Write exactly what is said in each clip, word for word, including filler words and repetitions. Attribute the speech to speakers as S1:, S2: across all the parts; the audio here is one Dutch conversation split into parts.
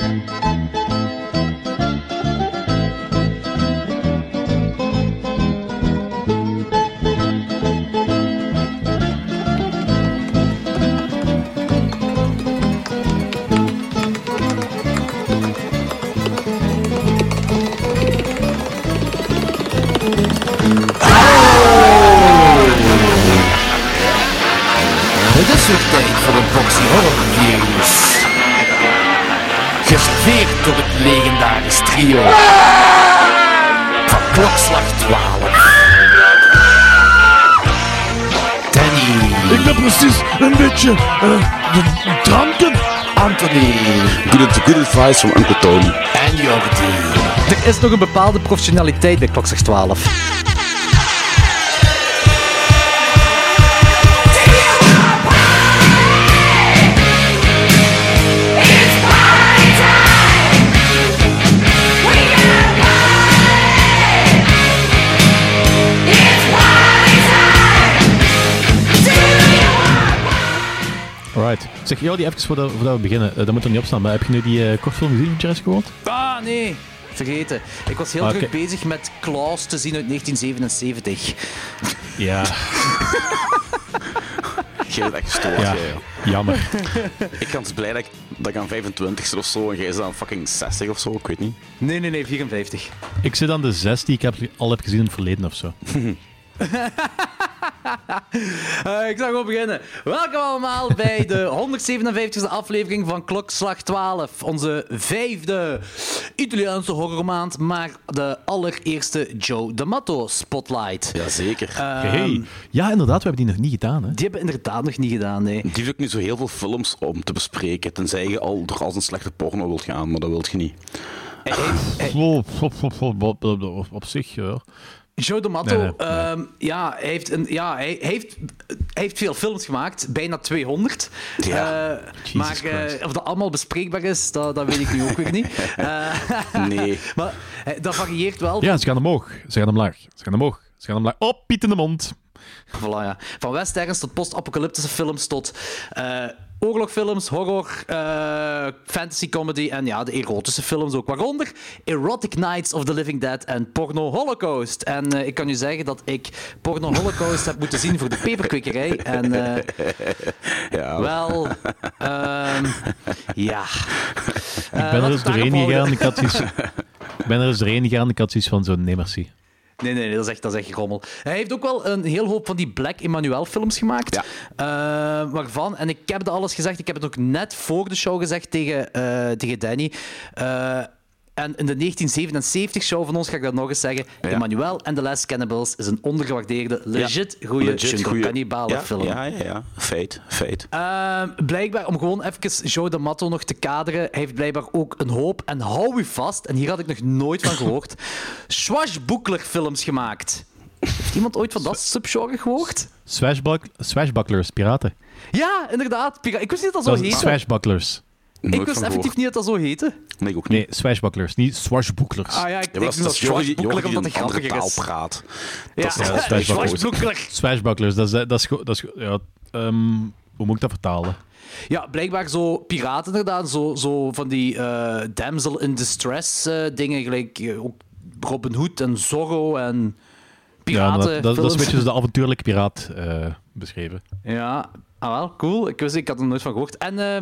S1: Het is weer tijd voor een boxy horror reviews. Geserveerd door het legendarisch trio van klokslag twaalf. Danny.
S2: Ik ben precies een beetje uh, dranken.
S1: Anthony.
S3: Good, good advice from Uncle Tony.
S1: En Jordi.
S4: Er is nog een bepaalde professionaliteit bij klokslag twaalf.
S2: Alright. Zeg, Jordi, even voordat, voordat we beginnen. Uh, dat moet er niet op staan, maar heb je nu die uh, kortfilm gezien van Jurassic World?
S4: Ah, nee. Vergeten. Ik was heel
S2: Ah,
S4: druk
S2: okay.
S4: bezig met Klaus te zien uit negentien zevenenzeventig.
S2: Ja.
S3: Jij bent echt gestoord.
S2: Ja.
S3: Jij,
S2: Jammer.
S3: ik ben dus blij dat ik, dat ik aan vijfentwintig zit of zo en jij is aan fucking zestig of zo, ik weet niet.
S4: Nee, nee, nee, vierenvijftig.
S2: Ik zit aan de zes die ik heb, al heb gezien in het verleden of zo.
S4: Uh, ik zal gewoon beginnen. Welkom allemaal bij de honderdzevenenvijftigste aflevering van Klokslag twaalf. Onze vijfde Italiaanse horrormaand, maar de allereerste Joe D'Amato Spotlight.
S3: Jazeker.
S4: Um,
S2: Hey. Ja, inderdaad, we hebben die nog niet gedaan, hè?
S4: Die hebben we inderdaad nog niet gedaan, nee.
S3: Die heeft ook niet zo heel veel films om te bespreken, tenzij je al door als een slechte porno wilt gaan, maar dat wilt je niet.
S4: Hij- hij-
S2: Op, op, op, op, op, op, op zich, ja.
S4: Joe D'Amato,
S2: Nee, nee, nee.
S4: um, ja, hij heeft, een, ja hij, heeft, hij heeft veel films gemaakt, bijna tweehonderd.
S3: Ja.
S4: Uh, maar uh,
S2: Christ.
S4: of dat allemaal bespreekbaar is, dat, dat weet ik nu ook weer niet. Uh,
S3: Nee.
S4: maar uh, dat varieert wel.
S2: Ja, ze gaan omhoog. Ze gaan omlaag. Ze gaan omhoog. Ze gaan omlaag. Op, Piet in de mond.
S4: Voilà, ja. Van westerns tot post-apocalyptische films tot uh, oorlogfilms, horror, uh, fantasy comedy en ja, de erotische films ook. Waaronder Erotic Nights of the Living Dead en Porno Holocaust. En uh, ik kan u zeggen dat ik Porno Holocaust heb moeten zien voor de peperkwekerij. En uh,
S3: Ja.
S4: wel, um, ja.
S2: Ik ben er eens doorheen gegaan. Ik had zoiets... Ik ben er eens doorheen gegaan. Ik had zoiets van zo'n nee, merci.
S4: Nee, nee, nee, dat is echt, dat is echt rommel. Hij heeft ook wel een heel hoop van die Black Emmanuel-films gemaakt.
S3: Ja.
S4: Uh, waarvan, en ik heb dat alles gezegd, ik heb het ook net voor de show gezegd tegen, uh, tegen Danny. Uh, en in de negentien zevenenzeventig-show van ons ga ik dat nog eens zeggen.
S3: Ja.
S4: Emmanuel and the Last Cannibals is een ondergewaardeerde, legit goede jungle-kannibalen-film.
S3: Ja, ja, ja, ja. Feit, feit.
S4: Uh, blijkbaar, om gewoon even Joe D'Amato nog te kaderen, hij heeft blijkbaar ook een hoop, en hou u vast, en hier had ik nog nooit van gehoord, swashbuckler-films gemaakt. Heeft iemand ooit van dat subgenre gehoord?
S2: Swashbuck, swashbucklers, piraten.
S4: Ja, inderdaad. Pira- ik wist niet dat dat
S2: Dat
S4: zo
S2: is
S4: heette.
S2: swashbucklers.
S3: Nooit
S4: Ik wist
S3: van
S4: effectief
S3: gehoord.
S4: niet dat dat zo heette.
S3: Nee, ik ook niet.
S2: Nee, swashbucklers, niet swashbucklers.
S4: Ah ja, ik
S3: Ja,
S4: denk
S3: maar dat
S4: dat
S3: is Jordi
S4: swashbuckler
S3: die
S4: omdat het
S3: een andere
S4: grappiger
S3: taal
S4: is.
S3: praat.
S4: Ja,
S3: Dat is-
S2: ja, swashbuckler.
S4: swashbuckler.
S2: Swashbucklers, dat is... Dat is, go- dat is go- ja, um, hoe moet ik dat vertalen?
S4: Ja, blijkbaar zo piraten inderdaad. Zo, zo van die uh, damsel in distress uh, dingen, gelijk uh, ook Robin Hood en Zorro en
S2: Ja,
S4: piraten.
S2: dat, dat, dat is een beetje als de avontuurlijke piraat uh, beschreven.
S4: Ja, ah wel, cool. Ik wist, ik had er nooit van gehoord. En uh,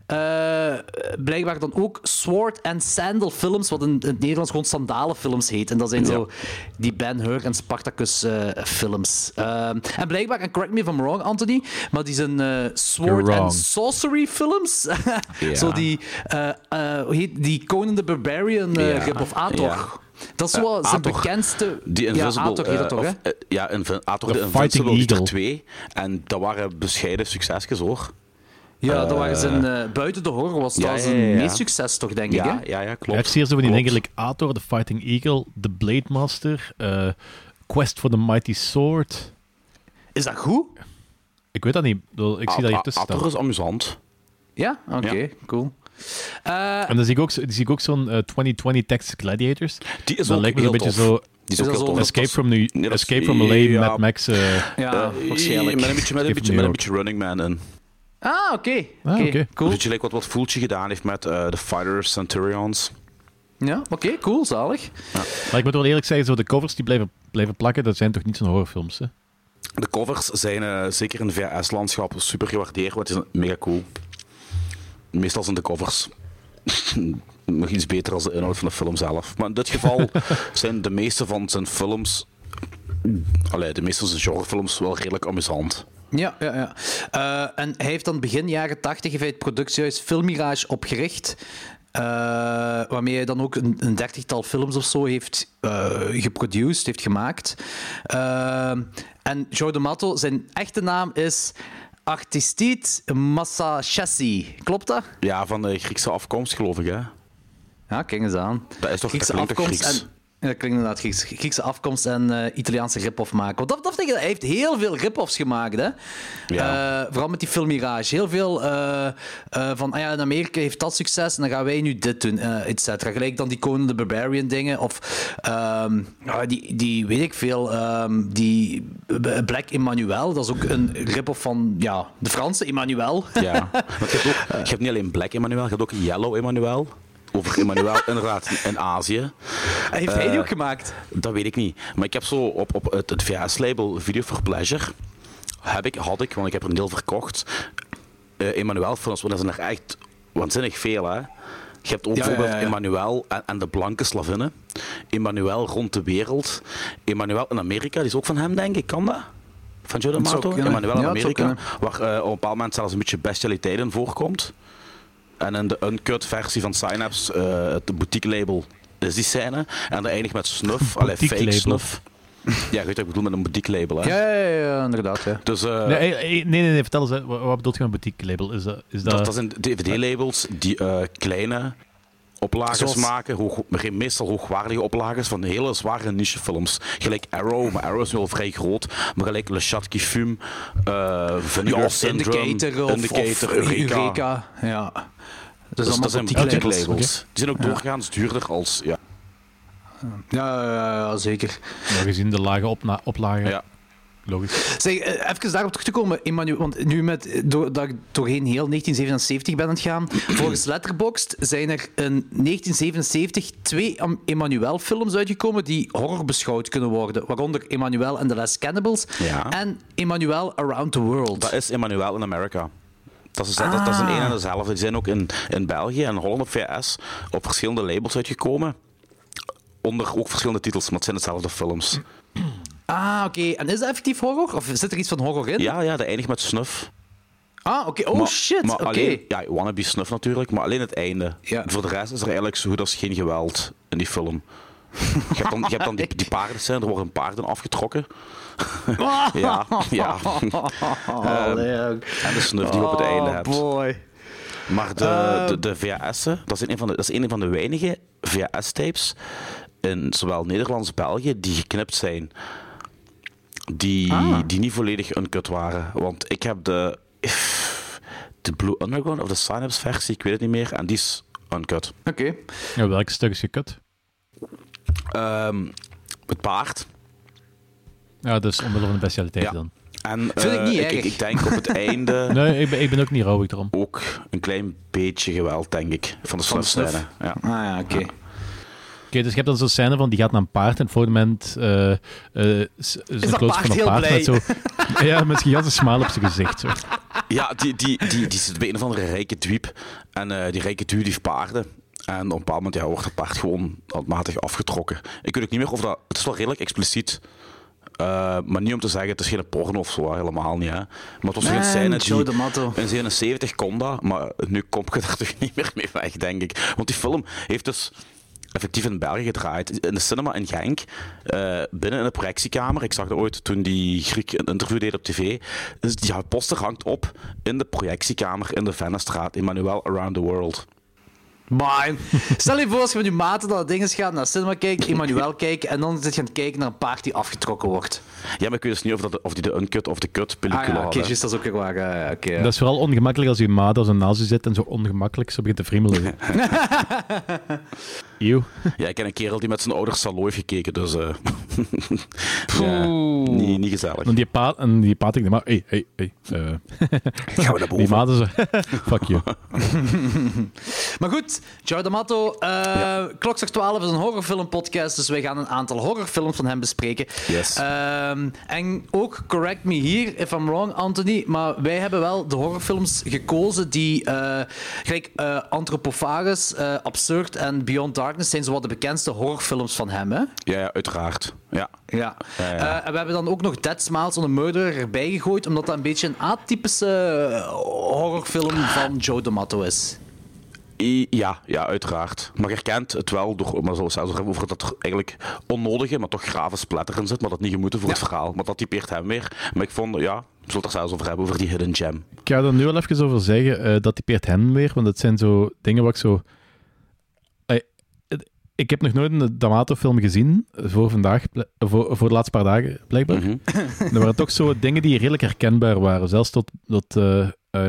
S4: uh, blijkbaar dan ook Sword and Sandal films, wat in, in het Nederlands gewoon sandalenfilms heet. En dat zijn
S3: Ja.
S4: zo die Ben Hur en Spartacus uh, films. Uh, en blijkbaar, en correct me if I'm wrong, Anthony, maar die zijn uh, Sword
S2: You're wrong.
S4: and Sorcery films.
S3: Ja.
S4: Zo die, uh, uh, hoe heet die Conan the Barbarian uh,
S3: Ja.
S4: rip of Ator.
S3: Ja.
S4: Dat is wel
S3: Uh,
S4: zijn
S3: Ator.
S4: bekendste...
S3: Die
S4: ja,
S3: Invisible...
S4: Ator heet dat
S3: eh,
S4: toch, hè?
S3: of, eh, ja, Invi- Ator
S2: The
S3: de
S2: Fighting
S3: Invincible heeft er
S2: Eagle.
S3: twee. En dat waren bescheiden succesjes, hoor.
S4: Ja, dat
S3: Eh,
S4: waren zijn... Uh, buiten de horror was dat
S3: ja, ja,
S4: zijn
S3: ja, ja.
S4: meest succes, toch, denk ik,
S3: Ja,
S4: hè?
S3: ja, ja,
S2: Je
S3: klopt.
S2: hebt hier zo van die
S3: Klopt.
S2: dingen, like Ator, The Fighting Eagle, The Blade Master, uh, Quest for the Mighty Sword.
S4: Is dat goed?
S2: Ik weet dat niet. Ik bedoel, Ik zie dat hier
S3: A-
S2: tussen
S3: Ator
S2: staan.
S3: is amusant.
S4: Ja? Oké,
S3: Ja.
S4: cool. Uh,
S2: En dan zie ik ook, zo- zie ik ook zo'n uh, twintig twintig Texas Gladiators.
S3: Die is
S2: Dat
S3: ook
S2: lijkt me
S3: heel
S2: een beetje
S3: tof.
S2: zo
S3: Die is
S4: Is
S3: ook
S4: dat
S3: heel
S4: zo-
S3: tof.
S2: Escape from, New,
S3: nee, dat is-
S2: Escape from L A,
S3: ja.
S2: Mad Max. uh,
S4: ja,
S3: Eh,
S4: waarschijnlijk.
S3: Met een beetje, met een
S2: Escape
S3: beetje,
S2: from
S3: met een
S2: New
S3: beetje Running Man in.
S4: Ah, oké. Okay.
S2: Ah,
S4: okay.
S2: oké.
S4: Cool.
S3: Dus je lijkt wat, wat Fulci gedaan heeft met uh, de Fighter Centurions.
S4: Ja, oké, okay, cool, zalig.
S2: Ja. Maar ik moet wel eerlijk zeggen, zo de covers die blijven, blijven plakken, dat zijn toch niet zo'n horrorfilms, hè?
S3: De covers zijn uh, zeker in het V S-landschap super gewaardeerd. Wat is mega cool. Meestal zijn de covers nog iets beter dan de inhoud van de film zelf. Maar in dit geval zijn de meeste van zijn films, allee, de meeste van zijn genrefilms wel redelijk amusant.
S4: Ja, ja, ja. Uh, en hij heeft dan begin jaren tachtig het productiehuis Filmmirage opgericht. Uh, waarmee hij dan ook een, een dertigtal films of zo heeft uh, geproduceerd, heeft gemaakt. Uh, en Joe D'Amato, zijn echte naam is Aristide Massachesi. Klopt dat?
S3: Ja, van de Griekse afkomst, geloof ik, hè?
S4: Ja, kijk eens aan.
S3: Dat is toch
S4: Griekse
S3: dat klinkt
S4: afkomst
S3: Grieks.
S4: en... Ja, dat klinkt inderdaad Grieks, Griekse afkomst en uh, Italiaanse rip-off maken. Want dat, dat denk ik, hij heeft heel veel rip-offs gemaakt, hè?
S3: Ja.
S4: Uh, vooral met die film Mirage. Heel veel uh, uh, van, ah ja, in Amerika heeft dat succes en dan gaan wij nu dit doen, uh, et cetera. Gelijk dan die Conan the Barbarian dingen. Of um, uh, die, die, weet ik veel, um, die Black Emmanuel. Dat is ook een rip-off van, ja, de Franse Emmanuel.
S3: Ja, want je hebt, ook, je hebt niet alleen Black Emmanuel, je hebt ook Yellow Emmanuel. Over Emmanuel, inderdaad, in Azië.
S4: Heeft uh, hij die ook gemaakt?
S3: Dat weet ik niet. Maar ik heb zo op, op het, het V S-label Video for Pleasure, heb ik, had ik, want ik heb er een deel verkocht, uh, Emmanuel-films, want dat zijn er echt waanzinnig veel, hè. Je hebt ook ja, bijvoorbeeld ja, ja, ja. Emmanuel en, en de blanke slavinnen. Emmanuel rond de wereld. Emmanuel in Amerika, die is ook van hem, denk ik. Kan dat? Van Joe D'Amato? Emmanuel in ja, Amerika. Waar uh, op een bepaald moment zelfs een beetje bestialiteit in voorkomt. En in de uncut versie van Synapse, uh, het boutique-label, is die scène. En dan eindigt met snuff, allee, fake snuff. Ja, je weet wat ik bedoel met een boutique-label, hè?
S4: Ja, ja, ja, inderdaad. Ja.
S3: Dus, uh,
S2: nee, nee, nee, nee, vertel eens, wat, wat bedoelt je met een boutique-label? Is dat, is dat...
S3: Dat, dat zijn D V D-labels die uh, kleine oplages Zoals... maken, hoog, meestal hoogwaardige oplages van hele zware nichefilms. Gelijk Arrow, maar Arrow is nu al vrij groot. Maar gelijk Le Chat qui Fume, uh, Vinegar
S4: ja,
S3: Syndrome,
S4: Indicator, of,
S3: Indicator,
S4: of
S3: Eureka.
S4: Eureka. Ja.
S3: Dus, dus dat zijn boutique labels. Okay. Die zijn ook doorgaans ja. duurder als... Ja,
S4: ja, ja, ja zeker.
S2: Ja, gezien de lage opna- oplagen. Ja. Logisch.
S4: Zeg, even daarop terug te komen, Emmanuel, want nu met, door, dat ik doorheen heel negentien zevenenzeventig ben aan het gaan, volgens Letterboxd zijn er in negentien zevenenzeventig twee Emmanuel-films uitgekomen die horror beschouwd kunnen worden, waaronder Emmanuel and the Last Cannibals ja. en Emmanuel Around the World.
S3: Dat is Emmanuel in Amerika. Dat is, ah. dat, dat is een een en dezelfde. Die zijn ook in, in België en Holland op V S op verschillende labels uitgekomen. Onder ook verschillende titels, maar het zijn dezelfde films.
S4: Ah, oké. Okay. En is dat effectief horror? Of zit er iets van horror in?
S3: Ja, ja, dat eindigt met snuff.
S4: Ah, oké. Okay. Oh,
S3: maar,
S4: shit.
S3: Maar
S4: okay.
S3: alleen, ja, wannabe snuff natuurlijk, maar alleen het einde.
S4: Ja.
S3: Voor de rest is er eigenlijk zo goed als geen geweld in die film. Je hebt dan, je hebt dan die, die paardenscène, er worden paarden afgetrokken. ja, ja.
S4: Oh,
S3: um, en de snuff die je op het einde hebt.
S4: Oh, boy.
S3: Maar de, uh, de, de V H S'en, dat is een van de, dat is een van de weinige V H S-tapes in zowel Nederland als België die geknipt zijn. Die, ah. die niet volledig uncut waren. Want ik heb de, de Blue Underground of de Synapse versie, ik weet het niet meer, en die is uncut.
S4: Oké. Okay.
S2: Ja, welk stuk is gekut?
S3: Um, het paard.
S2: Ja, dus omwille van de specialiteit ja. dan.
S3: En uh, Vind ik, niet ik, ik, ik denk op het einde...
S2: Nee, ik ben, ik ben ook niet rouwig erom.
S3: Ook een klein beetje geweld, denk ik, van de snuffscène. Ja.
S4: Ah ja, oké. Okay.
S2: Ja. Oké, okay, dus je hebt dan zo'n scène van, die gaat naar een paard en voor het moment uh, uh, is een close van een paard met zo... ja, met een gigantische smaal op zijn gezicht. Zo.
S3: Ja, die, die, die, die zit bij een of andere rijke dweep. En uh, die rijke dweep heeft paarden. En op een bepaald moment ja, wordt het paard gewoon handmatig afgetrokken. Ik weet ook niet meer of dat... Het is wel redelijk expliciet. Uh, maar niet om te zeggen, het is geen porno of zo, helemaal niet. Hè. Maar het was geen scène die... In zevenenzeventig kon dat, maar nu kom je er toch niet meer mee weg, denk ik. Want die film heeft dus effectief in België gedraaid. In de cinema in Genk, uh, binnen in de projectiekamer. Ik zag dat ooit toen die Griek een interview deed op tv. Dus die poster hangt op in de projectiekamer in de Vennestraat. Emmanuel Around the World.
S4: Maar stel je voor als je met je maten naar dingen gaat, naar cinema kijken, Emmanuel kijken en dan zit je aan het kijken naar een paard die afgetrokken wordt.
S3: Ja, maar ik weet dus niet of, dat, of die de uncut of de cut pellicule
S4: ah, ja,
S3: hadden.
S4: Oké, dat is ook weer waar. Uh, okay, ja.
S2: Dat is vooral ongemakkelijk als je maat als een nazi zit en zo ongemakkelijk zo begint te friemelen. Eeuw.
S3: Ja, ik ken een kerel die met zijn ouders Salo heeft gekeken, dus... Uh... ja, niet, niet gezellig.
S2: En die paat, en die paat ik, maar hey, hey, hey. Uh,
S3: Gaan we naar boven?
S2: Die maten ze. Fuck you.
S4: Maar goed, Joe D'Amato, uh,
S3: ja.
S4: Klokslag twaalf is een horrorfilmpodcast, dus wij gaan een aantal horrorfilms van hem bespreken.
S3: Yes.
S4: Uh, en ook, correct me here if I'm wrong, Anthony, maar wij hebben wel de horrorfilms gekozen die, uh, gelijk uh, Anthropophagus, uh, Absurd en Beyond Darkness zijn zowat de bekendste horrorfilms van hem, hè?
S3: Ja, ja uiteraard. Ja.
S4: Ja.
S3: Ja, ja.
S4: Uh, en we hebben dan ook nog Dead Smiles on a Murderer erbij gegooid, omdat dat een beetje een atypische horrorfilm van Joe D'Amato is.
S3: I, ja, ja, uiteraard. Maar je herkent het wel, door, maar zoals zelfs over dat er eigenlijk onnodige, maar toch grave splatter in zit, maar dat niet gemoeten voor ja. het verhaal. Maar dat typeert hem weer. Maar ik vond, ja, we zullen het er zelfs over hebben, over die hidden gem.
S2: Ik ga er nu wel even over zeggen, uh, dat typeert hem weer, want het zijn zo dingen wat ik zo... Uh, ik heb nog nooit een D'Amato-film gezien, voor vandaag, voor, voor de laatste paar dagen, blijkbaar. Mm-hmm. Er waren toch zo dingen die redelijk herkenbaar waren, zelfs tot... tot uh, uh,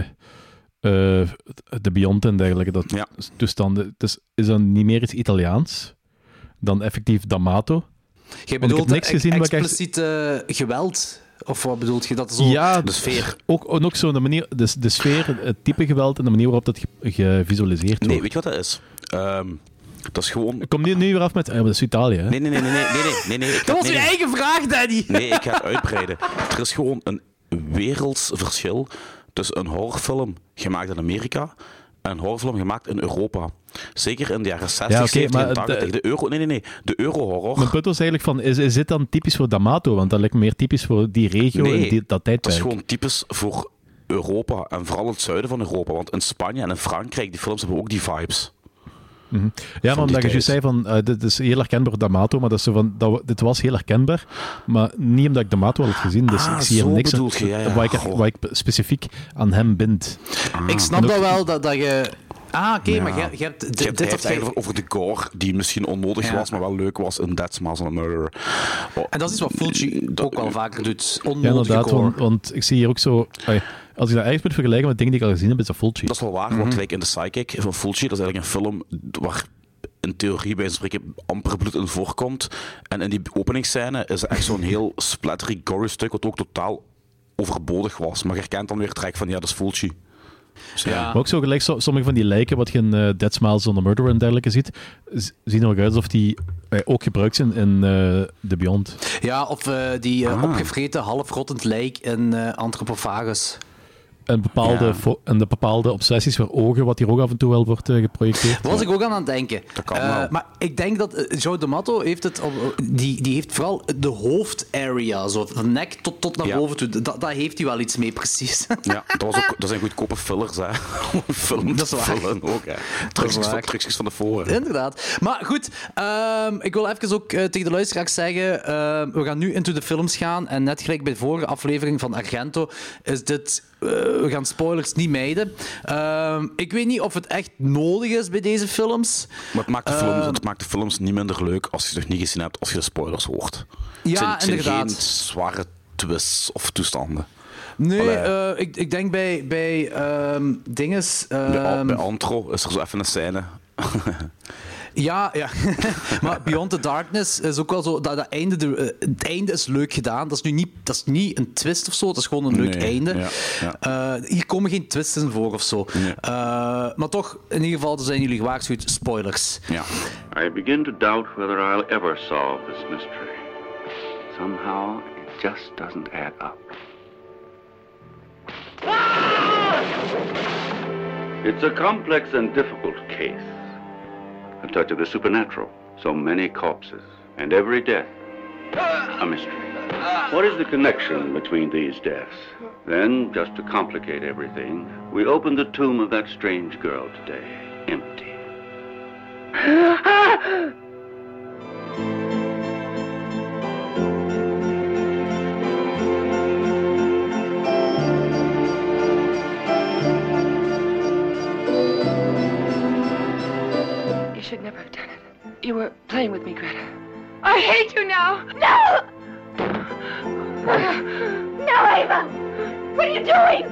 S2: Uh, de Beyond en dergelijke, dat
S3: ja.
S2: toestanden. Dus is dan niet meer iets Italiaans dan effectief D'Amato?
S4: Je bedoelt
S2: niks gezien
S4: expliciet uh, geweld? Of wat bedoelt je? Dat zo...
S2: Ja,
S3: de sfeer.
S2: Ook, ook zo de manier, de, de sfeer, het type geweld en de manier waarop dat gevisualiseerd wordt.
S3: Nee, weet je wat dat is? Um, dat is gewoon...
S2: Ik kom nu, nu weer af met... Uh, dat is Italië, hè?
S3: Nee, nee, nee, nee, nee, nee, nee, nee, nee
S4: dat was
S3: nee,
S4: je
S3: nee.
S4: eigen vraag, Danny!
S3: Nee, ik ga het uitbreiden. Er is gewoon een werelds verschil tussen een horrorfilm gemaakt in Amerika en een horrorfilm gemaakt in Europa. Zeker in de jaren zestig, ja, okay, zeventig en tachtig. De, de euro... Nee, nee, nee. De euro-horror...
S2: Mijn punt was eigenlijk van, is, is dit dan typisch voor D'Amato? Want dat lijkt meer typisch voor die regio
S3: nee,
S2: en die, dat tijdperk.
S3: dat is gewoon typisch voor Europa en vooral het zuiden van Europa. Want in Spanje en in Frankrijk, die films hebben ook die vibes.
S2: Mm-hmm. Ja, maar omdat je juist zei van, uh, dit is heel herkenbaar voor D'Amato, maar dat is zo van, dat, dit was heel herkenbaar, maar niet omdat ik D'Amato al had gezien, dus
S3: ah,
S2: ik zie er niks aan,
S3: je, ja, ja.
S2: Wat, ik, wat ik specifiek aan hem bind.
S4: Ah. Ik snap ook, dat wel, dat, dat je... Ah, oké, okay,
S3: ja.
S4: maar je, je hebt... D-
S3: je hebt
S4: dit
S3: het eigenlijk over de gore, die misschien onnodig ja. was, maar wel leuk was in Dead Smiles on a Murderer.
S4: Oh. En dat is iets wat Fulci ook wel vaker doet, onnodige
S2: ja, inderdaad,
S4: gore.
S2: Want, want ik zie hier ook zo... Ay, als ik dat eigenlijk moet vergelijken met dingen die ik al gezien heb, is dat Fulci.
S3: Dat is wel waar, mm-hmm. want gelijk in The Psychic van Fulci, dat is eigenlijk een film waar in theorie bij een spreken amper bloed in voorkomt. En in die openingsscène is het echt zo'n heel splattery, gory stuk, wat ook totaal overbodig was. Maar je herkent dan weer het trek van, ja, dat is Fulci. Dus ja.
S2: Maar ook zo gelijk, so, sommige van die lijken, wat je in uh, Dead Smiles on a Murderer en dergelijke ziet, z- zien er ook uit alsof die uh, ook gebruikt zijn in uh, The Beyond.
S4: Ja, of uh, die uh,
S3: ah.
S4: opgevreten, halfrottend lijk in uh, Anthropophagus.
S2: En bepaalde,
S3: ja.
S2: fo- en de bepaalde obsessies voor ogen, wat hier ook af en toe wel wordt uh, geprojecteerd.
S4: Daar was ik ook aan aan het denken.
S3: Dat kan
S4: uh,
S3: wel.
S4: Maar ik denk dat uh, Joe D'Amato heeft het... Op, die, die heeft vooral de hoofdarea, zo van nek tot, tot naar
S3: ja.
S4: boven toe. Dat, dat heeft hij wel iets mee, precies.
S3: Ja, dat, was ook, dat zijn goedkope fillers, hè. Film
S4: dat is waar.
S3: Vullen ook, hè. Trucjes van, trucjes van de voren.
S4: Inderdaad. Maar goed, um, ik wil even ook uh, tegen de luisteraars zeggen, uh, we gaan nu into de films gaan en net gelijk bij de vorige aflevering van Argento is dit... Uh, we gaan spoilers niet mijden. Uh, ik weet niet of het echt nodig is bij deze films.
S3: Maar het maakt de, film,
S4: uh,
S3: het maakt de films niet minder leuk als je ze nog niet gezien hebt, als je de spoilers hoort.
S4: Ja,
S3: het zijn, het zijn
S4: inderdaad.
S3: geen zware twists of toestanden.
S4: Nee, uh, ik, ik denk bij, bij um, dinges... Um,
S3: bij, bij Antro is er zo even een scène.
S4: Ja, ja. Maar Beyond the Darkness is ook wel zo... Dat, dat einde, de, uh, het einde is leuk gedaan. Dat is nu niet, dat is niet een twist of zo. Dat is gewoon een leuk
S3: nee,
S4: einde.
S3: Ja, ja.
S4: Uh, hier komen geen twists in voor of zo.
S3: Nee.
S4: Uh, maar toch, in ieder geval zijn jullie gewaarschuwd. Spoilers.
S3: Ja.
S5: I begin to doubt whether I'll ever solve this mystery. Somehow, it just doesn't add up. It's a complex and difficult case. A touch of the supernatural. So many corpses. And every death, a mystery. What is the connection between these deaths? Then, just to complicate everything, we open the tomb of that strange girl today. Empty.
S6: You should never have done it. You were playing with me, Greta. I hate you now! No! No, Ava! What are you doing?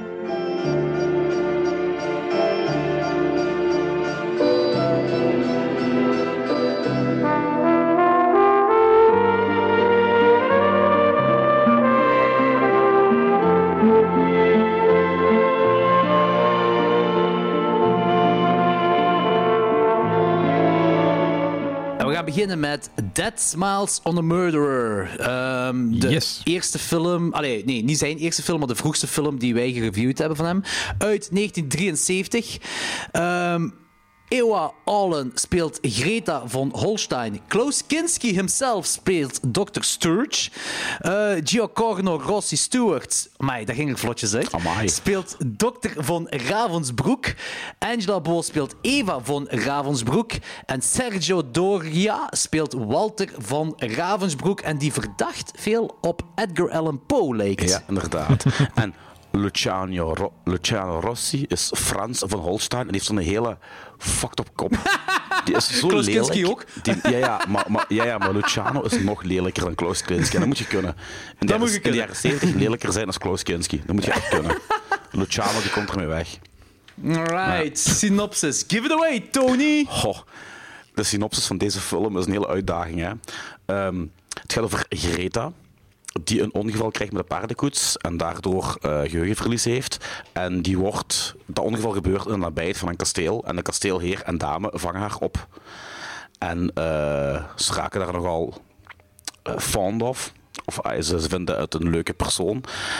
S4: gaan beginnen met Dead Smiles on a Murderer. Um, de
S2: Yes.
S4: eerste film... Allee, nee, niet zijn eerste film, maar de vroegste film die wij gereviewd hebben van hem. Uit negentien drieënzeventig. Um, Ewa Allen speelt Greta von Holstein. Klaus Kinski himself speelt dokter Sturge. Uh, Giacomo Rossi Stewart, amai, dat ging er vlotjes uit,
S3: Amai.
S4: speelt dokter von Ravensbrück. Angela Bo speelt Eva von Ravensbrück. En Sergio Doria speelt Walter von Ravensbrück. En die verdacht veel op Edgar Allan Poe lijkt.
S3: Ja, inderdaad. En Luciano, Ro- Luciano Rossi is Frans van Holstein en heeft zo'n hele fucked up kop. Die is zo
S4: Klaus
S3: lelijk.
S4: Kinski ook.
S3: Die, ja, ja, maar, maar, ja, ja, maar Luciano is nog lelijker dan Klaus Kinski. En dat moet je kunnen. In de, jaren,
S4: moet je
S3: in de
S4: kunnen.
S3: jaren zeventig lelijker zijn dan Klaus Kinski. Dat moet je echt kunnen. Luciano die komt ermee weg.
S4: Alright, synopsis. Give it away, Tony.
S3: Goh, de synopsis van deze film is een hele uitdaging. Hè? Um, het gaat over Greta, die een ongeval krijgt met een paardenkoets en daardoor uh, geheugenverlies heeft. En die wordt, dat ongeval gebeurt in de nabijheid van een kasteel. En de kasteelheer en dame vangen haar op. En uh, ze raken daar nogal uh, fond of. Of uh, ze vinden het een leuke persoon.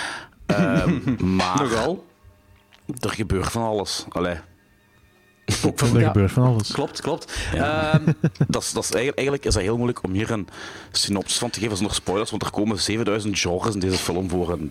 S3: Um, maar
S4: Nogal.
S3: er gebeurt van alles. Allee.
S2: Ook van, er
S4: Ja.
S2: gebeurt van alles.
S4: Klopt, klopt.
S3: Ja.
S4: Ehm,
S3: Dat is, dat is eigenlijk, eigenlijk is dat heel moeilijk om hier een synopsis van te geven zonder spoilers, want er komen zevenduizend genres in deze film voor. En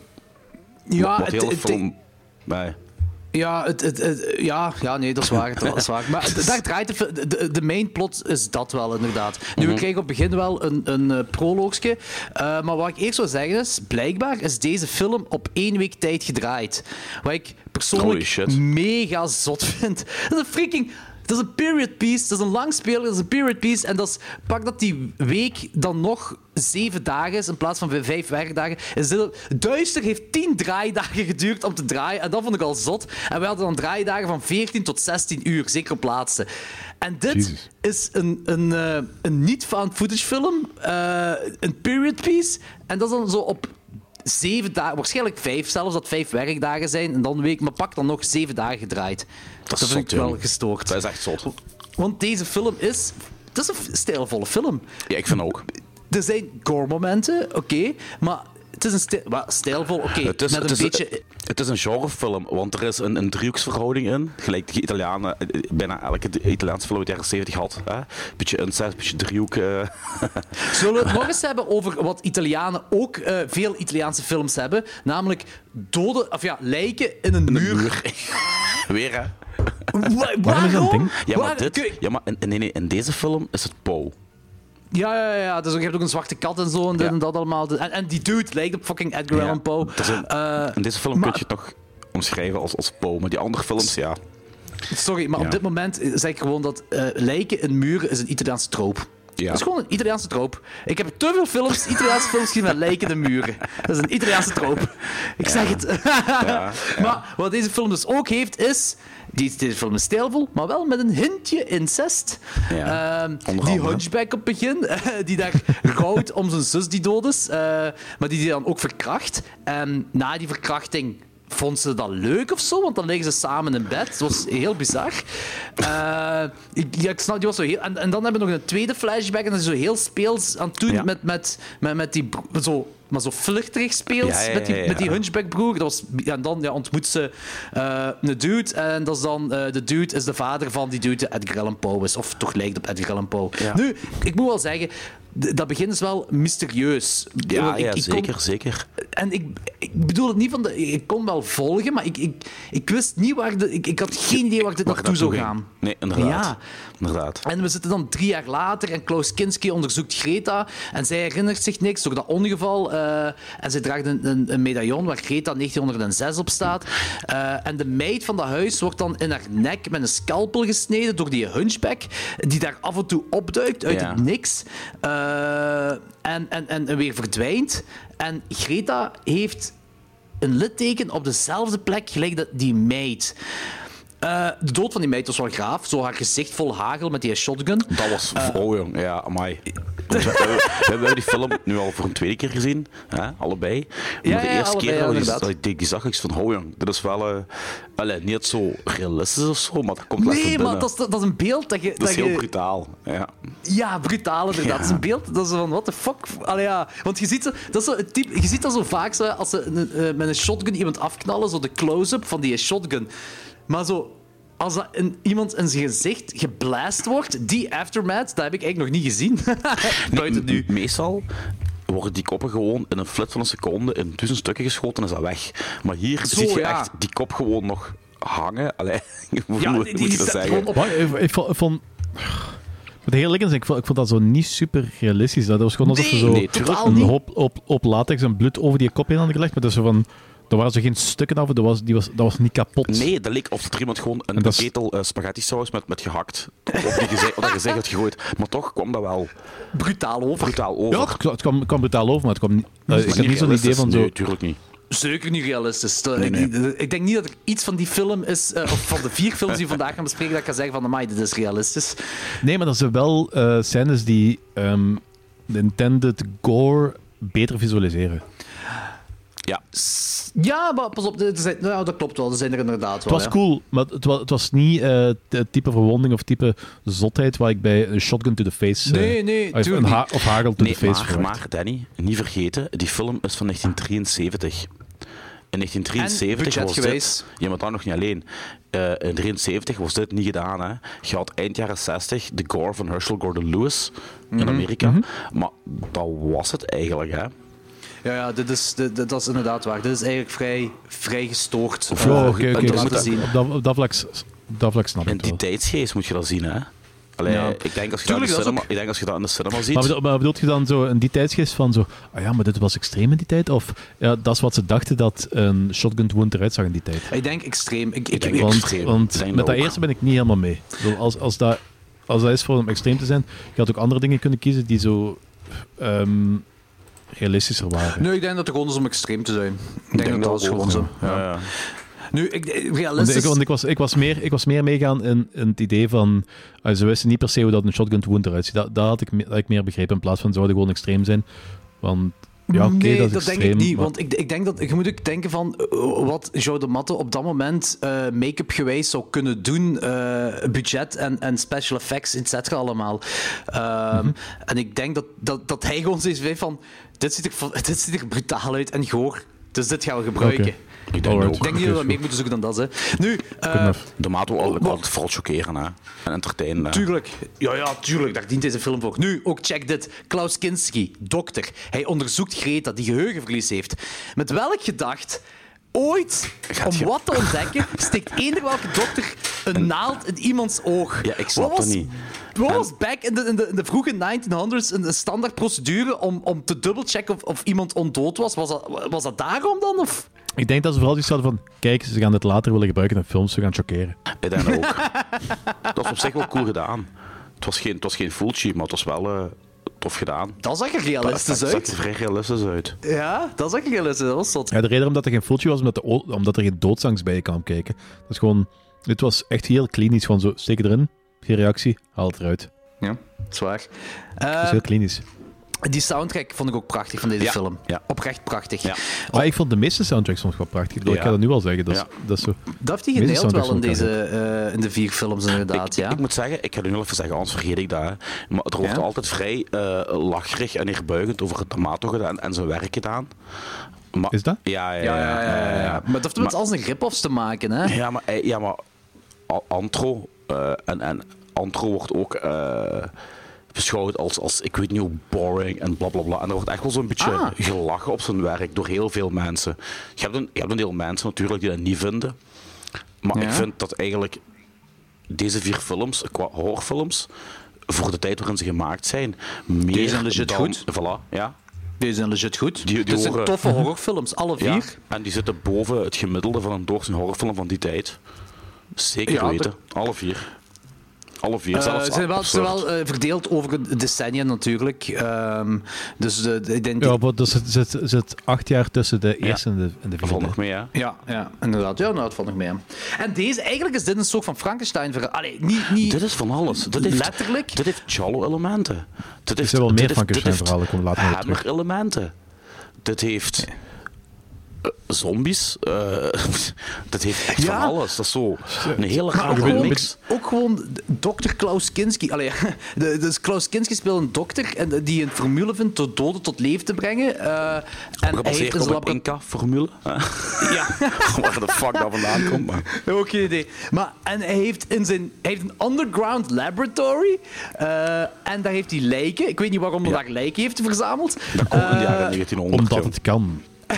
S4: ja,
S3: wat, wat
S4: het-
S3: hele
S4: het-
S3: film... Nee.
S4: Ja, het, het, het- ja, ja, nee, dat is waar. Dat is waar. Maar d- daar draait de, fi- de, de main plot is dat wel, inderdaad. Nu, we krijgen op het begin wel een, een uh, proloogje. Uh, maar wat ik eerst zou zeggen is, blijkbaar is deze film op één week tijd gedraaid. Wat ik
S3: Holy
S4: persoonlijk
S3: shit.
S4: mega zot vind. Dat is een freaking... Dat is een period piece, dat is een langspeler, dat is een period piece. En dat is, pak dat die week dan nog zeven dagen is in plaats van vijf werkdagen. Is dit, Duister heeft tien draaidagen geduurd om te draaien. En dat vond ik al zot. En we hadden dan draaidagen van veertien tot zestien uur, zeker op laatste. En dit
S2: Jezus.
S4: is een, een, uh, een niet-found footage film, uh, een period piece. En dat is dan zo op zeven dagen, waarschijnlijk vijf zelfs, dat vijf werkdagen zijn. En dan een week, maar pak dan nog zeven dagen gedraaid. Dat,
S3: is
S4: vind ik
S3: zot,
S4: wel
S3: jong.
S4: gestoord.
S3: Dat is echt zot.
S4: Want deze film is... Het is een stijlvolle film.
S3: Ja, ik vind ook.
S4: Er zijn gore-momenten, oké, maar het is een stijl, wel, stijlvol, oké,
S3: Het is,
S4: met
S3: het,
S4: een
S3: is,
S4: beetje...
S3: het is een genrefilm, want er is een, een driehoeksverhouding in. Gelijk de Italianen, eh, bijna elke Italiaanse film uit de jaren zeventig had. Hè? Beetje incest, beetje driehoek. eh.
S4: Zullen we het nog eens hebben over wat Italianen ook uh, veel Italiaanse films hebben, namelijk doden, of ja, lijken in een muur.
S3: muur. Weer, hè?
S4: Wa-
S2: Waarom is dat een ding?
S3: Ja, maar,
S4: Waar-
S3: dit,
S4: kun-
S3: ja, maar in, nee, nee, in deze film is het Poe.
S4: Ja, ja, ja. Dus je hebt ook een zwarte kat en zo en dit
S3: Ja.
S4: en dat allemaal. En, en die dude lijkt op fucking Edgar
S3: Ja.
S4: Allan Poe.
S3: Er zijn-
S4: Uh,
S3: In deze film
S4: maar-
S3: kun je het nog omschrijven als, als Poe, maar die andere films, ja.
S4: Sorry, maar
S3: Ja.
S4: op dit moment zeg ik gewoon dat uh, lijken in muren is een Italiaanse troop.
S3: Ja.
S4: Dat is gewoon een Italiaanse troop. Ik heb te veel films, Italiaanse films gezien met lijken in muren. Dat is een Italiaanse troop. Ik zeg het.
S3: Ja,
S4: Maar wat deze film dus ook heeft, is... Die, deze film is stijlvol, maar wel met een hintje incest.
S3: Ja,
S4: Ehm,
S3: onder
S4: die
S3: andere.
S4: hunchback op het begin, die daar rouwt om zijn zus die dood is, uh, maar die die dan ook verkracht. En na die verkrachting vond ze dat leuk of zo, want dan liggen ze samen in bed. Dat was heel bizar. Uh, ik, ja, ik snap, die was zo heel... En, en dan hebben we nog een tweede flashback en dat is zo heel speels aan het doen
S3: Ja.
S4: met, met, met, met die... bro- Zo, maar zo flirterig speels
S3: Ja, ja, ja,
S4: met, die,
S3: ja, ja.
S4: met die hunchback-broer. Dat was, ja, en dan ja, ontmoet ze uh, een dude. En dat is dan, uh, de dude is de vader van die dude die Edgar Allan Poe is. Of toch lijkt op Edgar Allan Poe.
S3: Ja.
S4: Nu, ik moet wel zeggen, d- dat begin is wel mysterieus.
S3: Ja,
S4: Want ik-
S3: ja
S4: ik kon-
S3: zeker, zeker.
S4: en ik, ik bedoel het niet van de... Ik kon wel volgen, maar ik, ik, ik wist niet waar... De, ik, ik had geen idee waar dit
S3: Waar
S4: naartoe
S3: het
S4: zou
S3: naartoe
S4: gaan.
S3: ging. Nee, inderdaad.
S4: Ja.
S3: Inderdaad.
S4: En we zitten dan drie jaar later en Klaus Kinski onderzoekt Greta en zij herinnert zich niks door dat ongeval. Uh, en zij draagt een, een, een medaillon waar Greta negentienhonderdzes op staat. Uh, en de meid van dat huis wordt dan in haar nek met een scalpel gesneden door die hunchback, die daar af en toe opduikt uit
S3: Ja.
S4: het niks. Uh, en, en, en weer verdwijnt. En Greta heeft een litteken op dezelfde plek gelijk dat die meid. Uh, de dood van die meid was wel graaf. Zo haar gezicht vol hagel met die shotgun.
S3: Dat was oh jong, ja, amai. Want we, we, we hebben die film nu al voor een tweede keer gezien, hè? Allebei. Maar
S4: Ja,
S3: de
S4: ja,
S3: eerste
S4: allebei,
S3: keer
S4: ja,
S3: dat,
S4: inderdaad.
S3: ik, dat ik die zag, ik van, oh jong, dit is wel uh, allee, niet zo realistisch of zo, maar dat komt wel
S4: Nee,
S3: even
S4: maar
S3: binnen.
S4: dat is, dat is een beeld dat je...
S3: Dat is
S4: dat
S3: heel
S4: je,
S3: brutaal. Ja.
S4: Ja, brutaal inderdaad.
S3: Ja.
S4: Dat is een beeld dat is van, what the fuck? Allee, ja. Want je ziet, zo, dat is zo het type, je ziet dat zo vaak, zo, als ze een, uh, met een shotgun iemand afknallen, zo de close-up van die shotgun. Maar zo... Als dat een, iemand in zijn gezicht geblaast wordt, die aftermath, dat heb ik eigenlijk nog niet gezien. Buiten nu.
S3: Meestal worden die koppen gewoon in een flit van een seconde in duizend stukken geschoten en is dat weg. Maar hier
S4: Zo,
S3: zie je
S4: ja.
S3: echt die kop gewoon nog hangen. Allee, hoe
S4: Ja,
S3: moet
S4: die-
S3: moet
S4: die
S3: je dat
S4: staat
S3: zeggen?
S4: gewoon op-
S2: Maar ik, ik, vond... Ik vond ik moet heel eerlijk zijn, ik vond, ik vond dat zo niet super realistisch. Dat was gewoon alsof
S4: Nee,
S2: ze zo
S3: nee,
S4: totaal
S2: een
S4: niet.
S2: hoop op, op latex en bloed over die kop heen hadden gelegd. Maar dat is zo van... Er waren zo geen stukken af, dat was, die was, dat was niet kapot.
S3: Nee, dat leek of er iemand gewoon een
S2: En dat is-
S3: ketel uh, spaghetti saus met, met gehakt op, die geze- op dat gezicht had gegooid. Maar toch kwam dat wel
S4: Brutaal over.
S3: brutaal over.
S2: Ja, het, kwam- het, kwam, het kwam brutaal over, maar het kwam niet... eh, ik
S3: Dat is
S2: heb niet zo'n idee van zo...
S3: Nee, tuurlijk niet.
S4: Zeker niet realistisch. Dat-
S3: Nee, nee.
S4: Ik, ik denk niet dat er iets van die film is, uh, of van de vier films die we vandaag gaan bespreken, dat ik kan zeggen van, amai, dit is realistisch.
S2: Nee, maar dat zijn wel uh, scènes die um, de intended gore beter visualiseren.
S3: Ja,
S4: Ja, maar pas op, er zijn, nou, dat klopt wel. Er zijn er inderdaad
S2: Het
S4: wel.
S2: was
S4: ja.
S2: cool, maar het was, het was niet uh, het type verwonding of type zotheid waar ik bij een shotgun to the face... Uh,
S4: Nee, nee,
S2: of,
S4: tuurlijk
S2: een ha- of hagel to
S3: nee,
S2: the face
S3: maar,
S2: verwacht.
S3: maar Danny, niet vergeten, die film is van negentien drieënzeventig. In negentien drieënzeventig
S4: En
S3: was
S4: budgetgewijs.
S3: dit... Ja, maar dan nog niet alleen. Uh, in drieënzeventig was dit niet gedaan. Hè. Je had eind jaren zestig de gore van Herschel Gordon Lewis in Amerika.
S2: Mm-hmm.
S3: Maar dat was het eigenlijk, hè.
S4: Ja, ja dit is, dit, dit- dat is inderdaad waar. Dit is eigenlijk vrij, vrij gestoord.
S3: Of-
S4: eh,
S2: Ja,
S3: Oh,
S2: oké,
S3: en
S2: oké.
S3: dat
S2: Op
S3: moet
S2: dat-
S4: zien.
S2: op dat- op dat vlak s- op dat vlak snap
S3: In
S2: ik
S3: die
S2: het wel.
S3: tijdsgeest moet je dat zien, hè. Allee,
S4: Ja.
S3: ik, denk als je dat in
S4: Tuurlijk,
S3: de
S4: dat is
S3: cinema,
S4: ook-
S3: ik denk als je dat in de cinema ziet...
S2: Maar bedoel, maar bedoelt je dan zo in die tijdsgeest van zo... Ah ja, maar dit was extreem in die tijd? Of ja, dat is wat ze dachten dat een shotgun wound eruit zag in die tijd?
S4: Ik denk extreem. Ik, ik,
S3: Ik denk
S4: ik-
S2: Want,
S3: extreem.
S2: want
S3: Zijn
S2: met dat
S3: ook.
S2: eerste ben ik niet helemaal mee. Ik bedoel, Als, als, dat, als dat is voor om extreem te zijn, je had ook andere dingen kunnen kiezen die zo ehm, realistischer waren.
S4: nee, ik denk dat het gewoon is om extreem te zijn. Ik denk, dat dat
S3: ook,
S4: is gewoon
S3: ja.
S4: zo. Ja.
S3: Ja, ja.
S4: Nu, ik,
S2: Want
S4: realistisch...
S2: ik, want ik, was, ik, was meer, ik was meer meegaan in, in het idee van... Uh, ze wisten niet per se hoe dat een shotgun wound eruit ziet. Dat, dat had ik, me- dat had ik meer begrepen in plaats van zouden gewoon extreem zijn. Want ja, oké,
S4: nee,
S2: dat is
S4: dat
S2: extreem.
S4: denk ik niet.
S2: maar-
S4: Want ik, ik denk dat je moet ook denken van uh, wat Joe de Matte op dat moment uh, make-up gewijs zou kunnen doen, uh, budget en, en special effects, et cetera allemaal. Um,
S2: Mhm.
S4: En ik denk dat, dat, dat hij gewoon zoiets heeft van dit ziet, er, dit ziet er brutaal uit en goor. Dus dit gaan we gebruiken.
S2: Oké.
S3: Ik denk
S2: Alright.
S3: ook.
S4: Ik denk niet dat we meer moeten zoeken dan dat. Hè. Nu,
S2: Good
S4: uh,
S2: enough.
S3: De maat wil
S4: Oh,
S3: altijd,
S4: maar-
S3: altijd vooral chockeren, hè. En entertainen. hè.
S4: Tuurlijk. Ja, ja, tuurlijk. Daar dient deze film voor. Nu, ook check dit. Klaus Kinski, dokter. Hij onderzoekt Greta, die geheugenverlies heeft. Met welk gedacht... Ooit,
S3: Gaat
S4: om
S3: je-
S4: wat te ontdekken, steekt eender welke dokter een naald in iemands oog.
S3: Ja, ik snap
S4: Wat
S3: dat
S4: was-
S3: niet.
S4: Wat
S3: En-
S4: was back in de, in de, in de vroege negentienhonderd's een, een standaard procedure om, om te dubbelchecken of, of iemand ondood was? Was dat, was dat daarom dan? Of?
S2: Ik denk dat ze vooral iets hadden van... Kijk, ze gaan dit later willen gebruiken in films, ze gaan chockeren.
S3: Ik denk dat ook. Dat was op zich wel cool gedaan. Het was geen, het was geen Fulci, maar het was wel eh, tof gedaan.
S4: Dat zag er realistisch
S3: Het zag
S4: uit.
S3: er vrij realistisch uit.
S4: Ja, dat zag er realistisch uit. Dat was zot.
S2: Ja, de reden omdat er geen foutje was, omdat, de, o- omdat er geen doodsangst bij je kan kijken. Dat is gewoon... Dit was echt heel klinisch. Gewoon zo, steek het erin, geen reactie, haal het eruit.
S4: Ja, zwaar.
S2: Dat is
S4: Uh,
S2: heel klinisch.
S4: die soundtrack vond ik ook prachtig van deze
S3: Ja,
S4: film.
S3: ja.
S4: Oprecht prachtig.
S3: Ja.
S2: Maar ik vond de meeste soundtracks soms wel prachtig. Ik bedoel, Ik
S3: Ja.
S2: ga dat nu al zeggen. Dat is,
S3: Ja.
S2: dat is zo...
S4: Dat heeft hij
S2: Meeste
S4: gedeeld wel in,
S2: soundtracks
S4: deze, uh, in de vier films, inderdaad.
S3: Ik,
S4: ja.
S3: ik moet zeggen, ik ga het nu nog even zeggen, anders vergeet ik dat. Hè. Maar er wordt
S4: Ja?
S3: altijd vrij uh, lacherig en neerbuigend over het D'Amato gedaan en zijn werk gedaan. Maar,
S2: Is dat?
S3: Ja, ja,
S4: ja, ja, ja, ja, ja. Maar dat heeft met
S3: Maar-
S4: alles een rip-offs te maken, hè?
S3: Ja, maar, eh, ja, maar A- Antro, uh, en, en Antro wordt ook uh, beschouwd als, als, ik weet niet hoe boring en bla bla bla. En er wordt echt wel zo'n beetje
S4: Ah.
S3: gelachen op zijn werk door heel veel mensen. Je hebt een, je hebt een deel mensen natuurlijk die dat niet vinden. Maar
S4: Ja.
S3: ik vind dat eigenlijk deze vier films, qua horrorfilms, voor de tijd waarin ze gemaakt zijn, meer
S4: zijn legit
S3: dan,
S4: goed.
S3: Voilà, ja.
S4: Deze zijn legit goed.
S3: Die- die
S4: Dit zijn
S3: horen-
S4: toffe horrorfilms, alle vier.
S3: ja. En die zitten boven het gemiddelde van een doorsnee horrorfilm van die tijd. Zeker
S4: Ja,
S3: weten, alle vier. Alle vier
S4: Uh,
S3: zelfs.
S4: Ze zijn wel, ze zijn wel uh, verdeeld over een decennia natuurlijk. Um, dus uh, ik denk...
S2: Ja, maar er zit, zit, zit acht jaar tussen de eerste ja. en de, en de
S3: vierde. Valt nog mee, hè?
S4: Ja, ja, inderdaad. Ja, nou, het valt nog mee. En deze, eigenlijk is dit een soort van Frankenstein. Allee, niet, niet...
S3: Dit is van alles. Dit heeft,
S4: letterlijk.
S3: Dit heeft Giallo-elementen. Dit
S2: er zijn wel meer Frankenstein-verhalen, komen later nog terug.
S3: Hammer-elementen. Dit heeft... Nee. Uh, zombies. Uh, dat heeft echt ja. van alles. Dat is zo een hele rare mix.
S4: Ook gewoon dokter Klaus Kinski. Allee, de, dus Klaus Kinski speelt een dokter en die een formule vindt tot doden tot leven te brengen. Uh, en
S3: hij heeft op lab... een Inca-formule. Ja. Waar de fuck dat vandaan komt. Maar.
S4: Ook geen idee. Maar, en hij heeft, in zijn, hij heeft een underground laboratory. Uh, en daar heeft hij lijken. Ik weet niet waarom hij ja. daar lijken heeft verzameld.
S3: Dat komt in de jaren negentienhonderd.
S2: Omdat het kan.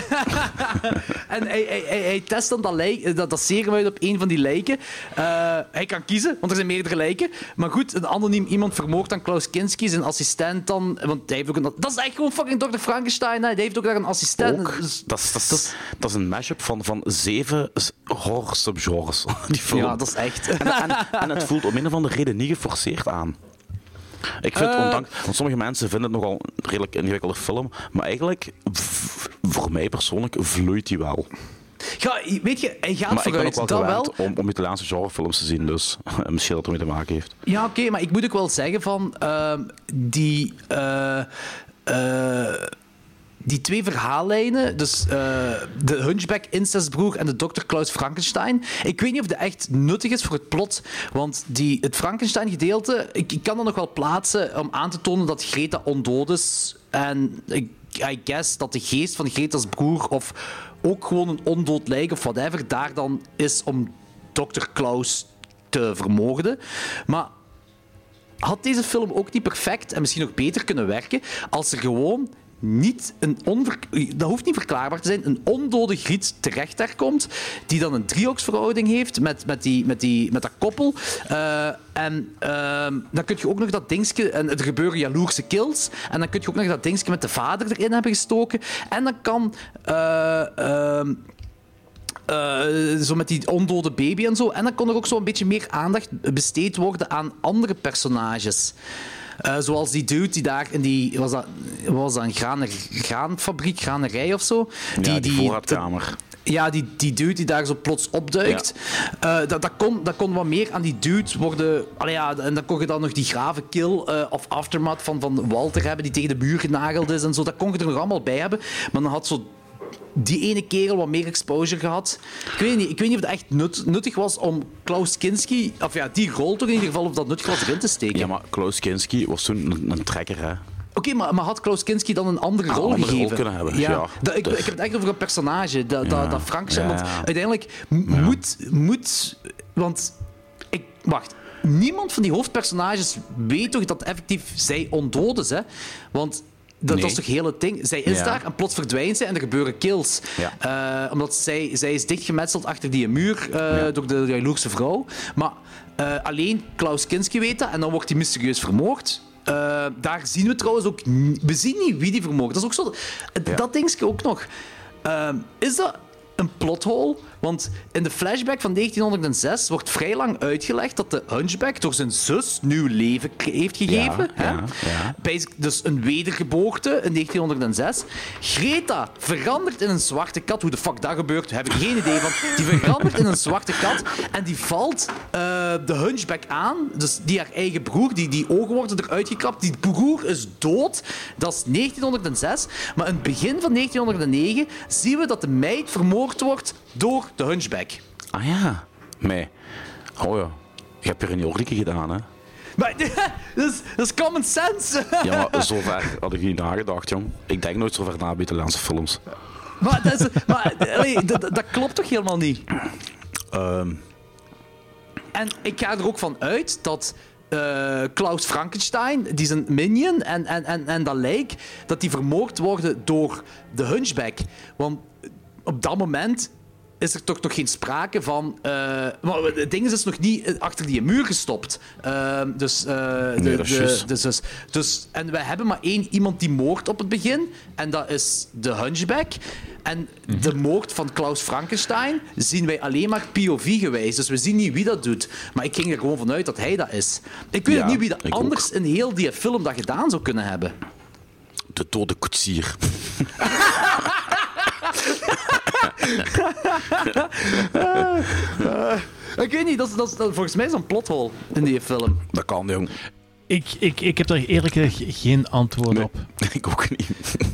S4: En hij, hij, hij, hij test dan dat, lijk, dat, dat serum uit op een van die lijken. Uh, hij kan kiezen, want er zijn meerdere lijken. Maar goed, een anoniem iemand vermoordt dan Klaus Kinski, zijn assistent dan. Want hij heeft ook een, dat is echt gewoon fucking dokter Frankenstein. Hè. Hij heeft ook daar een assistent.
S3: Ook, dus, dat, is, dat, is, dat, is, dat is een mashup van, van zeven horror subgenres. Die film.
S4: Ja, dat is echt.
S3: En, en, en het voelt om een of andere reden niet geforceerd aan. Ik vind, uh, ondanks, want sommige mensen vinden het nogal een redelijk ingewikkelde film, maar eigenlijk, v- voor mij persoonlijk, vloeit die wel.
S4: Ja, weet je, hij gaat
S3: maar
S4: vooruit.
S3: ik ben ook wel
S4: dat
S3: gewend
S4: wel.
S3: Om, om Italiaanse genrefilms te zien, dus misschien dat het ermee te maken heeft.
S4: Ja, oké, okay, maar ik moet ook wel zeggen van, uh, die... Uh, uh, Die twee verhaallijnen, dus uh, de Hunchback incestbroer en de dokter Klaus Frankenstein. Ik weet niet of dat echt nuttig is voor het plot, want die, het Frankenstein-gedeelte, ik, ik kan dat nog wel plaatsen om aan te tonen dat Greta ondood is. En ik, I guess dat de geest van Greta's broer, of ook gewoon een ondood lijk of whatever, daar dan is om dokter Klaus te vermoorden. Maar had deze film ook niet perfect en misschien nog beter kunnen werken als er gewoon... niet een onver... dat hoeft niet verklaarbaar te zijn, een ondode griet terecht daar komt, die dan een driehoeksverhouding heeft met, met, die, met, die, met dat koppel. Uh, en uh, dan kun je ook nog dat dingetje... En er gebeuren jaloerse kills. En dan kun je ook nog dat dingetje met de vader erin hebben gestoken. En dan kan... Uh, uh, Uh, zo met die ondode baby en zo. En dan kon er ook zo een beetje meer aandacht besteed worden aan andere personages. Uh, zoals die dude die daar in die... Was dat, was dat een graan, graanfabriek, granerij of zo? Die,
S3: ja, die, die voorraadkamer.
S4: Ja, die, die dude die daar zo plots opduikt. Ja. Uh, dat, dat, kon, dat kon wat meer aan die dude worden... Allee, ja, en dan kon je dan nog die gravenkill uh, of aftermath van, van Walter hebben, die tegen de muur genageld is en zo. Dat kon je er nog allemaal bij hebben. Maar dan had zo... die ene kerel wat meer exposure gehad. Ik weet niet, ik weet niet of het echt nut, nuttig was om Klaus Kinski... Of ja, die rol toch in ieder geval, of dat nuttig was erin te steken.
S3: Ja, maar Klaus Kinski was toen een, een trekker, hè.
S4: Oké, okay, maar, maar had Klaus Kinski dan een andere rol
S3: ah, andere
S4: gegeven?
S3: rol kunnen hebben, ja.
S4: ja. Dat, ik,
S3: dus.
S4: ik heb het echt over een personage, dat,
S3: ja.
S4: dat, dat Frank zijn.
S3: Ja.
S4: Want uiteindelijk ja. moet... moet want... Ik, wacht. Niemand van die hoofdpersonages weet toch dat effectief zij ondood is, hè? Want... Dat, nee. dat is toch heel het ding. Zij is ja. daar en plots verdwijnt ze en er gebeuren kills. Ja. Uh, omdat zij, zij is dichtgemetseld achter die muur uh, ja. door de jaloerse vrouw. Maar uh, alleen Klaus Kinski weet dat en dan wordt hij mysterieus vermoord. Uh, daar zien we trouwens ook... We zien niet wie die vermoord. Dat is ook zo... Ja. Dat dingetje ook nog. Uh, is dat een plothole? Want in de flashback van negentienhonderdzes wordt vrij lang uitgelegd dat de Hunchback door zijn zus nieuw leven heeft gegeven.
S3: Ja,
S4: hè?
S3: Ja, ja.
S4: Bij, dus een wedergeboorte in negentienhonderdzes. Greta verandert in een zwarte kat. Hoe de fuck dat gebeurt, heb ik geen idee van. Die verandert in een zwarte kat en die valt uh, de Hunchback aan. Dus die haar eigen broer, die, die ogen worden eruit gekrapt. Die broer is dood. Dat is negentienhonderdzes. Maar in het begin van negentienhonderdnegen zien we dat de meid vermoord wordt door de Hunchback.
S3: Ah ja. Nee. Oh ja. Je hebt er een oorlijke gedaan, hè?
S4: Maar dat is, dat is common sense.
S3: Ja, maar zover had ik niet nagedacht, jong. Ik denk nooit zo ver na bij Italiaanse films.
S4: Maar, dat, is, maar allee, dat, dat klopt toch helemaal niet?
S3: Um.
S4: En ik ga er ook van uit dat uh, Klaus Frankenstein, die zijn minion en, en, en, en dat lijk, dat die vermoord worden door de Hunchback. Want op dat moment is er toch nog geen sprake van... Uh, maar het ding is, is nog niet achter die muur gestopt. Uh, dus, uh, de,
S3: nee, dat is
S4: de, dus, dus, dus, en wij hebben maar één iemand die moordt op het begin. En dat is de Hunchback. En mm-hmm. de moord van Klaus Frankenstein zien wij alleen maar P O V-gewijs. Dus we zien niet wie dat doet. Maar ik ging er gewoon vanuit dat hij dat is. Ik weet ja, niet wie dat anders ook. in heel die film dat gedaan zou kunnen hebben.
S3: De dode koetsier.
S4: uh, uh, ik weet niet, dat is, dat is, dat, volgens mij is dat een plothole in die film.
S3: Dat kan, jong.
S2: Ik, ik, ik heb daar eerlijk gezegd geen antwoord
S3: nee,
S2: op.
S3: Ik ook niet.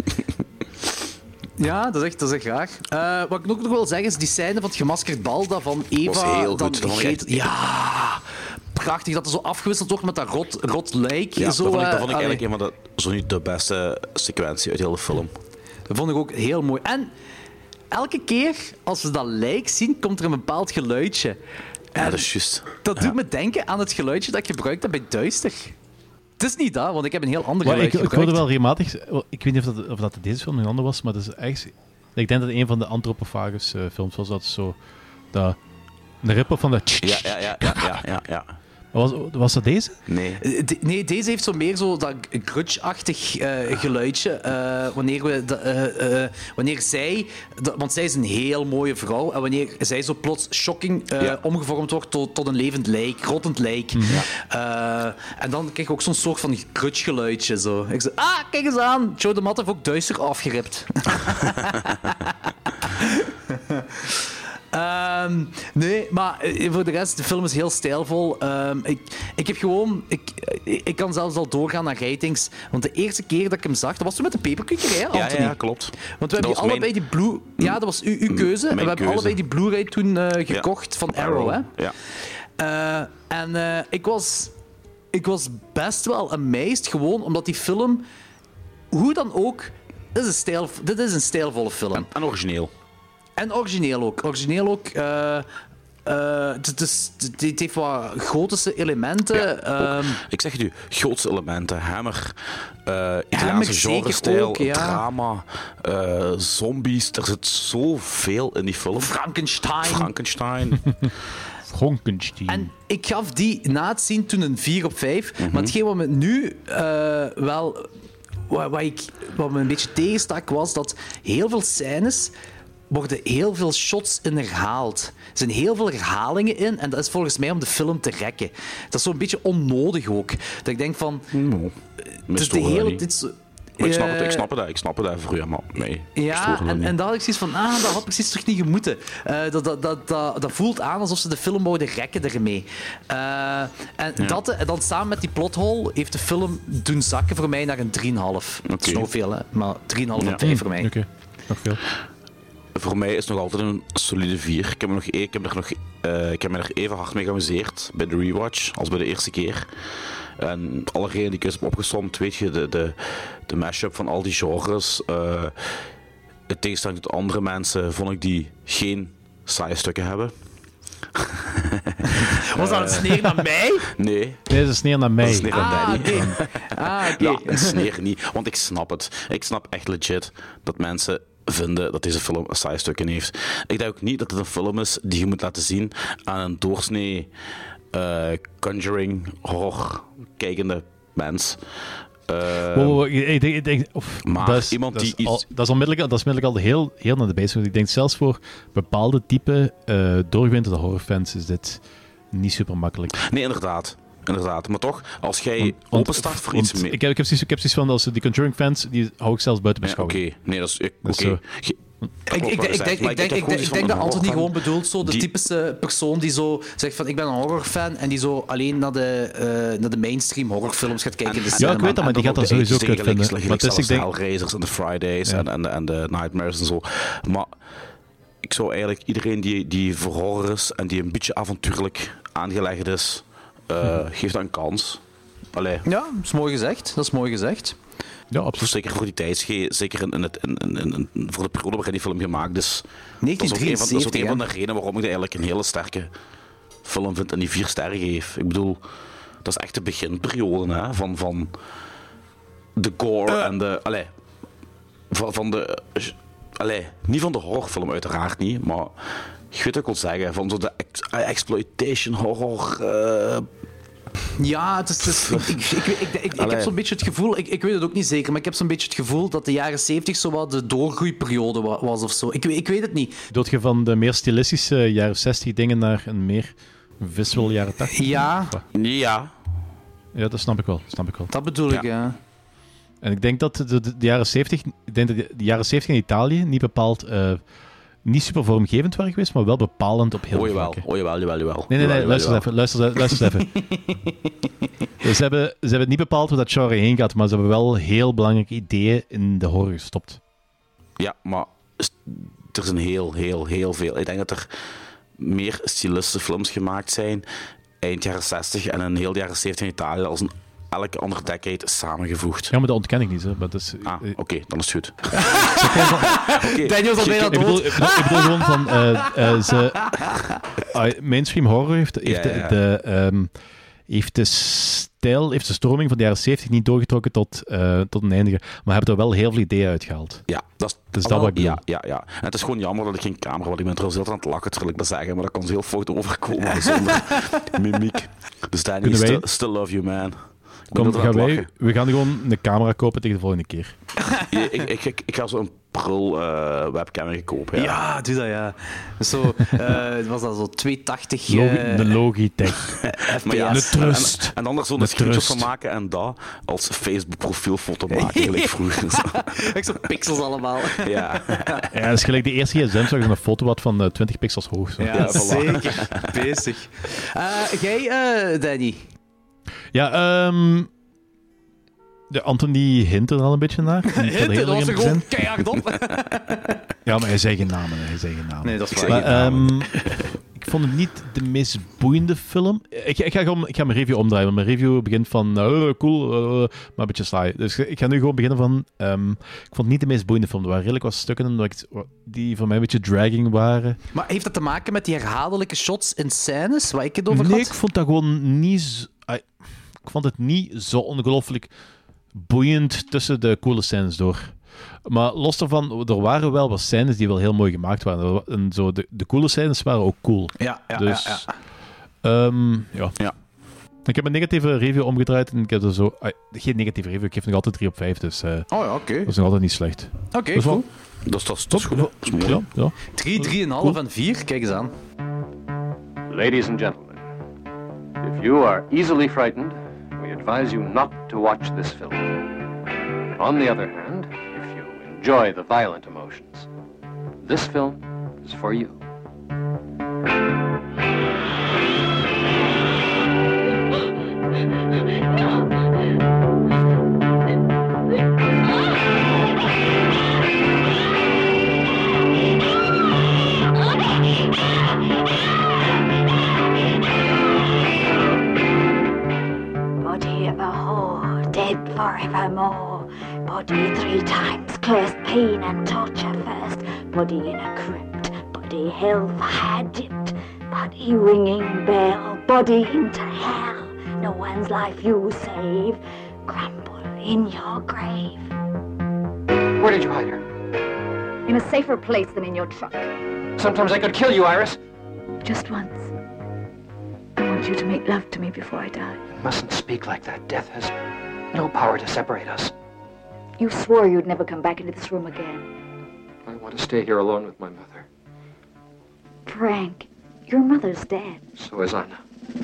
S4: Ja, dat is echt, dat is echt raar. Uh, wat ik ook nog wil zeggen is die scène van het gemaskerd bal dat van Eva...
S3: Dat was heel
S4: dan
S3: goed.
S4: Geet, ja, prachtig dat er zo afgewisseld wordt met dat rot, rot lijk.
S3: Ja,
S4: zo,
S3: dat vond ik, dat
S4: uh,
S3: vond ik eigenlijk een van de, zo niet de beste sequentie uit de hele film.
S4: Dat vond ik ook heel mooi. En elke keer als we dat lijk zien, komt er een bepaald geluidje.
S3: En ja, dat is juist.
S4: Dat
S3: ja.
S4: doet me denken aan het geluidje dat ik gebruikte bij Duister. Het is niet dat, want ik heb een heel ander geluid
S2: ik,
S4: gebruikt.
S2: Ik hoorde wel regelmatig... Ik weet niet of dat, of dat deze film een ander was, maar dat is echt... Ik denk dat het een van de Anthropophagus uh, films was. Dat zo... Dat, de rip-off van de...
S3: Ja, ja, ja, ja, ja, ja, ja.
S2: Was, was dat deze?
S3: Nee.
S4: De, nee, deze heeft zo meer zo dat grudge-achtig uh, geluidje. Uh, wanneer, we de, uh, uh, wanneer zij... De, want zij is een heel mooie vrouw. En wanneer zij zo plots shocking uh, ja. omgevormd wordt tot, tot een levend lijk, rottend lijk. Mm-hmm. Uh, en dan krijg je ook zo'n soort van grudge-geluidje. Zo. Ik zeg, ah, kijk eens aan. Joe de Mat heeft ook Duister afgeript. Um, nee, maar voor de rest, de film is heel stijlvol. Um, ik, ik heb gewoon... Ik, ik kan zelfs al doorgaan naar ratings. Want de eerste keer dat ik hem zag, dat was toen met de peperkukkerij, Anthony?
S3: Ja, ja, klopt.
S4: Want we hebben allebei mijn... die Blu... Ja, dat was uw, uw keuze. En we hebben
S3: keuze.
S4: allebei die Blu-ray toen uh, gekocht ja, van Arrow,
S3: Arrow.
S4: hè?
S3: Ja.
S4: Uh, en uh, ik was... Ik was best wel amazed, gewoon omdat die film... Hoe dan ook... Dit is een, stijl, dit is een stijlvolle film.
S3: En, en origineel.
S4: En origineel ook. Origineel ook. Uh, uh, het, is, het heeft wat gotische elementen.
S3: Ja,
S4: um,
S3: ik zeg het u, gotische elementen. Hammer, uh, Italiaanse genre-stijl, ook, ja. drama, uh, zombies. Er zit zoveel in die film.
S4: Frankenstein.
S3: Frankenstein.
S2: Frankenstein.
S4: En ik gaf die na het zien toen een vier op vijf. Mm-hmm. Maar hetgeen wat me nu uh, wel... Wat, wat, ik, wat me een beetje tegenstak was dat heel veel scènes... worden heel veel shots in herhaald. Er zijn heel veel herhalingen in en dat is volgens mij om de film te rekken. Dat is zo'n beetje onnodig ook. Dat ik denk van...
S3: No,
S4: het is de hele... Dit is,
S3: maar ik snap het, ik snap het, ik snap het voor je, maar nee.
S4: Ja, en, en daar had ik zoiets van, ah, dat had precies toch niet gemoeten. Uh, dat, dat, dat, dat, dat voelt aan alsof ze de film wouden rekken ermee. Uh, en, ja. dat, en dan samen met die plothole heeft de film doen zakken voor mij naar een drie komma vijf. Okay. Dat is nog veel, hè, maar drie komma vijf ja. vijf voor mij.
S2: Oké, okay. nog veel.
S3: Voor mij is het nog altijd een solide vier. Ik heb, me nog, ik, heb er nog, uh, ik heb me er even hard mee geamuseerd bij de rewatch als bij de eerste keer. En alle redenen die ik eens heb opgesomd, weet je, de, de, de mashup van al die genres. Uh, in tegenstelling tot andere mensen vond ik die geen saaie stukken hebben.
S4: Was dat een sneer naar mij?
S3: Nee.
S2: Nee, dat is een sneer naar mij.
S3: Dat is een sneer naar
S4: ah,
S3: Danny.
S4: Okay. Ah, oké.
S3: Okay. Ja, een sneer niet. Want ik snap het. Ik snap echt legit dat mensen vinden dat deze film een saai stukken heeft. Ik denk ook niet dat het een film is die je moet laten zien aan een doorsnee uh, Conjuring horror kijkende mens. Uh,
S2: wow, wow, ik denk, ik denk, of,
S3: maar
S2: dat is,
S3: iemand
S2: dat
S3: die
S2: is al,
S3: iets...
S2: dat is onmiddellijk, dat is onmiddellijk al heel, heel naar de basics. Ik denk zelfs voor bepaalde type uh, doorgewinterde horrorfans is dit niet super makkelijk.
S3: Nee, inderdaad. Inderdaad, maar toch, als jij openstaat voor iets meer...
S2: Ik heb, ik heb zoiets van, als die Conjuring fans, die hou ik zelfs buiten beschouwing.
S3: Ja, oké, nee, dat is... Oké.
S2: Okay.
S4: Ik, ik, ik, denk, ik, denk, ik, denk, ik denk dat Anthony gewoon bedoelt zo de die... typische persoon die zo zegt van ik ben een horrorfan en die zo alleen naar de, uh, naar de mainstream horrorfilms gaat kijken. En,
S2: ja, ik weet dat, maar die gaat dat sowieso kut vinden.
S3: Maar het is de Hellraisers en de Fridays ja. en, en, en de Nightmares en zo. Maar ik zou eigenlijk iedereen die, die voor horror is en die een beetje avontuurlijk aangelegd is, uh, hmm. geeft dat een kans. Allee.
S4: Ja, dat is mooi gezegd. Dat is mooi gezegd.
S2: Ja, absoluut.
S3: Zeker voor die tijdsgeest, zeker in, in het, in, in, in, voor de periode waarin die film gemaakt is.
S4: negentien drieënzeventig,
S3: dat is ook een van, een van de redenen waarom ik het eigenlijk een hele sterke film vind en die vier sterren geef. Ik bedoel, dat is echt de beginperiode hè, van, van de gore uh. en de... Allee, van, van de... Allee, niet van de horrorfilm uiteraard niet, maar Ik weet wat ik wil zeggen, van zo de ex- exploitation horror... Uh...
S4: Ja, het is, het is, ik, ik, ik, ik, ik, ik, ik heb zo'n beetje het gevoel, ik, ik weet het ook niet zeker, maar ik heb zo'n beetje het gevoel dat de jaren zeventig zo wat de doorgroeiperiode was of zo. Ik, ik weet het niet.
S2: Doet je van de meer stilistische jaren zestig dingen naar een meer visual jaren tachtig?
S4: Ja.
S3: Ja.
S2: Ja, dat snap ik wel. Snap ik wel.
S4: Dat bedoel
S3: ja.
S4: ik, ja.
S2: En ik denk dat de, de, de jaren zeventig, ik denk dat de, de jaren zeventig in Italië niet bepaald, uh, niet super vormgevend waren geweest, maar wel bepalend op heel veel vlakken.
S3: Oh jawel, jawel, jawel.
S2: Nee, nee, nee,
S3: jawel,
S2: luister
S3: jawel.
S2: even, luister, luister even. Dus ze, hebben, ze hebben niet bepaald waar dat genre heen gaat, maar ze hebben wel heel belangrijke ideeën in de horror gestopt.
S3: Ja, maar er zijn heel, heel, heel veel. Ik denk dat er meer stilistische films gemaakt zijn eind jaren zestig en een heel jaren zeventig in Italië als een elke andere decade samengevoegd.
S2: Ja, maar dat ontken ik niet. Hè. Maar dat is,
S3: ah, oké, okay, dan is het goed.
S4: okay. Daniel is al bijna dood.
S2: Ik bedoel, ik bedoel, ik bedoel gewoon van... Uh, uh, ze, uh, mainstream horror heeft, heeft, yeah, de, yeah. de, um, heeft de stijl, heeft de stroming van de jaren zeventig niet doorgetrokken tot, uh, tot een eindige, maar hebben er wel heel veel ideeën uitgehaald.
S3: Ja, dat is,
S2: dus dat wat ik bedoel.
S3: Ja, ja, ja. En het is gewoon jammer dat ik geen camera had. Ik ben trouwens heel aan het lachen, terwijl ik dat zeggen, maar dat kan zo heel fout overkomen zonder mimiek. Dus Daniel, still, still love you, man.
S2: Kom, gaan wij, we gaan gewoon een camera kopen tegen de volgende keer.
S3: Ja, ik, ik, ik, ik ga zo een prul uh, webcam kopen. Ja.
S4: ja, doe dat, ja. Zo, uh, was dat zo tweehonderdtachtig... Uh,
S2: Logi- de Logitech.
S3: Maar ja,
S2: een trust.
S3: En, en, en dan er zo'n screenshot van maken en dat als Facebook-profielfoto maken, gelijk vroeger.
S4: Ik zo pixels allemaal.
S3: Ja.
S2: Ja, dat is gelijk de eerste gsm, zag je een foto wat van uh, twintig pixels hoog. Zo.
S4: Ja, ja voilà. Zeker. Bezig. Uh, jij, uh, Danny?
S2: Ja, um, de Anthony hint er al een beetje naar.
S4: Hint, dat was er gewoon keihard op.
S2: Ja, maar hij zei geen namen. Hij zei geen namen.
S4: Nee, dat is
S2: waar. Maar, um, ik vond het niet de meest boeiende film. Ik, ik, ga, gewoon, ik ga mijn review omdraaien. Want mijn review begint van uh, cool, uh, maar een beetje saai. Dus ik ga nu gewoon beginnen van... Um, ik vond het niet de meest boeiende film. Er waren redelijk wat stukken in ik, die voor mij een beetje dragging waren.
S4: Maar heeft dat te maken met die herhaaldelijke shots in scènes waar ik het over
S2: nee,
S4: had?
S2: Nee, ik vond dat gewoon niet... Uh, ik vond het niet zo ongelooflijk boeiend tussen de coole scènes door. Maar los daarvan, er waren wel wat scènes die wel heel mooi gemaakt waren. En zo, de, de coole scènes waren ook cool.
S4: Ja, ja,
S2: dus,
S4: ja. ja.
S2: Um, ja.
S3: ja.
S2: Ik heb een negatieve review omgedraaid en ik heb er zo... Uh, geen negatieve review, ik geef nog altijd drie op vijf, dus... Uh,
S4: oh ja, oké. Okay.
S2: Dat is nog altijd niet slecht.
S4: Oké, okay, dus cool.
S3: Dat is, dat is, dat is goed. Dat is mooi.
S2: Ja, ja.
S4: drie, drie komma vijf cool. En vier, kijk eens aan.
S7: Ladies and gentlemen, if you are easily frightened, we advise you not to watch this film. On the other hand, if you enjoy the violent emotions, this film is for you.
S8: Body of a whore, dead forevermore. Body three times cursed, pain and torture first. Body in a crypt, body hellfire dipped. Body ringing bell, body into hell. No one's life you save, crumble in your grave.
S7: Where did you hide her?
S8: In a safer place than in your truck.
S7: Sometimes I could kill you, Iris.
S8: Just once. I want you to make love to me before I die.
S7: You mustn't speak like that. Death has no power to separate us.
S8: You swore you'd never come back into this room again.
S7: I want to stay here alone with my mother.
S8: Frank, your mother's dead.
S7: So is Anna.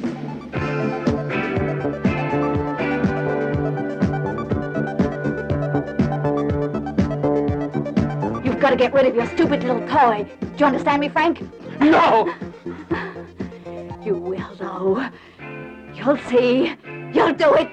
S8: You've got to get rid of your stupid little toy. Do you understand me, Frank?
S7: No!
S8: You will, though. You'll see. You'll do it.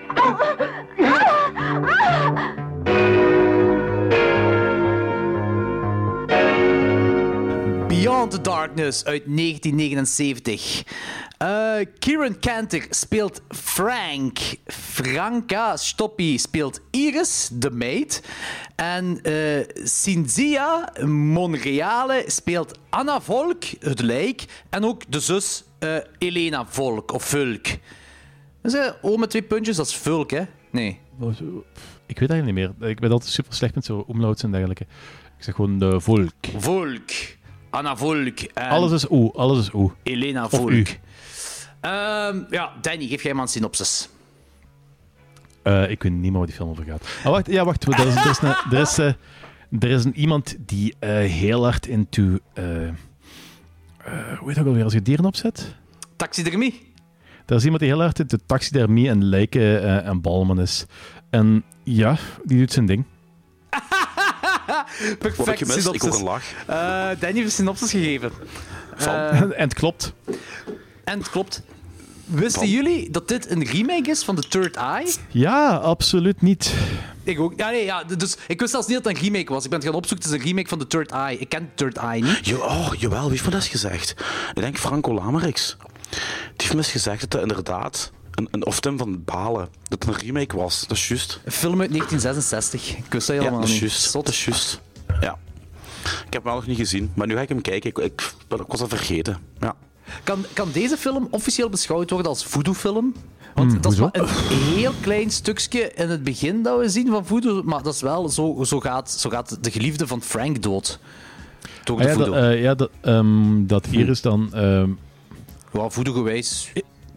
S4: Beyond the Darkness uit negentien negenenzeventig. Uh, Kieran Cantor speelt Frank. Franca Stoppi speelt Iris, de maid. En uh, Cynthia Monreale speelt Anna Volk, het lijk. En ook de zus uh, Elena Volk, of Vulk. Dat is uh, oh, met twee puntjes, dat is Vulk, hè? Nee.
S2: Ik weet eigenlijk niet meer. Ik ben altijd super slecht met zo omlauts en dergelijke. Ik zeg gewoon de Volk.
S4: Volk. Anna Volk. En
S2: Alles is oe, alles is oe.
S4: Elena
S2: Of
S4: Volk.
S2: u.
S4: Ehm, ja, Danny, geef jij maar een synopsis.
S2: Uh, ik weet niet meer waar die film over gaat. Ah, wacht, ja, wacht. Er is, er is, een, er is, uh, er is een iemand die uh, heel hard into... Uh, uh, hoe heet dat alweer? Als je dieren opzet?
S4: Taxidermie.
S2: Er is iemand die heel hard into taxidermie en lijken uh, en balmen is. En ja, die doet zijn ding.
S3: Word ik
S4: Perfect
S3: gemist? Ik hoor een
S4: synopsis.
S3: lach.
S4: Uh, Danny heeft een synopsis gegeven.
S3: Van?
S4: Uh,
S2: En het klopt.
S4: en het klopt. Wisten
S3: Van?
S4: jullie dat dit een remake is van The Third Eye?
S2: Ja, absoluut niet.
S4: Ik ook. Ja, nee, ja, dus ik wist zelfs niet dat het een remake was. Ik ben het gaan opzoeken. Het is een remake van The Third Eye. Ik ken The Third Eye niet.
S3: Jo, oh, jawel, wie heeft me dat eens gezegd? Ik denk Franco Lameriks. Die heeft me eens gezegd dat het inderdaad... Een, een, of Tim van Balen. Dat het een remake was. Dat is juist.
S4: Een film uit negentien zesenzestig. Ik wist dat
S3: Ja,
S4: helemaal
S3: dat is
S4: niet.
S3: juist.
S4: Zot.
S3: Dat is juist. Ja. Ik heb hem nog niet gezien. Maar nu ga ik hem kijken. Ik, ik, ik was dat vergeten. Ja.
S4: Kan, kan deze film officieel beschouwd worden als voodoo-film? Want
S2: Hmm,
S4: dat is
S2: hoezo?
S4: maar een heel klein stukje in het begin dat we zien van voodoo, maar dat is wel zo, zo, gaat, zo gaat de geliefde van Frank dood. Door de
S2: Ah, ja, dat,
S4: voodoo.
S2: uh, ja, dat, um, dat hier is dan... Um,
S4: Wow, voodoo-gewijs.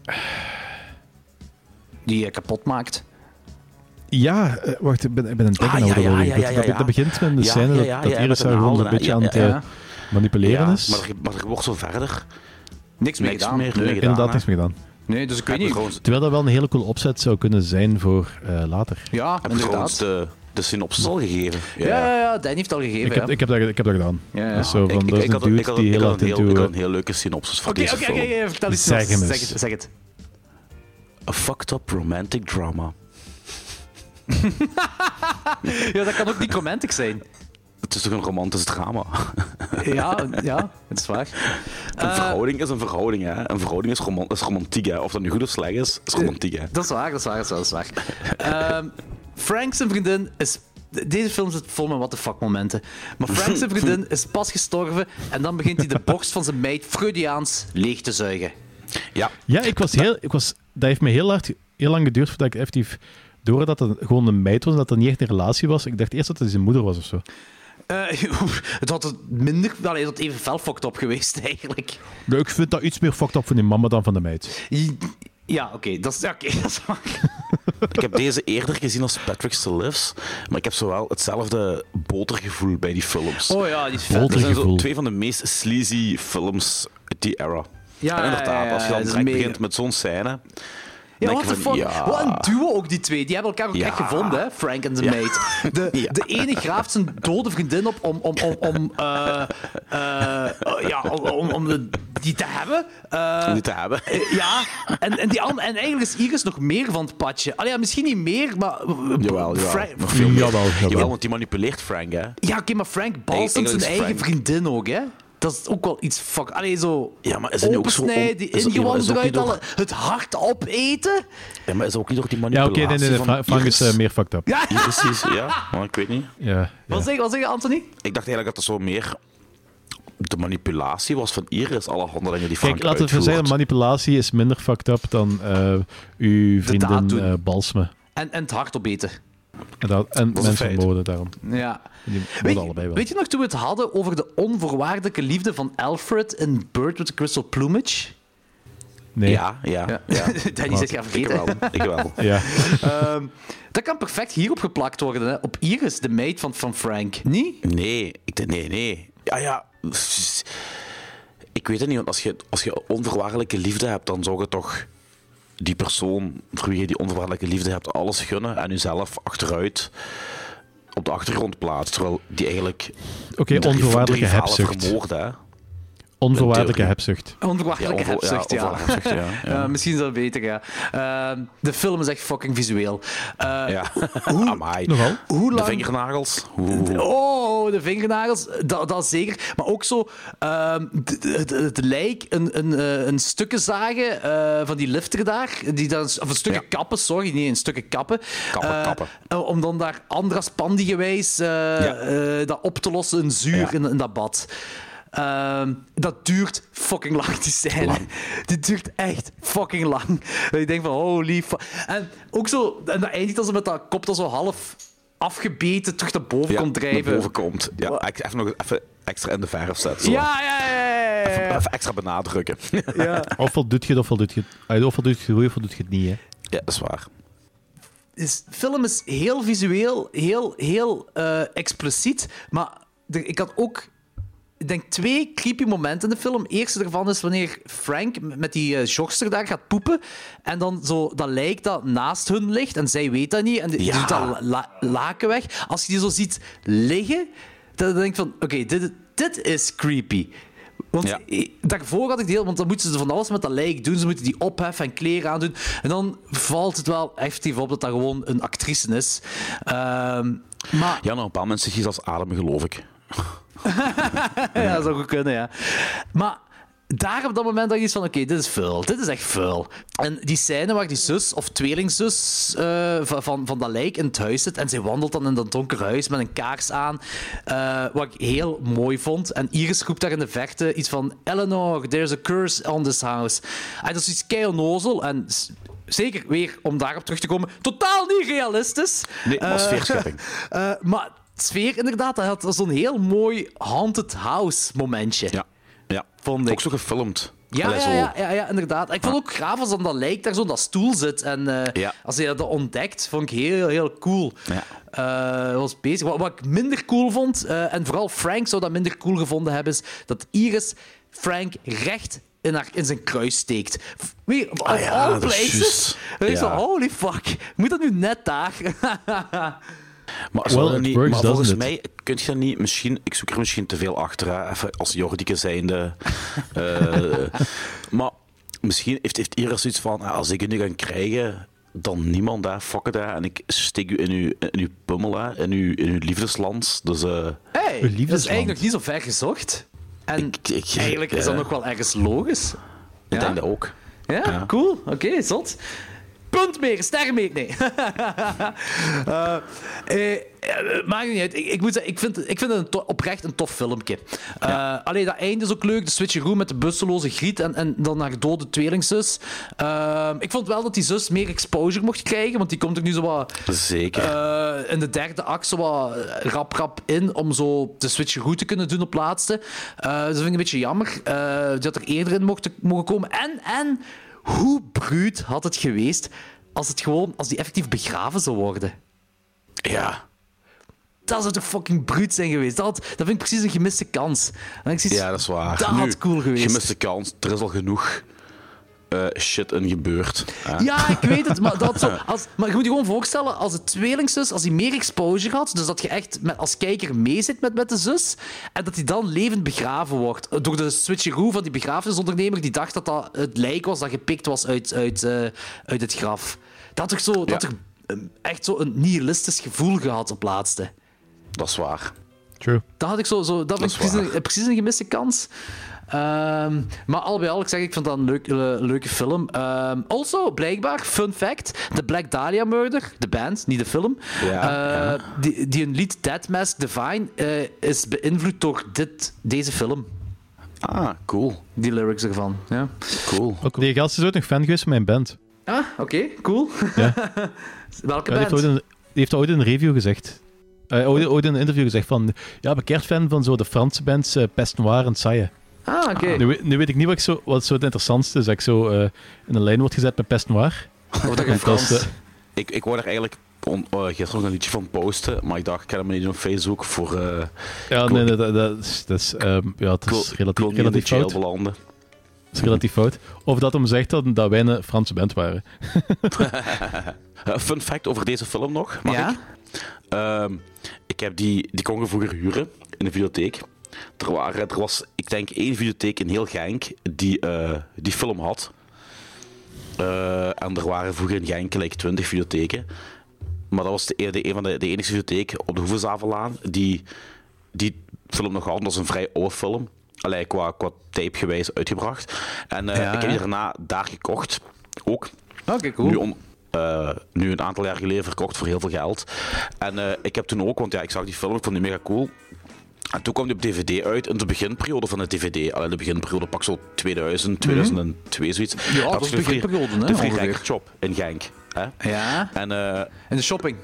S4: Die je kapot maakt.
S2: ja, uh, wacht, ik ben, ik ben een denken
S3: Ah,
S2: over
S3: ja,
S2: dat,
S3: ja,
S2: dat,
S3: ja, ja,
S2: dat,
S3: ja.
S2: dat begint met een
S3: Ja,
S2: scène
S3: ja,
S2: dat,
S3: ja,
S2: dat
S3: ja,
S2: Iris
S3: met
S2: daar
S3: een
S2: gewoon een
S3: naalden,
S2: beetje
S3: ja,
S2: aan
S3: ja,
S2: het uh,
S4: ja.
S2: manipuleren
S3: Ja,
S2: is.
S3: maar, er, maar er wordt zo verder.
S4: Niks meer
S3: Niks
S4: gedaan.
S3: meer,
S4: Nee.
S3: meer gedaan,
S2: Inderdaad,
S3: hè.
S2: niks meer gedaan.
S4: Nee, dus ik weet
S3: Heb je
S4: niet.
S3: trouwens,
S2: Terwijl dat wel een hele cool opzet zou kunnen zijn voor uh, later.
S4: Ja,
S3: heb je trouwens
S4: inderdaad.
S3: de, de synopsis al gegeven?
S4: Ja, ja, ja, Danny heeft al gegeven.
S2: Ik heb,
S4: ja.
S2: ik, heb dat, ik heb dat gedaan.
S4: Ja, ja.
S2: Dat is zo van,
S3: Ik, ik,
S2: dat is
S3: ik
S2: een
S3: had, ik
S2: dude
S3: had,
S2: die
S3: ik
S2: heel
S3: had
S2: hard
S3: een, heel,
S2: into...
S3: ik had
S2: uh,
S3: een heel leuke synopsis voor
S4: Oké,
S3: deze
S4: oké,
S3: film.
S4: oké, vertel eens.
S2: Zeg hem
S4: Zeg
S2: eens.
S4: het, zeg het.
S3: A fucked up romantic drama.
S4: Ja, dat kan ook niet romantic zijn.
S3: Het is toch een romantisch drama?
S4: Ja, ja, het is waar.
S3: Een verhouding is een verhouding, hè. Een verhouding is, roman is romantiek, hè. Of dat nu goed of slecht is, is romantiek, hè.
S4: Dat is waar, dat is waar, dat is waar. Dat is waar. Ehm, Frank zijn vriendin is... Deze film zit vol met what the fuck momenten. Maar Frank zijn vriendin is pas gestorven en dan begint hij de borst van zijn meid Freudiaans leeg te zuigen.
S3: Ja.
S2: Ja, ik was heel... Ik was, dat heeft me heel, hard, heel lang geduurd voordat ik effectief door dat het gewoon een meid was en dat het niet echt een relatie was. Ik dacht eerst dat het zijn moeder was of zo.
S4: Uh, het had het minder... Allee, het had even fel fucked op geweest, eigenlijk.
S2: Ja, ik vind dat iets meer fucked up van die mama dan van de meid.
S4: Ja, oké, okay, dat is ja, okay, dat is waar.
S3: Ik heb deze eerder gezien als Patrick Still Lives, maar ik heb zowel hetzelfde botergevoel bij die films.
S4: Oh ja, die is vet.
S2: Boter-
S3: Dat zijn zo
S2: gevoel.
S3: twee van de meest sleazy films uit die era.
S4: Ja,
S3: en inderdaad,
S4: ja, ja,
S3: als je
S4: dat
S3: dan
S4: is
S3: direct
S4: mega.
S3: begint met zo'n scène...
S4: Ja,
S3: denk
S4: what
S3: je
S4: the
S3: van,
S4: fuck?
S3: ja.
S4: Wat een duo ook, die twee. Die hebben elkaar ook
S3: Ja.
S4: echt gevonden, hè? Frank en zijn
S3: Ja.
S4: meid. De,
S3: Ja.
S4: de ene graaft zijn dode vriendin op om, om, om, om, uh, uh, ja, om, om de, die te hebben. Uh,
S3: Om die te hebben.
S4: uh, ja, en, en, die andere, en eigenlijk is Iris nog meer van het padje. Allee, ja, misschien niet meer, maar...
S3: Jawel, jawel.
S4: Frank-
S3: Nog veel meer.
S2: Jawel, jawel.
S3: Jawel, want die manipuleert Frank, hè.
S4: ja, oké, maar Frank balsemt
S3: Eigenlijk
S4: zijn
S3: is
S4: eigen
S3: Frank-
S4: vriendin ook, hè? Dat is ook wel iets fuck. Allee, zo.
S3: Ja, maar is het nu ook zo... on-
S4: opensnijden, die
S3: is het- ja, maar is
S4: ingewanden
S3: het ook
S4: eruit
S3: niet
S4: halen, het hart opeten.
S3: Ja, maar is het ook niet door die
S2: Ja,
S3: manipulatie
S2: oké, nee, nee, nee.
S3: van
S2: Fra- Frank is uh,
S3: Iris?
S2: meer fucked up.
S4: Ja,
S3: Iris is, ja, maar ik weet niet.
S2: Ja,
S4: Wat
S2: ja.
S4: zeg, wat zeg je, Anthony?
S3: Ik dacht eigenlijk dat het zo meer de manipulatie was van Iris, alle honderd dingen die Frank
S2: Kijk, laten we even zeggen,
S3: uitvoert.
S2: manipulatie is minder fucked up dan uh, uw
S4: daad
S2: vriendin
S4: doen.
S2: uh, balsmen.
S4: En, en het hart opeten.
S2: En, dat, en
S3: Dat is een
S2: mensen
S3: feit.
S2: vermoorden daarom.
S4: Ja.
S2: Die
S4: Weet,
S2: worden allebei wel.
S4: weet je nog toen we het hadden over de onvoorwaardelijke liefde van Alfred in Bird with the Crystal Plumage?
S2: Nee.
S3: Ja, ja, ja.
S4: Ja. Danny zit gaan
S3: Ik
S4: vergeten.
S3: wel, ik wel.
S2: Ja.
S4: Ehm, dat kan perfect hierop geplakt worden, hè? Op Iris, de meid van, van Frank. Niet?
S3: Nee, ik denk, nee, nee. Ja, ja. Ik weet het niet, want als je, als je onvoorwaardelijke liefde hebt, dan zou je toch die persoon voor wie je die onvoorwaardelijke liefde hebt alles gunnen en jezelf achteruit op de achtergrond plaatst, terwijl die eigenlijk
S2: Oké,
S3: drie-
S2: onvoorwaardelijke
S3: drie valen
S2: hebzucht.
S3: vermoord, hè.
S2: Onvoorwaardelijke
S3: In
S2: hebzucht.
S4: Onvoorwaardelijke
S3: onvoor-
S4: hebzucht, ja.
S3: onvoorwaardelijke hebzucht, ja.
S4: Ja, misschien is dat beter, ja. Ehm, de film is echt fucking visueel. Eh,
S3: Ja. Amai.
S2: Nogal.
S4: Hoe
S3: De
S4: lang...
S3: vingernagels. Oeh.
S4: Oh, de vingernagels, dat, dat zeker. Maar ook zo ehm, d- d- het lijk, een, een, eh, een stukken zagen eh, van die lifter daar. Die dan, of een stukken
S3: Ja.
S4: kappen, sorry, niet een stukken kappen.
S3: Kappen,
S4: Eh,
S3: kappen.
S4: eh, om dan daar Andras Pandi gewijs eh, eh, dat op te lossen, een zuur
S3: Ja.
S4: in, in dat bad. Ehm, dat duurt fucking lang, die scène.
S3: Lang.
S4: Die duurt echt fucking lang. Dat ik denk van, holy fuck. En ook zo, en dat eindigt als ze met dat kop dat zo half afgebeten terug naar boven
S3: Ja,
S4: komt drijven.
S3: naar boven komt. Ja,
S4: Wat?
S3: ik- even nog even, extra in de verf zet. Zo.
S4: Ja, ja, ja, ja,
S3: Even,
S4: ja.
S3: even extra benadrukken.
S4: ja.
S2: Ofwel doet je het, ofwel doet je het. Ofwel doet je het goed, ofwel doet je het niet, hè.
S3: Ja, dat is waar.
S4: Is, de film is heel visueel, heel, heel uh, expliciet, maar er, ik had ook... Ik denk twee creepy momenten in de film. Het eerste daarvan is wanneer Frank met die uh, jogster daar gaat poepen. En dan zo dat lijk dat naast hun ligt. En zij weet dat niet. En die
S3: Ja.
S4: doet dat la- laken weg. Als je die zo ziet liggen, dan denk ik van... Oké, okay, dit, dit is creepy. Want
S3: Ja.
S4: eh, daarvoor had ik deel, want dan moeten ze van alles met dat lijk doen. Ze moeten die opheffen en kleren aandoen. En dan valt het wel effectief op dat dat gewoon een actrice is. Um, maar...
S3: Ja, nou, een paar mensen zich als ademen, geloof ik.
S4: ja, dat zou goed kunnen, ja. Maar daar op dat moment dacht je iets van, oké, okay, dit is vuil. Dit is echt vuil. En die scène waar die zus, of tweelingzus, uh, van, van, van dat lijk in het huis zit, en zij wandelt dan in dat donker huis met een kaars aan, uh, wat ik heel mooi vond. En Iris roept daar in de verte iets van, Eleanor, there's a curse on this house. En dat is iets kei onnozel, en... Zeker, weer, om daarop terug te komen, totaal niet realistisch.
S3: Nee, maar sfeerschepping.
S4: Uh, uh, maar sfeer, inderdaad, dat had zo'n heel mooi haunted house momentje.
S3: Ja, ja.
S4: Vond ik.
S3: Ook zo gefilmd.
S4: Ja,
S3: Allee,
S4: ja,
S3: zo...
S4: ja, ja, ja, inderdaad. Ik vond ook gaaf als dan dat lijk daar zo op dat stoel zit. En uh,
S3: Ja.
S4: als hij dat ontdekt, vond ik heel, heel cool.
S3: Ja.
S4: Uh, was bezig. Wat, wat ik minder cool vond, uh, en vooral Frank zou dat minder cool gevonden hebben, is dat Iris Frank recht in, haar, in zijn kruis steekt. Weer, of
S3: Ah, ja,
S4: all
S3: dat is
S4: places.
S3: juist.
S4: En ik
S3: Ja.
S4: zo, holy fuck. Moet dat nu net daar?
S3: Maar, well,
S2: it
S3: niet,
S2: works,
S3: maar volgens
S2: doesn't it?
S3: mij kun je dat niet... Misschien, ik zoek er misschien te veel achter, hè, even als Jordike zijnde. uh, maar misschien heeft, heeft Iris zoiets van... ah, als ik u nu ga krijgen, dan niemand, hè, fuck it, hè, en ik steek u in uw, in uw pummel, hè, in, uw, in uw liefdesland. Dus... Uh,
S4: Hey,
S2: liefdesland.
S4: dat is eigenlijk nog niet zo ver gezocht. En
S3: Ik- ik-
S4: eigenlijk is dat
S3: ja.
S4: nog wel ergens logisch.
S3: ik
S4: Ja?
S3: denk dat ook.
S4: Ja,
S3: Ja.
S4: cool. Oké, okay, zot. Punt meer, ster meer. Nee. uh, eh, eh, maakt niet uit. Ik, ik moet zeggen, ik vind, ik vind het een to- oprecht een tof filmpje. Uh,
S3: Ja.
S4: Allee, dat einde is ook leuk. De switcheroo met de busseloze Griet en, en dan haar dode tweelingzus. Uh, ik vond wel dat die zus meer exposure mocht krijgen, want die komt er nu zo wat...
S3: Zeker.
S4: Uh, in de derde act zo wat rap rap in om zo de switcheroo te kunnen doen op laatste. Uh, dat vind ik een beetje jammer. Uh, die had er eerder in mocht, mogen komen. En, en hoe bruut had het geweest als, het gewoon, als die effectief begraven zou worden?
S3: Ja.
S4: Dat zou toch fucking bruut zijn geweest? Dat, had, dat vind ik precies een gemiste kans. En ik zie,
S3: Ja, dat is waar.
S4: Dat
S3: Nu,
S4: had cool geweest.
S3: Gemiste kans. Er is al genoeg uh, shit in gebeurd. Hè.
S4: Ja, ik weet het, maar, dat zo, als, maar je moet je gewoon voorstellen, als de tweelingzus, als die meer exposure had, dus dat je echt met, als kijker mee zit met, met de zus, en dat die dan levend begraven wordt. Door de switcheroo van die begrafenisondernemer, die dacht dat dat het lijk was dat gepikt was uit, uit, uh, uit het graf. Dat had toch zo, dat
S3: Ja.
S4: er um, echt zo een nihilistisch gevoel gehad op laatste.
S3: Dat is waar.
S2: True.
S4: Dat had ik zo, zo dat
S3: Dat
S4: was
S3: is
S4: precies
S3: waar.
S4: een, precies een gemiste kans. Um, maar al bij al, ik zeg, ik vond dat een leuk, uh, leuke film. Um, also, blijkbaar, fun fact, de Black Dahlia Murder, de band, niet de film,
S3: Ja,
S4: uh,
S3: ja.
S4: Die, die een lied Dead Mask Divine uh, is beïnvloed door dit, deze film.
S3: Ah, cool.
S4: Die lyrics ervan. Ja.
S3: Cool.
S2: Ook die gast is ooit nog fan geweest van mijn band.
S4: Ah, oké, okay, cool.
S2: Ja.
S4: Welke
S2: Ja, die, heeft
S4: band?
S2: ooit een, die heeft ooit in een review gezegd. Uh, ooit, ooit in een interview gezegd van... Ja, bekeerd fan van zo de Franse bands uh, Pest Noir en Saille.
S4: Ah, oké. Okay.
S2: Nu, weet- nu weet ik niet wat, ik zo, wat zo het interessantste is. Dat ik zo uh, in een lijn word gezet met Pest Noir.
S4: Of dat je
S2: Want dat is,
S4: Frans...
S2: uh,
S3: Ik, ik wou er eigenlijk on, uh, gisteren nog een liedje van posten, maar ik dacht, ik ga hem niet doen op Facebook voor... Uh,
S2: ja,
S3: ik
S2: nee,
S3: wil-
S2: nee, dat, dat is, dat is, um, ja, het
S3: ik wil-
S2: is
S3: ik
S2: relatief,
S3: wil niet in de
S2: relatief
S3: jail
S2: fout.
S3: belanden.
S2: Het is relatief fout. Of dat hem zegt dat, dat wij een Franse band waren.
S3: Uh, fun fact over deze film nog, mag
S4: Ja?
S3: ik? Um, ik heb die, die kon je vroeger huren in de videotheek. Er, waren, er was, ik denk, één videotheek in heel Genk die uh, die film had. Uh, en er waren vroeger in Genk gelijk twintig videotheken. Maar dat was de, de, een van de, de enige videotheek op de Hoevenzavelaan die die film nog had. Dat was een vrij oude film. Allee, qua, qua tapegewijs uitgebracht. En uh,
S4: Ja,
S3: ik heb
S4: ja.
S3: die daarna daar gekocht. Ook.
S4: Oké, okay, cool.
S3: Nu, om, uh, nu een aantal jaar geleden verkocht voor heel veel geld. En uh, ik heb toen ook, want ja, ik zag die film, ik vond die mega cool. En toen kwam die op D V D uit in de beginperiode van de D V D. Allee, de beginperiode pak zo tweeduizend, tweeduizend twee, zoiets.
S4: Ja, dat is
S3: was de
S4: beginperiode, hè,
S3: De Free
S4: ongeveer.
S3: Record Shop in Genk. Hè?
S4: Ja,
S3: En uh,
S4: in de shopping.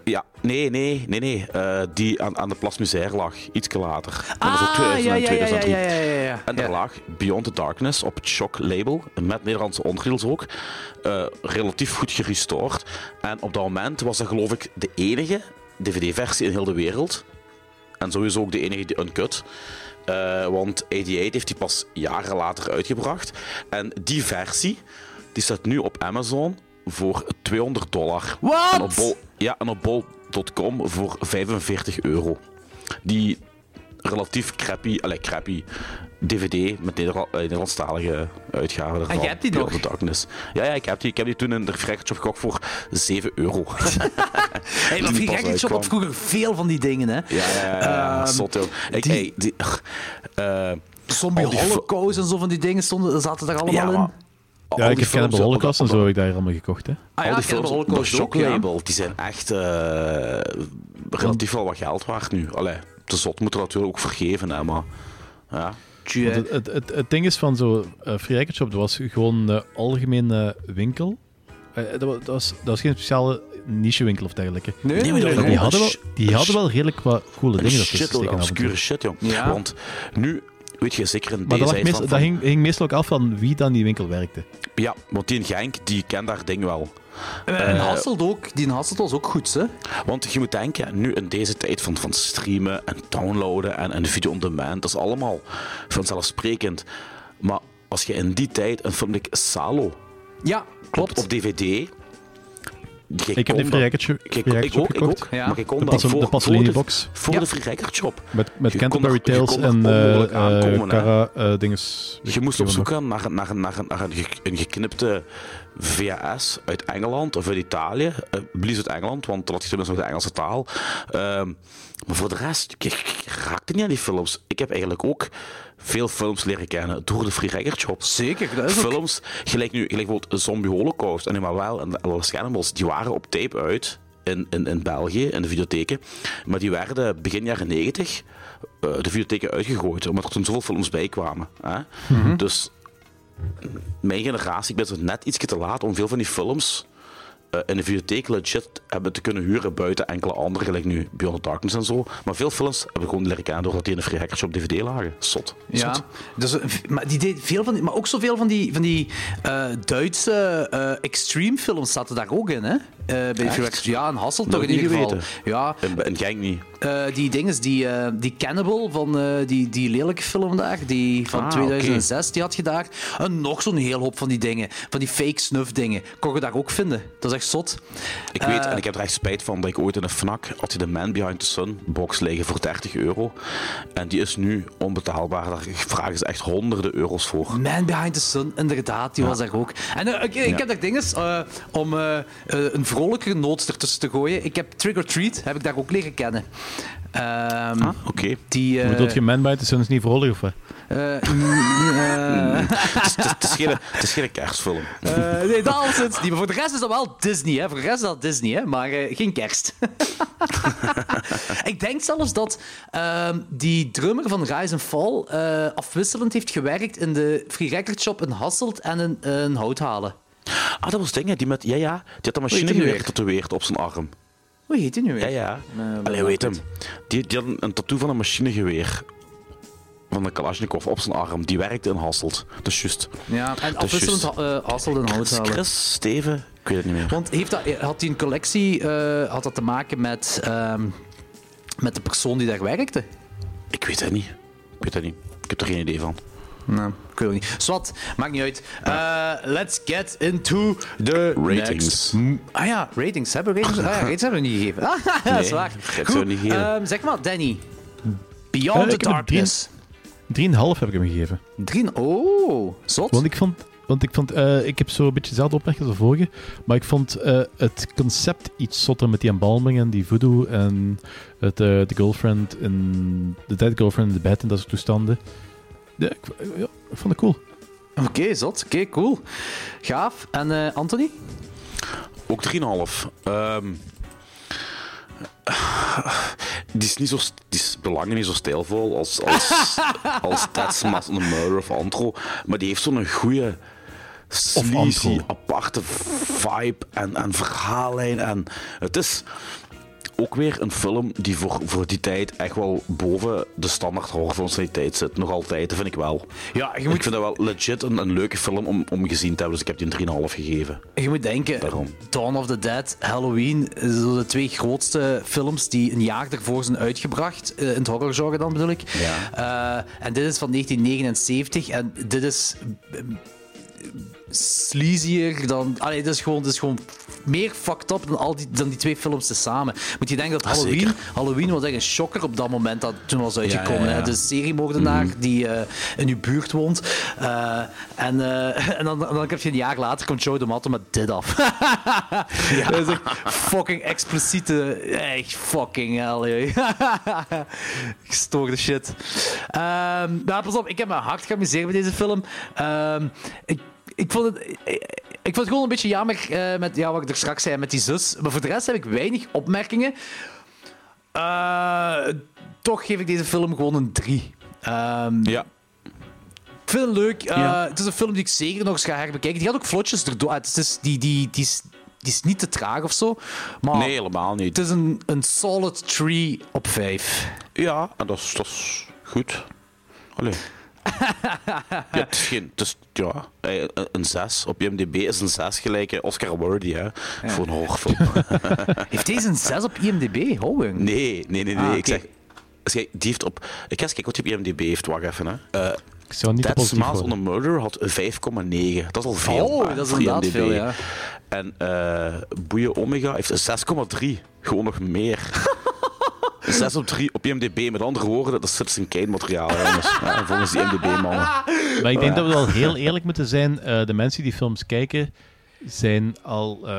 S3: Ja, nee, nee, nee, nee. Uh, die aan, aan de Place Musère lag, ietsje later. Dat was ook
S4: Ah,
S3: tweeduizend,
S4: ja, ja, ja,
S3: tweeduizend drie.
S4: ja, ja, ja, ja.
S3: En daar
S4: Ja.
S3: lag Beyond the Darkness op het Shock label, met Nederlandse ondertitels ook, uh, relatief goed gerestored. En op dat moment was dat geloof ik de enige D V D-versie in heel de wereld. En sowieso ook de enige die uncut. Uh, want achtennegentig heeft die pas jaren later uitgebracht. En die versie die staat nu op Amazon voor tweehonderd dollar.
S4: Wat?
S3: En op bol, ja, en op bol punt com voor vijfenveertig euro. Die relatief crappy, allee, crappy D V D met Nederland, uh, Nederlandstalige uitgaven.
S4: En jij hebt die nog?
S3: Darkness. Ja, ja, ik heb die. Ik heb die toen in de Refractor gekocht voor zeven euro.
S4: Hey, maar Free Record Shop had vroeger veel van die dingen, hè.
S3: Ja, ja, ja.
S4: Um,
S3: Zot, joh. Ik,
S4: die-
S3: hey, die, uh,
S4: Zombie
S3: al die
S4: Holocaust en zo van die dingen stonden, zaten daar allemaal
S3: Ja,
S4: in.
S3: maar-
S2: Ja,
S3: al
S2: ik
S3: die
S2: heb Cannibal
S3: films op
S2: Holocaust en
S3: dat-
S2: zo heb ik daar allemaal gekocht, hè.
S4: Ah
S3: al
S4: ja,
S3: die films
S4: Cannibal
S3: op de
S4: Holocaust
S3: Shock
S4: ook, ja.
S3: label, die zijn echt uh, relatief wel wat geld waard nu. Allee, de zot moet er natuurlijk ook vergeven, hè, maar ja.
S4: Tjie.
S2: Want het, het, het, het ding is van zo'n uh, Free Record Shop, dat was gewoon een algemene winkel. Uh, dat, was, dat, was, dat was geen speciale nichewinkel of dergelijke.
S4: Nee,
S3: Nee, maar dat
S2: Maar
S3: was
S2: die
S3: gewoon
S2: hadden wel,
S3: sh-
S2: die hadden wel redelijk wat coole
S3: Een
S2: dingen.
S3: shit,
S2: ertussen
S3: hoor,
S2: steken af en toe.
S3: obscure shit, jong.
S4: Ja.
S3: Want nu, weet je zeker in
S2: Maar
S3: deze
S2: dat, lag
S3: tijd
S2: meestal,
S3: van,
S2: dat
S3: van-
S2: hing, hing meestal ook af van wie dan die winkel werkte.
S3: Ja, want die in Genk, die kent daar ding wel.
S4: En Hasselt ook. Die in Hasselt was ook goed, hè.
S3: Want je moet denken, nu in deze tijd van, van streamen en downloaden en, en video on demand, dat is allemaal vanzelfsprekend. Maar als je in die tijd een film like Salo
S4: Ja, klopt.
S3: op, op D V D... je
S2: Ik heb
S3: kon
S2: die Free
S3: dat-
S2: Record Shop,
S3: Ik,
S2: Free
S3: ik,
S2: Record
S3: ik
S2: Shop
S3: ook, ik
S2: gekocht.
S3: ook.
S4: Ja.
S3: Maar je kon
S2: De
S3: dat
S2: Passo-
S3: voor,
S2: de Pasolini
S3: voor de,
S2: box.
S3: voor
S4: Ja.
S3: de Free Record Shop.
S2: Met, met
S3: Je
S2: Canterbury
S3: kon er- je
S2: Tales
S3: kon er
S2: en
S3: onmogelijk
S2: uh,
S3: aankomen, hè.
S2: Cara uh, dinges.
S3: Je moest op zoek gaan naar, naar, naar, naar een, ge- een geknipte V H S uit Engeland of uit Italië. Uh, blies uit Engeland, want dat had je tenminste nog de Engelse taal. Ehm, maar voor de rest, ik, ik raakte niet aan die films. Ik heb eigenlijk ook veel films leren kennen door de Free Record Shop.
S4: Zeker, dat is ook...
S3: Films, gelijk nu, gelijk bijvoorbeeld Zombie Holocaust en Emmanuel en de Los Cannibals, die waren op tape uit in, in, in België, in de videotheken. Maar die werden begin jaren negentig uh, de videotheken uitgegooid, omdat er toen zoveel films bij kwamen. Hè?
S4: Mhm.
S3: Dus mijn generatie, ik ben zo net iets te laat om veel van die films uh, in de videotheek legit hebben te kunnen huren buiten enkele andere, gelijk nu Beyond the Darkness en zo. Maar veel films heb ik gewoon leren kennen doordat die in de Free Record Shop D V D lagen. Zot.
S4: Ja,
S3: Zot.
S4: dus, eh, maar, die deed veel van die, maar ook zoveel van die, van die uh, Duitse uh, extreme films zaten daar ook in, hè? Uh, bij de Free Record- ja, in Hasselt toch
S3: Dat
S4: in
S3: heb ik
S4: ieder
S3: niet
S4: geval.
S3: geweten.
S4: Ja,
S3: In, in Genk niet.
S4: uh, die dinges, die, uh, die Cannibal van uh, die, die lelijke film daar, die van
S3: Ah,
S4: tweeduizend zes,
S3: oké.
S4: die had je daar. En nog zo'n heel hoop van die dingen, van die fake snuff dingen, kon je daar ook vinden. Dat is echt zot.
S3: Ik weet,
S4: Uh,
S3: en ik heb er echt spijt van, dat ik ooit in een Fnac had je de Man Behind the Sun box liggen voor dertig euro. En die is nu onbetaalbaar. Daar vragen ze echt honderden euro's voor.
S4: Man Behind the Sun, inderdaad, die was daar ook. En uh, ik, ik
S3: Ja.
S4: heb daar dinges, uh, om uh, uh, een vrolijkere noot ertussen te gooien. Ik heb Trick or Treat, heb ik daar ook leren kennen. Ehm,
S3: Ah, oké.
S4: Die... uh,
S2: Bedoelt je Man bij de Sun is niet vrolijk of wat?
S4: uh, mm, uh,
S3: Het is- het is geen- het is geen kerstfilm.
S4: uh, nee, dat is het. Die, maar voor de rest is dat wel Disney, hè. Voor de rest is dat Disney, hè. Maar uh, geen kerst. Ik denk zelfs dat uh, die drummer van Rise and Fall uh, afwisselend heeft gewerkt in de Free Record Shop in Hasselt en in, uh, in Houthalen.
S3: Ah, dat was dingen die met... Ja, ja. Die had een
S4: heet die
S3: machinegeweer
S4: weer?
S3: getatoeëerd op zijn arm.
S4: Hoe heet die nu weer?
S3: Ja, ja.
S4: Nee, ben
S3: Allee,
S4: ik
S3: weet hem.
S4: niet.
S3: Die, die had een, een tattoo van een machinegeweer. Van de Kalashnikov op zijn arm. Die werkte in Hasselt. Dat is juist.
S4: Ja, en
S3: Dat is
S4: afwisselend
S3: juist.
S4: uh, Hasselt en
S3: Chris,
S4: Houthalen.
S3: Chris, Steven, ik weet het niet meer.
S4: Want heeft dat, had hij een collectie, uh, had dat te maken met, um, met de persoon die daar werkte?
S3: Ik weet het niet. Ik weet het niet. Ik heb er geen idee van.
S4: Nee, ik weet het niet. Zwat, maakt niet uit. Uh, let's get into the
S3: Ratings.
S4: next- Ah ja, ratings. Hebben we ratings? Ah ja, ratings hebben we niet gegeven. Ah, dat is
S3: Nee,
S4: waar.
S3: dat hebben
S4: Goed,
S3: we niet gegeven.
S4: um, zeg maar, Danny. Beyond
S2: Uh,
S4: the
S2: ik heb een
S4: Darkness.
S2: drieënhalf heb ik hem gegeven.
S4: Drie... Oh, zot.
S2: Want ik vond... Want ik vond... Uh, ik heb zo een beetje dezelfde opmerking als de vorige. Maar ik vond uh, het concept iets zotter met die embalming en die voodoo. En het, uh, de girlfriend in... De dead girlfriend in de bed en dat soort toestanden. Ja, ik, ja, ik vond het cool.
S4: Oké, okay, zot. Oké, okay, cool. Gaaf. En uh, Anthony?
S3: Ook drieënhalf. Um, die is niet zo... Die is belangen niet zo stijlvol als... Als, als That's Mass on the Murder of Antro. Maar die heeft zo'n goede... sleazy, aparte vibe en, en verhaallijn. En het is... ook weer een film die voor, voor die tijd echt wel boven de standaard horrorfilms van die tijd zit. Nog altijd, dat vind ik wel.
S4: Ja, je moet...
S3: Ik vind dat wel legit een, een leuke film om, om gezien te hebben, dus ik heb die een drie komma vijf gegeven.
S4: Je moet denken,
S3: Daarom.
S4: Dawn of the Dead, Halloween, zo de twee grootste films die een jaar ervoor zijn uitgebracht, uh, in het horrorgenre dan bedoel ik.
S3: Ja.
S4: Uh, en dit is van negentien negenenzeventig en dit is... Uh, sleazier dan... Allee, dit is gewoon, dit is gewoon meer fucked up dan, al die, dan die twee films tezamen. Moet je denken dat Halloween...
S3: Zeker.
S4: Halloween was echt een shocker op dat moment dat toen was uitgekomen.
S3: Ja, ja, ja.
S4: Hè? De seriemoordenaar
S3: Mm.
S4: die uh, in uw buurt woont. Uh, en, uh, en dan, dan heb je een jaar later komt Joe de Matto met dit af. Ja. Dat is echt fucking expliciete... Echt fucking hell, gestoorde shit. Um, nou, pas op, ik heb me hard geamuseerd met deze film. Um, ik Ik vond, het, ik vond het gewoon een beetje jammer uh, met ja, wat ik er straks zei met die zus. Maar voor de rest heb ik weinig opmerkingen. Uh, toch geef ik deze film gewoon een drie. Um,
S3: Ja.
S4: Ik vind het leuk. Uh,
S2: Ja.
S4: Het is een film die ik zeker nog eens ga herbekijken. Die gaat ook vlotjes erdoor. Het is, die, die, die, is, die is niet te traag of zo. Maar
S3: Nee, helemaal niet.
S4: het is een, een solid drie op vijf.
S3: Ja, en dat is, dat is goed. Allee. Ja, het is geen... Het is, ja, een, een zes. Op I M D B is een zes gelijk eh, Oscar-worthy, hè. Voor een horrorfilm.
S4: Heeft deze een zes op I M D B? Howing?
S3: Nee, nee, nee. nee.
S4: Ah,
S3: Ik
S4: oké.
S3: zeg... Als jij, die heeft op... Ik ga eens kijken wat hij op I M D B heeft. Wacht even, hè. Uh,
S2: Ik zou niet te
S3: Dead
S2: positief
S3: Smiles on
S2: worden.
S3: a Murder had vijf komma negen. Dat is al veel.
S4: Oh,
S3: hè,
S4: dat is
S3: voor
S4: inderdaad
S3: I M D B.
S4: veel, ja.
S3: En uh, Boeien Omega heeft een zes komma drie. Gewoon nog meer. Een zes op drie op I M D B. Met andere woorden, dat is Citizen Kane materiaal, jongens. Ja, volgens die I M D B-mannen.
S2: Maar ik denk dat we wel heel eerlijk moeten zijn. Uh, de mensen die films kijken, zijn al... Uh,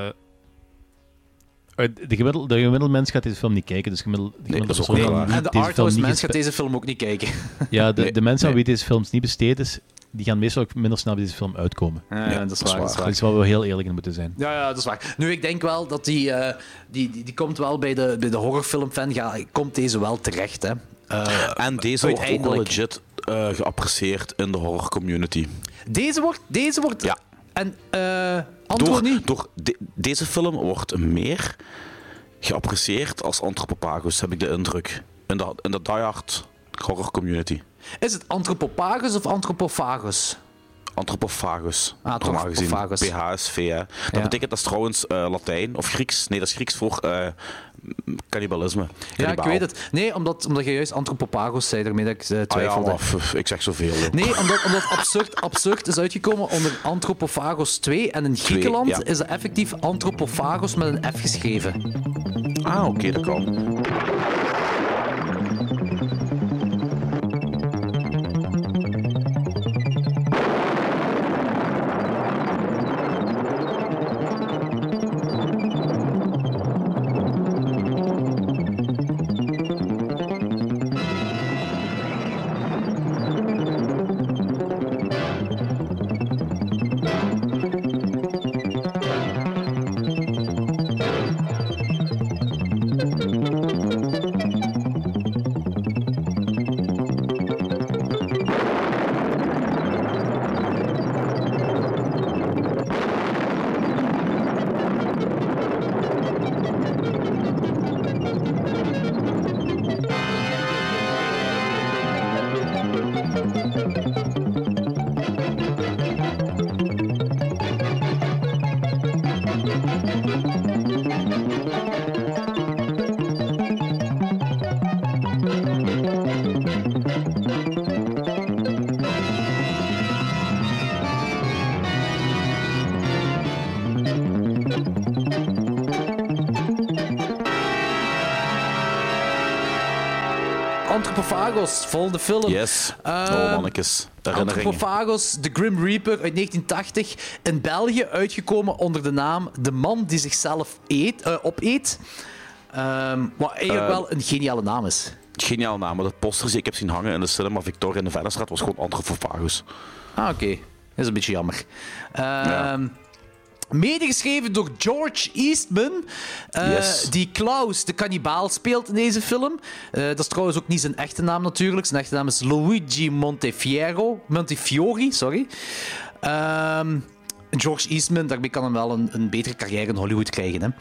S2: de, gemiddelde, de gemiddelde mens gaat deze film niet kijken. Dus gemiddelde, de
S3: Nee,
S2: gemiddelde
S3: dat is ook
S2: persoon
S3: wel waar.
S2: die
S4: En de
S2: deze film
S4: arthouse
S2: niet
S4: mens
S2: gespe-
S4: gaat deze film ook niet kijken.
S2: Ja, de,
S3: Nee,
S2: de mensen aan
S3: nee.
S2: wie deze films niet besteed is, die gaan meestal ook minder snel bij deze film uitkomen.
S4: Ja,
S3: Ja,
S4: dat is
S3: dat is
S4: waar. Dat is
S3: waar.
S4: waar.
S2: Dat is waar we heel eerlijk in moeten zijn.
S4: Ja, ja, dat is waar. Nu, ik denk wel dat die, uh, die, die, die komt wel bij de, bij de horrorfilmfan, ja, komt deze wel terecht, hè. Uh,
S3: En deze wordt ook wel
S4: uiteindelijk.
S3: legit uh, geapprecieerd in de horror community.
S4: Deze wordt... Deze wordt
S3: Ja.
S4: En uh, antwoord
S3: Door,
S4: niet?
S3: door de- deze film wordt meer geapprecieerd als Anthropophagus, heb ik de indruk. In de, in de diehard horror community.
S4: Is het Anthropophagus of Anthropophagus?
S3: Anthropophagus.
S4: Ah,
S3: normaal gezien.
S4: Anthropophagus.
S3: P H S V, hè. Dat
S4: Ja.
S3: betekent, dat is trouwens uh, Latijn of Grieks. Nee, dat is Grieks voor uh, cannibalisme.
S4: Ja, ik
S3: Kannibaal.
S4: weet het. Nee, omdat, omdat je juist Anthropophagus zei, daarmee dat ik uh,
S3: Ah ja,
S4: twijfelde.
S3: maar, pff, ik zeg zoveel. joh.
S4: Nee, omdat, omdat absurd, absurd is uitgekomen onder Anthropophagus twee. En in Griekenland
S3: ja.
S4: is dat effectief Anthropophagus met een F geschreven.
S3: Ah, oké, okay, dat kan.
S4: Anthropophagus, volgende film.
S3: Yes.
S4: Uh,
S3: oh, mannetjes. Herinneringen.
S4: Anthropophagus, The Grim Reaper uit negentien tachtig. In België uitgekomen onder de naam De Man die zichzelf eet, uh, opeet. Um, wat eigenlijk
S3: Uh,
S4: wel een geniale naam is.
S3: Geniaal naam, maar de posters die ik heb zien hangen in de cinema Victoria in de Vennestraat was gewoon Anthropophagus.
S4: Ah, oké. Dat is een beetje jammer. Um,
S3: Ja.
S4: Medegeschreven door George Eastman, uh,
S3: Yes.
S4: die Klaus de kannibaal speelt in deze film. Uh, dat is trouwens ook niet zijn echte naam natuurlijk. Zijn echte naam is Luigi Montefiore. Montefiore, sorry. Um, George Eastman, daarmee kan hem wel een, een betere carrière in Hollywood krijgen. Hè?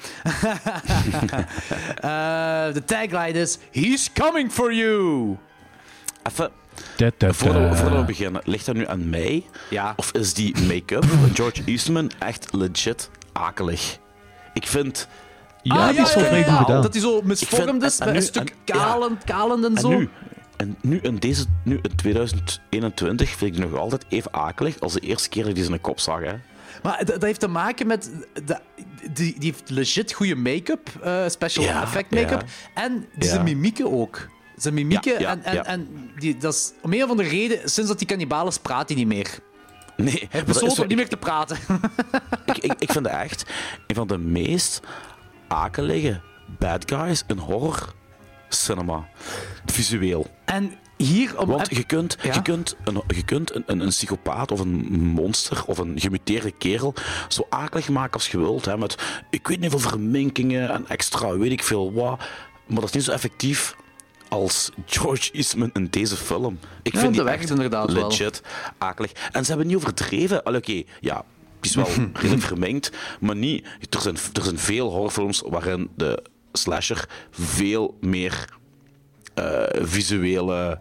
S4: uh, de tagline is: He's coming for you!
S3: Even,
S2: Da, da, da.
S3: voordat we, voordat we beginnen, ligt dat nu aan mij?
S4: Ja.
S3: Of is die make-up van George Eastman echt legit akelig? Ik vind...
S2: Ja, die is wel vrij goed gedaan.
S4: Dat hij zo misvormd
S3: vind-
S4: is,
S3: en-
S4: met
S3: en
S4: een
S3: nu-
S4: stuk
S3: en- ja.
S4: kalend, kalend en zo.
S3: En nu, en nu, in deze, nu in twintig eenentwintig vind ik die nog altijd even akelig als de eerste keer dat ik die zijn kop zag. Hè.
S4: Maar dat, dat heeft te maken met... De, die, die heeft legit goede make-up, eh, special
S3: Ja,
S4: effect make-up.
S3: ja.
S4: En
S3: Ja.
S4: zijn mimieken ook. Zijn mimieken.
S3: Ja, ja,
S4: en en,
S3: ja.
S4: en die, dat is om een of andere reden, sinds dat die kannibalen is, praat hij niet meer.
S3: Nee,
S4: Hij
S3: maar
S4: heeft
S3: dat is
S4: besloten
S3: zo-
S4: om niet meer te praten.
S3: ik, ik, ik vind het echt een van de meest akelige bad guys in horror cinema. Visueel.
S4: En hier... Om,
S3: Want je kunt,
S4: Ja?
S3: je kunt, een, je kunt een, een, een psychopaat of een monster of een gemuteerde kerel zo akelig maken als je wilt. Hè, met, ik weet niet veel verminkingen en extra weet ik veel wat. Maar dat is niet zo effectief als George Eastman in deze film. Ik
S4: Ja,
S3: vind die
S4: dat werkt
S3: echt
S4: inderdaad wel.
S3: legit akelig. En ze hebben niet overdreven. Allee, Oké, ja, die is wel redelijk verminkt, maar niet... Er zijn, er zijn veel horrorfilms waarin de slasher veel meer uh, visuele,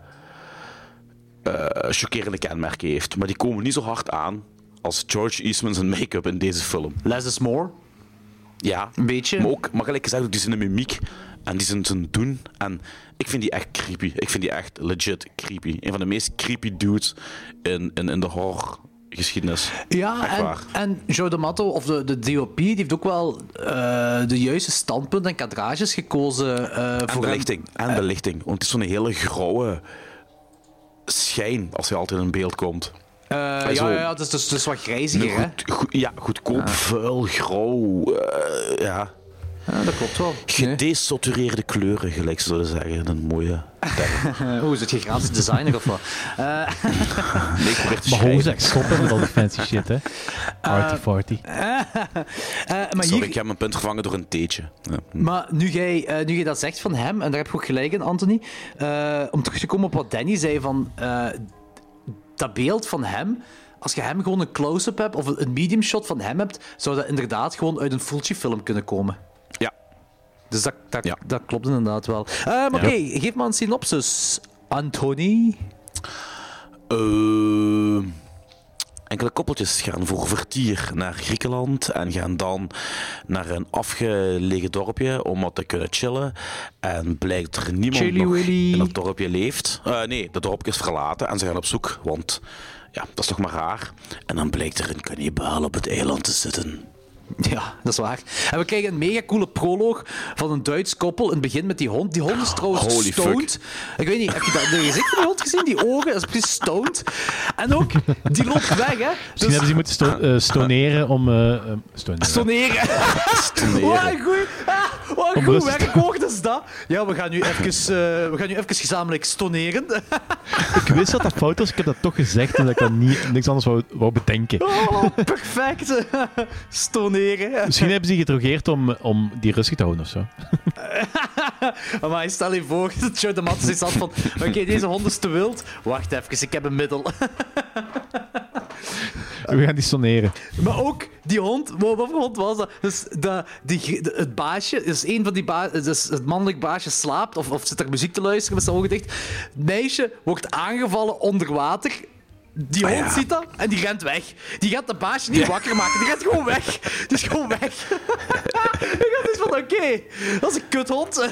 S3: uh, chockerende kenmerken heeft. Maar die komen niet zo hard aan als George Eastman's make-up in deze film.
S4: Less is more.
S3: Ja,
S4: Een beetje.
S3: maar ook, maar gelijk gezegd, ook die zijn mimiek en die zijn, zijn doen. En ik vind die echt creepy. Ik vind die echt legit creepy. Een van de meest creepy dudes in, in, in de horrorgeschiedenis.
S4: Ja,
S3: Echt
S4: en,
S3: waar.
S4: en Joe D'Amato, of de, de D O P, die heeft ook wel uh, de juiste standpunten en kadrages gekozen uh,
S3: En
S4: voor
S3: belichting. En belichting. Want het is zo'n hele grauwe schijn als hij altijd in beeld komt.
S4: Uh, ja,
S3: zo-
S4: ja, ja, het is, het is, het is wat grijziger, hè?
S3: Goed, goed, ja, goedkoop, vuil, grauw. eh, ja.
S4: Ja, dat klopt wel.
S3: Gedesatureerde kleuren, gelijk ze zouden zeggen. Een mooie term.
S4: Uh, Hoe is het, je gratis designer of wat? Uh,
S3: Nee, ik probeer te
S2: Maar hoe
S3: schrijven.
S2: zeg stoppen met al die fancy shit, hè? Arty farty.
S4: uh, maar,
S3: Sorry,
S4: hier,
S3: ik heb mijn punt gevangen door een theetje. Ja.
S4: maar nu jij, uh, nu jij dat zegt van hem, en daar heb je ook gelijk in, Anthony, uh, om terug te komen op wat Danny zei van uh, dat beeld van hem, als je hem gewoon een close-up hebt of een medium shot van hem hebt, zou dat inderdaad gewoon uit een Fulci-film kunnen komen.
S3: Ja.
S4: Dus dat, dat,
S3: Ja.
S4: dat klopt inderdaad wel. Uh, maar oké, okay, geef maar een synopsis. Anthony?
S3: Uh, enkele koppeltjes gaan voor vertier naar Griekenland en gaan dan naar een afgelegen dorpje om wat te kunnen chillen. En blijkt er niemand
S4: Chilly
S3: nog
S4: Willy.
S3: in dat dorpje leeft. Uh, nee, dat dorpje is verlaten en ze gaan op zoek, want ja, dat is toch maar raar. En dan blijkt er een kannibaal op het eiland te zitten.
S4: Ja, dat is waar. En we krijgen een mega coole proloog van een Duits koppel in het begin met die hond. Die hond is trouwens
S3: Holy
S4: stoned. Ik weet niet, heb je dat, de gezicht van die hond gezien? Die ogen, dat is precies stoned. En ook, die loopt weg, hè.
S2: Misschien
S4: Dus,
S2: hebben ze moeten sto eh, stoneren om... eh, eh, stoneren.
S4: stoneren.
S3: Stoneren.
S4: Wat een goed, ah, wat een
S2: Om
S4: goed
S2: rustig te-
S4: werkwoord is dat. Ja, we gaan nu even, uh, we gaan nu even gezamenlijk stoneren.
S2: Ik wist dat dat fout was, ik heb dat toch gezegd en dat ik dat niet, niks anders wou, wou bedenken.
S4: Oh, perfect. Stoneren.
S2: Misschien hebben ze gedrogeerd om, om die rustig te houden of zo.
S4: Maar stel je voor dat Joe D'Amato zoiets had van... Oké, okay, deze hond is te wild. Wacht even, ik heb een middel.
S2: We gaan die stoneren.
S4: Maar ook die hond, wat wat voor hond was dat? Dus de, die, de, het baasje, dus een van die ba dus het mannelijk baasje slaapt of, of zit er muziek te luisteren met zijn ogen dicht. Het meisje wordt aangevallen onder water. Die
S3: Ah,
S4: hond
S3: ja.
S4: ziet dat en die rent weg. Die gaat de baasje niet wakker maken, die gaat gewoon weg. Die is gewoon weg. Die gaat dus van, oké, okay, dat is een kuthond.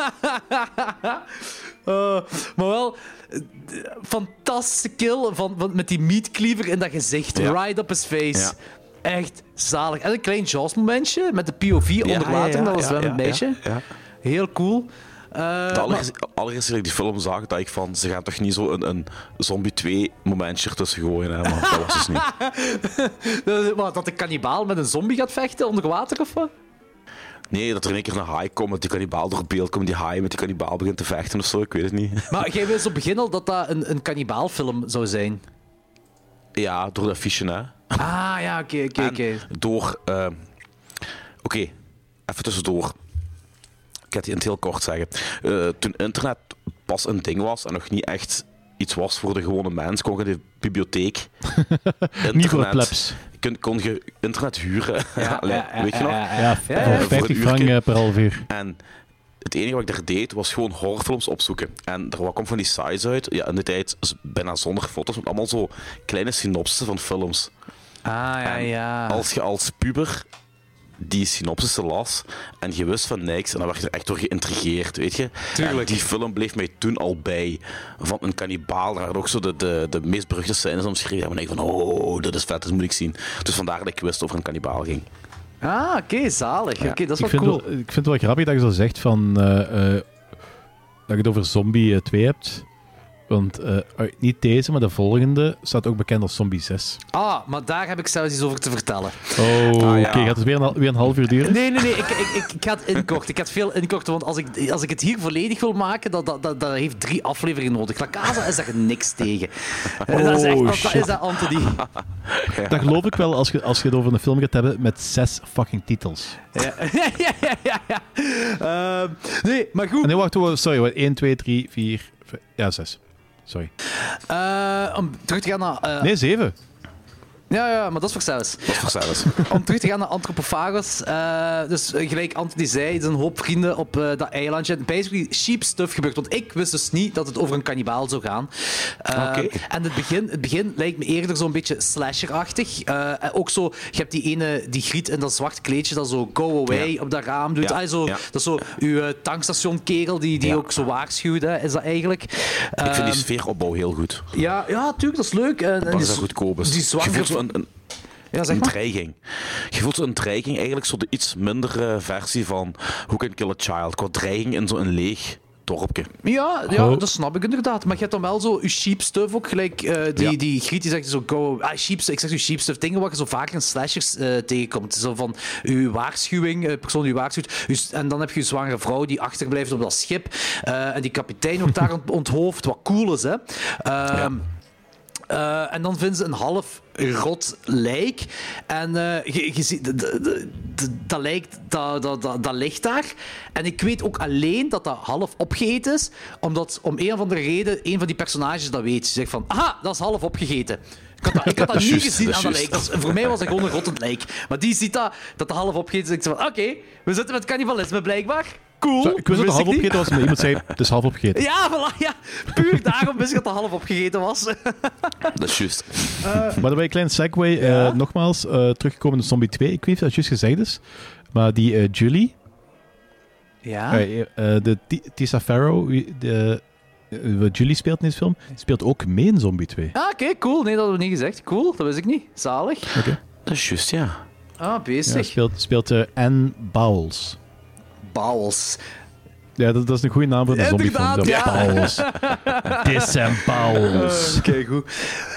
S4: Uh, maar wel, uh, fantastische kill van, van, met die meatcleaver in dat gezicht.
S3: Ja.
S4: Right up his face.
S3: Ja.
S4: Echt zalig. En een klein Jaws-momentje met de P O V onder water. Dat was wel een meisje.
S3: Ja, ja.
S4: Heel cool. Uh,
S3: De allereerste, allereerste keer dat ik die film zag, dacht ik van, ze gaan toch niet zo een, een Zombie twee momentje ertussen gooien, hè? Maar dat was dus niet.
S4: maar, wat, dat de kannibaal met een zombie gaat vechten onder water of wat?
S3: Nee, dat er in één keer een haai komt, dat die kannibaal door beeld komt, die haai met die kannibaal begint te vechten of zo, ik weet het niet.
S4: Maar jij wist op het begin al dat dat een, een kannibaalfilm zou zijn.
S3: Ja, door de affiche, hè.
S4: Ah, ja, oké, oké,
S3: En
S4: oké.
S3: door... uh, Oké, okay, even tussendoor. Ik ga het in het heel kort zeggen. Uh, toen internet pas een ding was en nog niet echt iets was voor de gewone mens, kon je de bibliotheek...
S2: Niet voor plebs.
S3: kon, kon je internet huren.
S4: Ja,
S3: Allee,
S4: ja, ja,
S3: weet je nog?
S4: ja, ja,
S2: Ja,
S4: ja, ja.
S2: voor
S3: Voor
S2: vijftig
S3: een
S2: frank
S3: uurtje.
S2: eh, per half uur.
S3: En het enige wat ik daar deed, was gewoon horrorfilms opzoeken. En er kwam van die sites uit, ja, in de tijd bijna zonder foto's, met allemaal zo kleine synopsissen van films.
S4: Ah, ja, ja.
S3: Als je als puber die synopsissen las en je wist van niks, en dan werd je er echt door geïntrigeerd, weet je.
S4: Tuurlijk.
S3: En die film bleef mij toen al bij. Van een kannibaal, daar werden ook zo de, de, de meest beruchte scènes omschreven. En ik van, oh, dat is vet, dat moet ik zien. Dus vandaar dat ik wist over een kannibaal ging.
S4: Ah, oké, zalig. Oké, dat is
S2: Ik
S4: wel
S2: vind,
S4: cool.
S2: wel, ik vind het wel grappig dat je zo zegt van, eh, eh, dat je het over Zombie twee hebt. Want eh, niet deze, maar de volgende staat ook bekend als Zombie zes.
S4: Ah, maar daar heb ik zelfs iets over te vertellen.
S2: Oh,
S3: Ah, ja.
S2: oké. Gaat het weer een, weer een half uur duren?
S4: Nee, nee, nee. Ik, ik, ik, ik ga het inkorten. Ik ga het veel inkorten, want als ik, als ik het hier volledig wil maken, dat, dat, dat, dat heeft drie afleveringen nodig. La Casa is daar niks tegen. dat is echt,
S2: Oh,
S4: dat,
S2: shit.
S4: is dat, Anthony.
S2: Dat geloof ik wel als je, als je het over een film gaat hebben met zes fucking titels.
S4: Ja, ja, ja, ja. ja. Ehm, nee, maar goed.
S2: Ah, nee, wacht, wacht, sorry. Wacht. één, twee, drie, vier, vijf, ja, zes. Sorry.
S4: Eh, om terug te gaan naar... eh,
S2: Nee, zeven.
S4: Ja, ja, maar dat is voor zelfs.
S3: Dat is voor zelfs.
S4: Om terug te gaan naar Anthropophagus. eh, dus eh, gelijk Anthony zei, er zijn een hoop vrienden op eh, dat eilandje. En basically cheap stuff gebeurt. Want ik wist dus niet dat het over een kannibaal zou gaan. Eh,
S3: Oké.
S4: En het begin, het begin lijkt me eerder zo'n beetje slasherachtig. Eh, en ook zo, je hebt die ene, die griet in dat zwart kleedje dat zo go away
S3: Ja.
S4: op dat raam doet.
S3: Ja,
S4: Ah, zo,
S3: ja.
S4: Dat is zo uw uh, tankstationkerel die, die
S3: Ja.
S4: ook zo waarschuwt, hè, is dat eigenlijk.
S3: Ik vind die
S4: Ehm,
S3: sfeeropbouw heel goed.
S4: ja, ja, tuurlijk, dat is leuk. En, en
S3: Dat
S4: die
S3: is
S4: z-
S3: dat goedkoop is.
S4: Die
S3: Je
S4: zwangere...
S3: voelt zo een, een,
S4: Ja, zeg
S3: een
S4: maar.
S3: dreiging. Je voelt zo'n dreiging, eigenlijk zo de iets mindere versie van Who Can Kill a Child. Qua dreiging in zo'n leeg dorpje.
S4: Ja, ja
S2: Oh.
S4: dat snap ik inderdaad. Maar je hebt dan wel zo je sheep stuff ook. Gelijk eh, die,
S3: Ja.
S4: die Griet die zegt zo go... Ah, sheep, ik zeg zo sheep stuff. Dingen wat je zo vaak in slashers eh, tegenkomt. Zo van uw waarschuwing, eh, persoon die waarschuwt. Dus- en dan heb je een zwangere vrouw die achterblijft op dat schip. Eh, en die kapitein wordt daar ont- onthoofd. Wat cool is, hè. Ehm, eh, en dan vinden ze een half rot lijk. En eh, je, je ziet, d- d- d- dat lijk, dat, dat, dat, dat ligt daar. En ik weet ook alleen dat dat half opgegeten is, omdat om een of andere reden een van die personages dat weet. Ze zegt van, aha, dat is half opgegeten. Ik had dat, ik had dat
S3: Dat is
S4: niet
S3: juist,
S4: gezien
S3: dat
S4: aan
S3: is
S4: dat lijk.
S3: juist.
S4: Dat is- voor mij was dat gewoon een rottend lijk. Maar die ziet dat, dat de half opgegeten is. Ik zeg van, oké, we zitten met cannibalisme blijkbaar. Cool.
S2: Zo, ik wist dat het
S4: Wist
S2: half
S4: niet.
S2: opgegeten was, maar iemand zei het is half opgegeten.
S4: Ja, voilà, ja. Puur daarom wist ik dat het half opgegeten was.
S3: Dat is juist.
S2: Maar daarbij een klein segue. eh,
S4: Ja?
S2: nogmaals, eh, teruggekomen in Zombie twee. Ik weet niet of dat juist gezegd is. Maar die eh, Julie,
S4: Ja.
S2: eh, eh, de T- Tisa Farrow, wie- de, eh, wat Julie speelt in deze film, speelt ook mee in Zombie twee.
S4: Ah, oké, cool. Nee, dat hebben we niet gezegd. Cool, dat wist ik niet. Zalig.
S3: Dat is juist, ja.
S4: Ah,
S2: Ja,
S4: bezig.
S2: speelt speelt eh, Anne Bowles.
S4: Bowels.
S2: Ja, dat, dat is een goede naam voor een zombiefilm.
S4: Inderdaad, ja.
S2: Bowles. Disembowels.
S4: Oké, goed.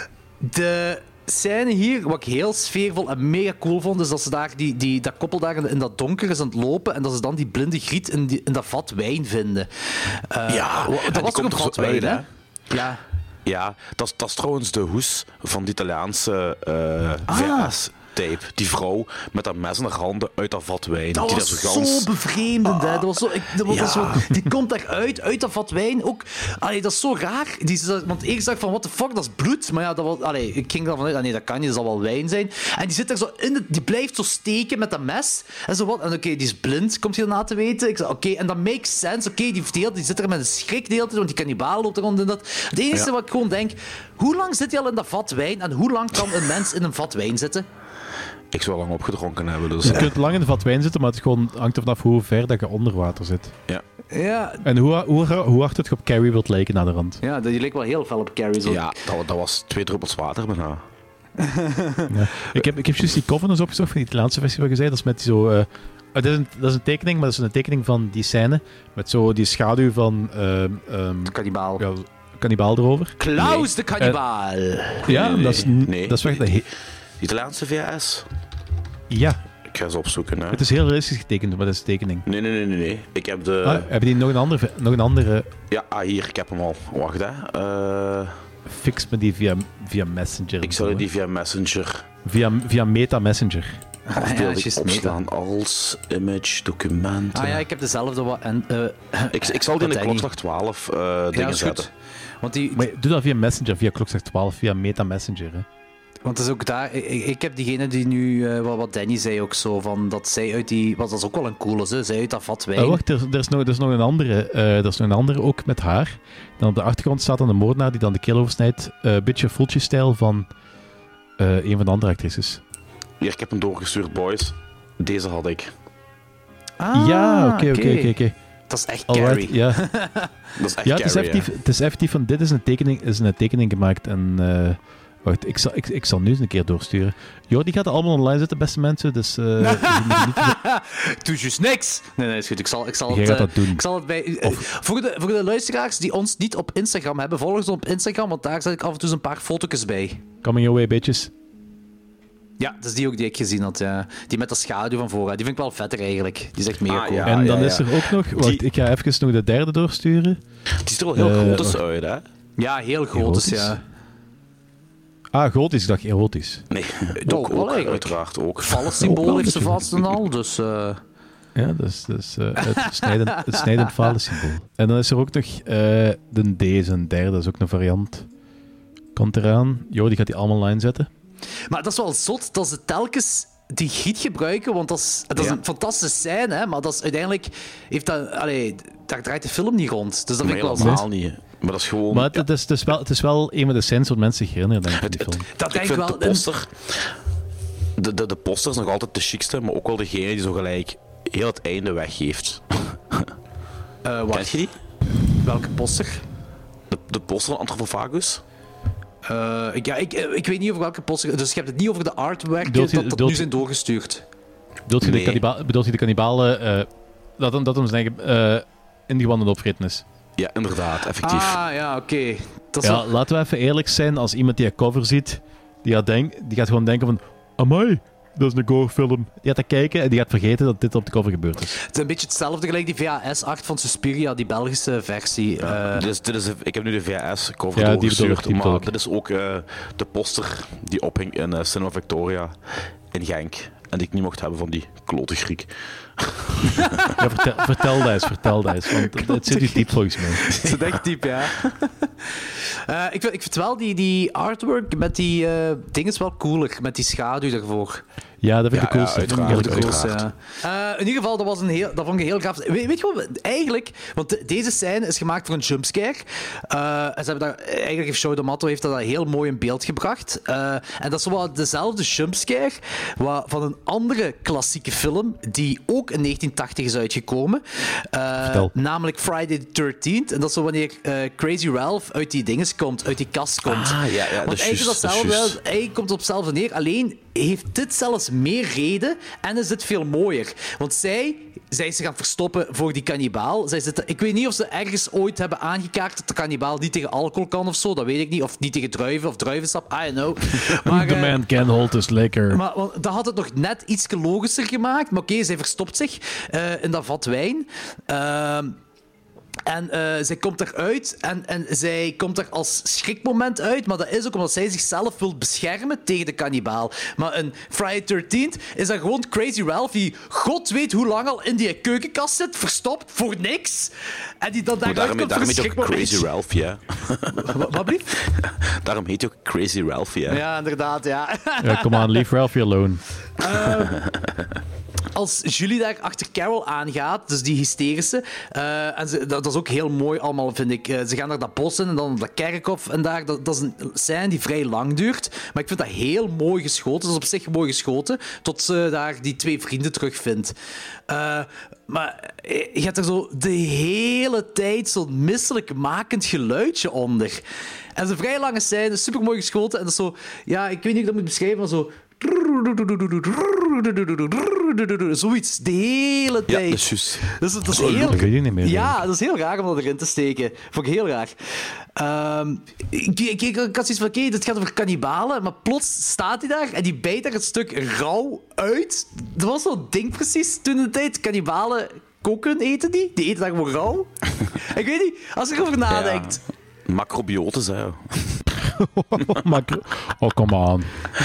S4: De scène hier, wat ik heel sfeervol en mega cool vond, is dat ze daar die, die, dat koppel daar in, in dat donker is aan het lopen en dat ze dan die blinde griet in, die, in dat vat wijn vinden. Eh,
S3: Ja,
S4: wa-
S3: en
S4: dat
S3: die
S4: was ook
S3: komt
S4: een
S3: er
S4: vat
S3: zo
S4: wijn,
S3: uit,
S4: hè? Ja.
S3: Ja, dat, is- dat is trouwens de hoes van de Italiaanse eh
S4: Ah.
S3: V S-tape. Die vrouw met dat mes in haar handen uit dat vat wijn.
S4: Dat
S3: die
S4: was
S3: daar
S4: zo
S3: gans-
S4: bevreemdend, hè. Dat was zo, ik, dat was
S3: Ja.
S4: zo, die komt daaruit, uit dat vat wijn. Ook, allee, dat is zo raar. Die, want eerst dacht ik van, what the fuck, dat is bloed. Maar ja, dat was, allee, ik ging ervan uit, ah, nee, dat kan niet, dat zal wel wijn zijn. En die zit er zo in, het, die blijft zo steken met dat mes. En zo wat, en oké, die is blind, komt hij daarna te weten. Ik zei, oké, en dat makes sense. Oké, die, verdeelt, die zit er met een schrik de hele tijd, want die kannibaal loopt er rond in dat. Het enige
S3: Ja.
S4: wat ik gewoon denk, hoe lang zit hij al in dat vat wijn? En hoe lang kan een mens in een vat wijn zitten?
S3: Ik zou lang opgedronken hebben, dus...
S2: Je kunt lang in de vat wijn zitten, maar het gewoon hangt er vanaf hoe ver dat je onder water zit.
S3: Ja.
S4: Ja,
S2: En hoe, hoe, hoe hard het je op Carrie wilt lijken naar de rand.
S4: ja die leek wel heel fel op Carrie. Zo.
S3: Ja, dat, wa- dat was twee druppels water bijna.
S2: Ja. Ik heb, ik heb juist die covenants opgezocht van die Italiaanse versie wat je zei. Dat is met die zo... eh, het is een, dat is een tekening, maar dat is een tekening van die scène. Met zo die schaduw van... ehm ehm
S4: Kannibaal.
S2: ja, kannibaal erover.
S4: Klaus de kannibaal.
S2: Ja,
S3: nee,
S2: dat is,
S3: nee.
S2: dat is echt... een he-
S3: Italiaanse V S?
S2: Ja,
S3: Ik ga ze opzoeken, hè.
S2: het is heel realistisch getekend, maar dat is een tekening.
S3: Nee, nee, nee, nee, nee. Ik heb de...
S2: Ah, hebben die nog een andere... Nog een andere
S3: Ja, ah, hier, ik heb hem al. Wacht, hè. Eh,
S2: fix me die via, via Messenger.
S3: ik zal die via Messenger
S2: Via, via Meta Messenger.
S3: afbeelding
S4: juist,
S3: opslaan als image, documenten.
S4: Ah ja, ik heb dezelfde wat. En, eh,
S3: ik, ik zal die in de
S4: Danny.
S3: klokslag twaalf eh
S4: Ja,
S3: dingen
S4: is
S3: zetten.
S4: goed. Want die.
S2: Maar doe dat via Messenger, via klokslag twaalf, via Meta Messenger. Hè.
S4: Want het is ook daar... Ik, ik heb diegene die nu... Uh, wat, wat Danny zei ook zo, van dat zij uit die... Wat, dat is ook wel een coole, ze. Zij uit dat vat wijn.
S2: Uh, wacht, er, er, is nog, er is nog een andere. Uh, er is nog een andere ook met haar. Dan op de achtergrond staat dan de moordenaar die dan de keel oversnijdt. Een uh, beetje Fulci-stijl van uh, een van de andere actrices.
S3: Hier, ik heb hem doorgestuurd, boys. Deze had ik.
S4: Ah,
S2: ja, oké, oké, oké.
S4: Dat is echt Carrie.
S2: Ja,
S3: dat is echt
S2: ja,
S3: Carrie,
S2: het is effectief,
S3: ja.
S2: het is effectief van dit is een tekening, is een tekening gemaakt en... Uh, wacht, ik zal, ik, ik zal nu eens een keer doorsturen. Jordi gaat er allemaal online zetten, beste mensen, dus... Uh,
S4: Doe juist niks! Nee, nee, is goed. Ik zal, ik zal
S2: Jij
S4: het...
S2: gaat dat doen.
S4: Ik zal het bij... Uh, voor, de, voor de luisteraars die ons niet op Instagram hebben, volg ons op Instagram, want daar zet ik af en toe een paar foto's bij.
S2: Coming your way, bitches.
S4: Ja, dat is die ook die ik gezien had, ja. Die met de schaduw van vooruit. Die vind ik wel vetter eigenlijk. Die is echt mega
S3: Ah,
S4: cool.
S3: ja.
S2: En dan is er ook nog... Wacht, die... ik ga even nog de derde doorsturen.
S3: Die ziet er wel heel uh, groot uit, hè?
S4: Ja, heel groot is, ja.
S2: Ah, gotisch, ik dacht erotisch.
S3: Nee,
S4: ook,
S3: ook,
S4: ook,
S3: ook uiteraard ook.
S4: Fallensymbool heeft ze vast en al, dus... Uh...
S2: Ja, dat is, dat is uh, het snijdend, het snijdend falensymbool. En dan is er ook nog uh, de deze, een derde, dat is ook een variant. Komt eraan. Jo, die gaat die allemaal online zetten.
S4: Maar dat is wel zot dat ze telkens die giet gebruiken, want dat is, dat is ja. een fantastische scène, hè, maar dat is uiteindelijk... Heeft dat, allee, daar draait de film niet rond. Dus dat vind ik wel
S3: helemaal niet. Maar dat is gewoon...
S2: Maar het, het, is, het, is wel, het is wel een van de scènes wat mensen zich herinneren, denk ik,
S3: het,
S2: die film.
S3: Het,
S4: dat
S3: ik
S4: denk
S3: vind
S4: wel,
S3: de poster... De, de, de poster is nog altijd de chicste, maar ook wel degene die zo gelijk heel het einde weggeeft.
S4: Uh, wat?
S3: Ken je die?
S4: Welke poster?
S3: De, de poster van Anthropophagus?
S4: Uh, ik, ja, ik, ik weet niet over welke poster... Dus je hebt het niet over de artwork
S2: Bedoelt
S4: dat,
S2: je,
S4: dat
S2: bedoelt,
S4: nu zijn doorgestuurd.
S2: Bedoelt je,
S3: nee.
S2: de, bedoelt je de kannibalen... Uh, dat hem, dat hem zijn eigen uh, ingewanden opvreten is?
S3: Ja, inderdaad, effectief.
S4: Ah, ja, oké. Okay.
S2: Ja, wel... laten we even eerlijk zijn. Als iemand die een cover ziet, die gaat, denk, die gaat gewoon denken van... Amai, dat is een gore-film. Die gaat dat kijken en die gaat vergeten dat dit op de cover gebeurd is.
S4: Het is een beetje hetzelfde gelijk die V H S acht van Suspiria, die Belgische versie.
S3: Ja,
S4: uh...
S3: dit is, dit is, ik heb nu de V H S-cover
S2: ja,
S3: doorgestuurd,
S2: die
S3: maar dit is ook uh, de poster die ophing in uh, Cinema Victoria in Genk. En die ik niet mocht hebben van die klote Griek.
S2: Ja, vertel, vertel dat eens, vertel dat eens. Want het, het zit hier diep volgens mij.
S4: Het zit echt diep, ja. uh, ik, vind, ik vind wel die, die artwork met die uh, dingen is wel cooler, met die schaduw ervoor.
S2: Ja, dat vind ik
S3: ja,
S2: de coolste.
S3: Ja, uiteraard,
S2: de
S3: coolste
S4: ja. uh, in ieder geval, dat, was een heel, dat vond ik heel gaaf. Weet, weet je wat? Eigenlijk, want de, deze scène is gemaakt voor een jumpscare. Uh, en ze hebben daar, eigenlijk heeft Joe D'Amato heeft dat heel mooi in beeld gebracht. Uh, en dat is wel dezelfde jumpscare wat, van een andere klassieke film, die ook in negentien tachtig is uitgekomen. Uh, namelijk Friday the thirteenth. En dat is zo wanneer uh, Crazy Ralph uit die dinges komt, uit die kast komt.
S3: Ah, ja, ja,
S4: want eigenlijk,
S3: just,
S4: datzelfde, eigenlijk komt het op hetzelfde neer, alleen heeft dit zelfs meer reden en is dit veel mooier. Want zij, zij is zich gaan verstoppen voor die kannibaal. Zij zitten, ik weet niet of ze ergens ooit hebben aangekaart dat de kannibaal niet tegen alcohol kan of zo, dat weet ik niet. Of niet tegen druiven of druivensap, I don't know. Maar,
S2: The uh, man can hold his liquor.
S4: Maar want, dat had het nog net iets logischer gemaakt. Maar oké, okay, zij verstopt zich uh, in dat vat wijn. Uh, En uh, zij komt eruit en, en zij komt er als schrikmoment uit, maar dat is ook omdat zij zichzelf wil beschermen tegen de kannibaal. Maar een Friday the thirteenth is dat gewoon Crazy Ralph die god weet hoe lang al in die keukenkast zit, verstopt, voor niks. En die dan daaruit
S3: daarom,
S4: komt
S3: daarom
S4: voor een
S3: heet ook Crazy Ralph, ja.
S4: Wat, wat blieft?
S3: Daarom heet hij ook Crazy Ralph, ja.
S4: Ja, inderdaad, ja.
S2: Ja, come on, leave Ralphie alone.
S4: Uh, als Julie daar achter Carol aangaat, dus die hysterische, uh, en ze, dat, dat is ook heel mooi allemaal, vind ik. Uh, ze gaan naar dat bos in en dan dat kerkhof en daar. Dat, dat is een scène die vrij lang duurt, maar ik vind dat heel mooi geschoten. Dat is op zich mooi geschoten, tot ze daar die twee vrienden terugvindt. Uh, maar je hebt er zo de hele tijd zo'n misselijkmakend geluidje onder. En het is een vrij lange scène, super mooi geschoten. En dat is zo, ja, ik weet niet hoe ik dat moet beschrijven, maar zo... Zoiets, de hele tijd.
S3: Ja, dat is juist.
S4: Dat is, dat is
S2: Oh,
S4: heel...
S2: dat weet je niet meer.
S4: Ja, dat is heel raar om dat erin te steken. Vond ik heel raar. Um, ik, ik, ik, ik had zoiets van, oké, okay, dit gaat over kannibalen, maar plots staat hij daar en die bijt daar het stuk rauw uit. Dat was zo'n ding precies toen in de tijd. Kannibalen koken, eten die? Die eten daar gewoon rauw. Ik weet niet, als je erover nadenkt...
S3: Ja. Macrobiotes, hè.
S2: Oh, come on.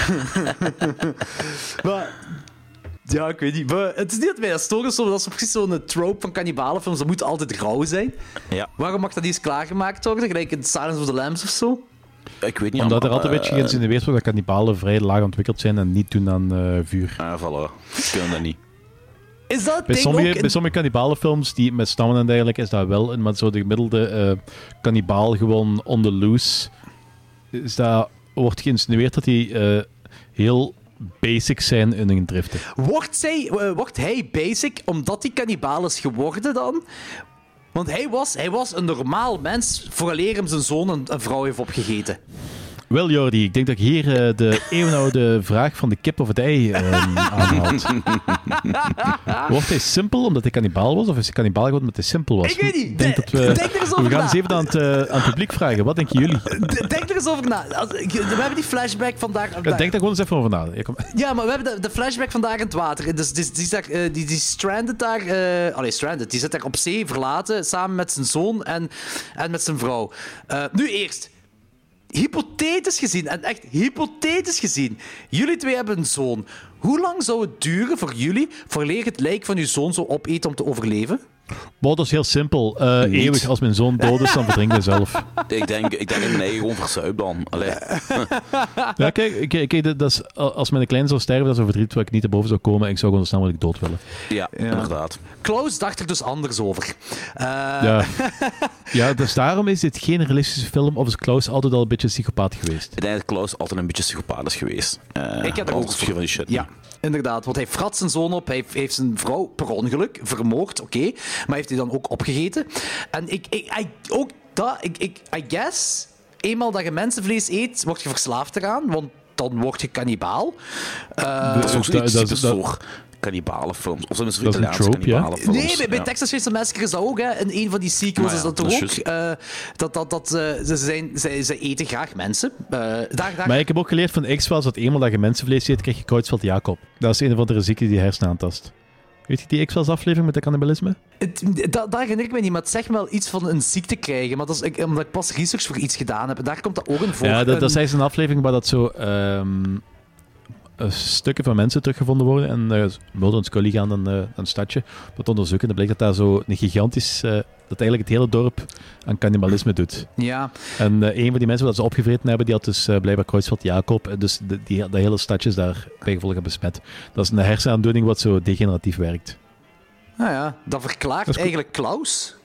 S4: Maar... Ja, ik weet niet. Maar het is niet dat mij dat stoort, dat is precies zo'n trope van kannibalenfilms. Dat moet altijd rauw zijn.
S3: Ja.
S4: Waarom mag dat niet eens klaargemaakt worden? Gelijk in Silence of the Lambs of zo?
S3: Ik weet niet...
S2: Omdat
S3: maar,
S2: er altijd een beetje geïnsinueerd wordt dat kannibalen vrij laag ontwikkeld zijn en niet doen aan uh, vuur.
S3: Ah, voilà. Die kunnen dat niet.
S4: Is dat
S2: Bij
S4: ding
S2: sommige,
S4: ook in...
S2: bij sommige kannibalenfilms die met stammen en dergelijke is dat wel, maar zo de gemiddelde uh, kannibaal gewoon on the loose, is dat, wordt geïnsinueerd dat die uh, heel basic zijn in hun driften.
S4: Wordt, zij, uh, wordt hij basic omdat hij kannibaal is geworden dan? Want hij was, hij was een normaal mens vooraleer hem zijn zoon een, een vrouw heeft opgegeten.
S2: Wel, Jordi, ik denk dat ik hier uh, de eeuwenoude vraag van de kip of het ei um, aanhaalt. Wordt hij simpel omdat hij kannibaal was, of is hij kannibaal geworden omdat hij simpel was?
S4: Ik weet niet.
S2: Ik denk dat we,
S4: denk er eens over
S2: we gaan
S4: na.
S2: eens even aan het, uh, aan het publiek vragen. Wat denken jullie?
S4: Denk er eens over na. We hebben die flashback vandaag...
S2: Ja, denk daar gewoon eens even over na. Kom.
S4: Ja, maar we hebben de, de flashback vandaag in het water. Dus die, die, die, die, die, die stranded daar... Uh, allee, stranded. Die zit daar op zee verlaten, samen met zijn zoon en, en met zijn vrouw. Uh, nu eerst... Hypothetisch gezien, en echt hypothetisch gezien, jullie twee hebben een zoon. Hoe lang zou het duren voor jullie vooraleer het lijk van uw zoon zou opeten om te overleven?
S2: Wow, dat is heel simpel. Uh, eeuwig, als mijn zoon dood is, dan verdrink ik mezelf.
S3: Ik denk, ik denk dat ik mijn eigen gewoon verzuip dan. Allee.
S2: Ja, kijk, kijk, kijk dat is, als mijn kleine zou sterven, dat is een verdriet waar ik niet erboven zou komen. Ik zou gewoon zo snel mogelijk dood willen.
S3: Ja, ja, inderdaad.
S4: Klaus dacht er dus anders over. Uh...
S2: Ja. ja, dus daarom is dit geen realistische film, of is Klaus altijd al een beetje psychopaat geweest?
S3: Ik denk dat Klaus altijd een beetje psychopaat is geweest. Uh,
S4: ik heb er ook
S3: van die shit.
S4: Ja, inderdaad. Want hij frat zijn zoon op, hij heeft, heeft zijn vrouw per ongeluk vermoord, oké. Okay, maar heeft hij dan ook opgegeten. En ik, ik, I, ook dat, ik, ik, I guess, eenmaal dat je mensenvlees eet, word je verslaafd eraan, want dan word je kannibaal. Uh,
S3: dat is ook zoiets typisch
S2: dat,
S3: voor kannibalenfilms. Of zijn
S2: dat
S3: Italiaanse kannibalenfilms.
S4: Nee, bij, bij
S3: ja.
S4: Texas Chainsaw Massacre is dat ook. Hè. In een van die sequels
S3: ja,
S4: is dat toch
S3: dat
S4: ook.
S3: is
S4: Uh, dat, dat, dat, uh, ze, zijn, ze, ze eten graag mensen. Uh, daar, daar...
S2: Maar ik heb ook geleerd van X-Files dat eenmaal dat je mensenvlees eet, krijg je Creutzfeldt-Jakob. Dat is een of andere ziekte die je hersenen aantast. Weet je die X-Files aflevering met de cannibalisme?
S4: Dat, dat herinner ik me niet, maar het zegt me wel iets van een ziekte krijgen. Maar dat is ik, omdat ik pas research voor iets gedaan heb. En daar komt dat ook in voor.
S2: Ja, dat,
S4: een...
S2: dat is eigenlijk een aflevering waar dat zo... Um, uh, stukken van mensen teruggevonden worden. En uh, Mulder en Scully gaan dan uh, een stadje dat onderzoeken. En dan blijkt dat daar zo een gigantisch... Uh, dat eigenlijk het hele dorp aan cannibalisme doet.
S4: Ja.
S2: En uh, een van die mensen wat ze opgevreten hebben, die had dus uh, blijkbaar Creutzfeldt-Jakob. Dus de, die, dat hele stadje is daar bijgevolg besmet. Dat is een hersenaandoening wat zo degeneratief werkt.
S4: Nou ja, dat verklaart dat eigenlijk Klaus.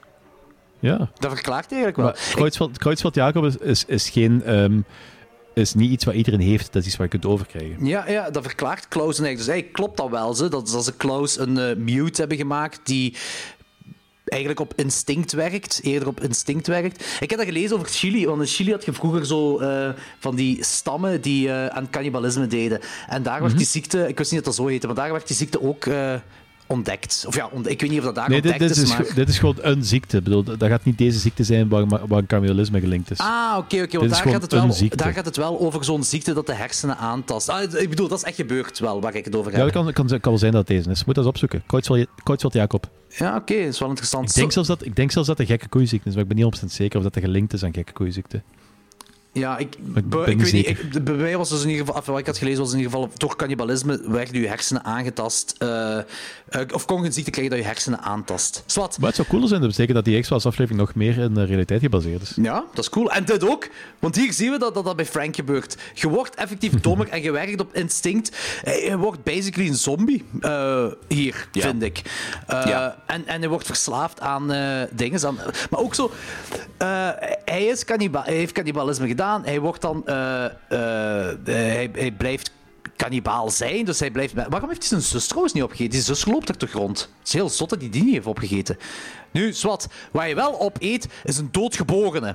S2: Ja.
S4: Dat verklaart eigenlijk wel.
S2: Maar Creutzfeldt, Creutzfeldt-Jakob is, is, is geen... Um, is niet iets wat iedereen heeft, dat is iets wat je kunt overkrijgen.
S4: Ja, ja, dat verklaart Klaus eigenlijk. Dus eigenlijk klopt dat wel. Ze. Dat is als ze Klaus een uh, mute hebben gemaakt die eigenlijk op instinct werkt, eerder op instinct werkt. Ik heb dat gelezen over Chili, want in Chili had je vroeger zo uh, van die stammen die uh, aan cannibalisme deden. En daar werd die ziekte, ik wist niet dat dat zo heette, maar daar werd die ziekte ook... Uh, ontdekt. Of ja, ont- ik weet niet of dat daar
S2: nee,
S4: ontdekt
S2: dit, dit
S4: is,
S2: is,
S4: maar...
S2: dit is gewoon een ziekte. Ik bedoel, dat gaat niet deze ziekte zijn waar, waar cannibalisme gelinkt is.
S4: Ah, oké, okay, oké. Okay, want daar gaat, het wel, daar gaat het wel over zo'n ziekte dat de hersenen aantast. Ah, ik bedoel, dat is echt gebeurd wel, waar ik het over heb.
S2: Ja, dat kan, kan, kan wel zijn dat deze is. Moet dat eens opzoeken. Creutzfeldt-Jakob.
S4: Ja, oké, okay, dat is wel interessant.
S2: Ik denk, zelfs dat, ik denk zelfs dat de gekke koeienziekte is, maar ik ben niet honderd procent zeker of dat er gelinkt is aan gekke koeienziekte.
S4: Ja, ik,
S2: ik,
S4: be, ik weet niet. Ik, bij mij was dus in ieder geval, wat ik had gelezen, was in ieder geval door cannibalisme werden je hersenen aangetast. Uh, uh, of kon je een ziekte krijgen dat je hersenen aantast. Zwat.
S2: Maar het zou cool zijn, dat betekent dat die X-Files aflevering nog meer in de realiteit gebaseerd is.
S4: Ja, dat is cool. En dit ook, want hier zien we dat dat, dat bij Frank gebeurt. Je wordt effectief dommer en je werkt op instinct. Je wordt basically een zombie uh, hier, ja. vind ik. Uh, ja. en, en hij wordt verslaafd aan uh, dingen. Aan, maar ook zo, uh, hij, is canniba- hij heeft cannibalisme gedaan. Hij wordt dan... Uh, uh, hij, hij blijft kannibaal zijn, dus hij blijft... Waarom heeft hij zijn zus trouwens niet opgegeten? Die zus loopt er toch rond? Het is heel zot dat hij die niet heeft opgegeten. Nu, zwart, waar je wel op eet, is een doodgeborene.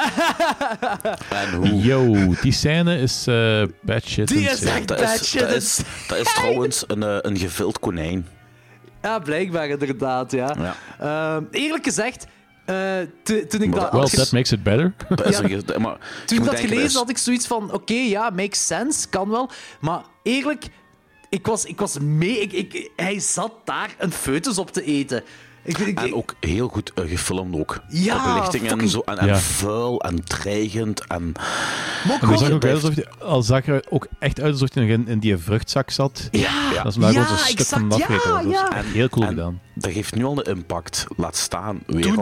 S3: En hoe?
S2: Yo, die scène is uh, bad shit.
S4: Die is echt
S3: dat
S4: bad
S3: is,
S4: shit.
S3: Dat is, dat is trouwens een, uh, een gevild konijn.
S4: Ja, blijkbaar inderdaad, ja. ja. Uh, eerlijk gezegd... Uh, t- toen ik dat
S2: well,
S4: had
S2: that
S4: ges-
S2: makes it better.
S3: ja. maar,
S4: toen ik dat
S3: denken,
S4: gelezen
S3: is...
S4: had ik zoiets van... Oké, okay, ja, makes sense, kan wel. Maar eerlijk, ik was, ik was mee... Ik, ik, hij zat daar een foetus op te eten. Ik, ik,
S3: en ook heel goed uh, gefilmd ook.
S4: Ja,
S3: belichting
S4: fucking...
S3: en zo. En, en
S2: ja.
S3: vuil en dreigend. En...
S2: Maar ook zag ook alsof hij, al zag er ook echt uit alsof hij nog in, in die vruchtzak zat.
S4: Ja,
S2: dat is maar
S4: ja,
S2: gewoon zo'n stuk van
S4: exact,
S2: afweten.
S4: ja, ja.
S2: En heel cool
S3: en
S2: gedaan.
S3: Dat geeft nu al een impact. Laat staan, weer
S4: toen,
S3: al.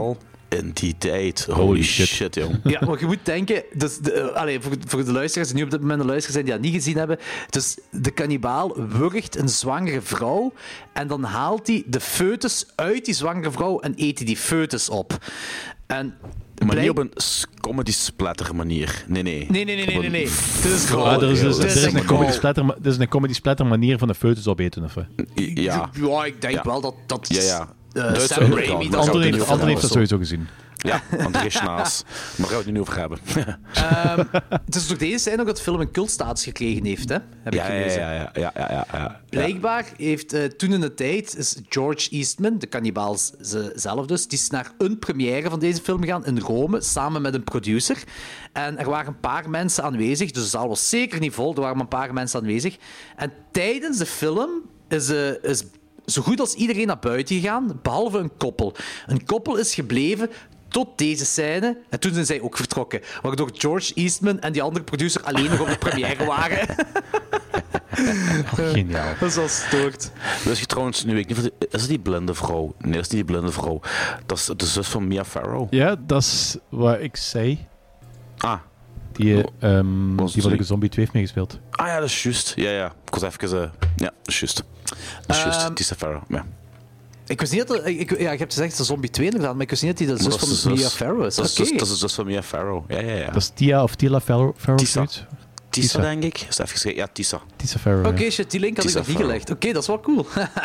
S3: in die tijd. Holy,
S2: Holy
S3: shit,
S2: shit.
S3: jong.
S4: Ja, maar je moet denken... Dus de, uh, allez, voor, voor de luisteraars die nu op dit moment de luisteraars zijn die dat niet gezien hebben. Dus de kannibaal wurgt een zwangere vrouw en dan haalt hij de foetus uit die zwangere vrouw en eet hij die foetus op. En...
S3: Maar
S4: blijk...
S3: niet op een comedy splatter manier. Nee, nee.
S4: Nee, nee, nee, nee, nee. nee. Het is
S2: Ah,
S4: gewoon...
S2: er is, dus,
S4: Het
S2: er is
S4: echt
S2: een comedy
S4: gewoon-
S2: splatter, ma- er is een comedy splatter manier van de foetus opeten. Of, wat?
S3: Ja.
S4: Ja, ik denk
S3: Ja.
S4: wel dat... dat
S3: Ja, ja.
S4: uh,
S3: Duitse
S4: Sam
S3: underground.
S4: Raimi...
S3: Dat
S4: dat
S3: zou
S2: Anton
S3: ik
S2: heeft,
S3: niet
S2: Anton heeft dat
S4: zo.
S2: sowieso gezien.
S3: Ja, André Schnaas. Maar gaan we het er nu over hebben.
S4: Um, het is toch deze zijn ook dat de film een cultstatus gekregen heeft, hè? Heb
S3: Ja,
S4: ik
S3: ja,
S4: gelezen.
S3: ja, ja, ja, ja, ja, ja.
S4: Blijkbaar heeft uh, toen in de tijd is George Eastman, de kannibaal z- zelf dus, die is naar een première van deze film gegaan in Rome, samen met een producer. En er waren een paar mensen aanwezig, dus de zaal was zeker niet vol, er waren maar een paar mensen aanwezig. En tijdens de film is, uh, is zo goed als iedereen naar buiten gegaan, behalve een koppel. Een koppel is gebleven tot deze scène. En toen zijn zij ook vertrokken. Waardoor George Eastman en die andere producer alleen nog op de première waren.
S2: Geniaal.
S4: Dat is wel stoort.
S3: Dus je trouwens, nu weet ik niet, is het die blinde vrouw? Nee, dat is niet die blinde vrouw. Dat is de zus van Mia Farrow.
S2: Ja, dat is wat ik zei.
S3: Ah,
S2: Die, eh, ehm,
S3: Was
S2: die van
S3: het-
S2: de Zombie twee heeft meegespeeld.
S3: ah ja, dat is juist. Ja, ja. Ik was even... Uh, ja, dat is juist. Dat is juist.
S4: Ehm,
S3: Tisa Farrow, ja.
S4: Ik wist niet dat... Ik, ik- ja, je hebt gezegd de Zombie twee inderdaad, maar ik wist niet dat hij de zus
S3: Dat is de
S4: van
S3: zus.
S4: Mia Farrow is.
S3: Dat is,
S4: Oké.
S3: dus- dat is de zus van Mia Farrow. Ja, ja, ja.
S2: Dat is Tia of Tila Farrow. Farrow
S3: Tisa.
S2: zoiets?
S3: Tisa,
S2: Tisa.
S3: denk ik. Is dat even geschreven? Ja, Tisa.
S2: Tisa Farrow.
S4: Oké,
S2: ja.
S4: shit, die link had ik
S3: Tisa
S4: nog niet
S3: Farrow.
S4: gelegd. Oké, dat is wel cool.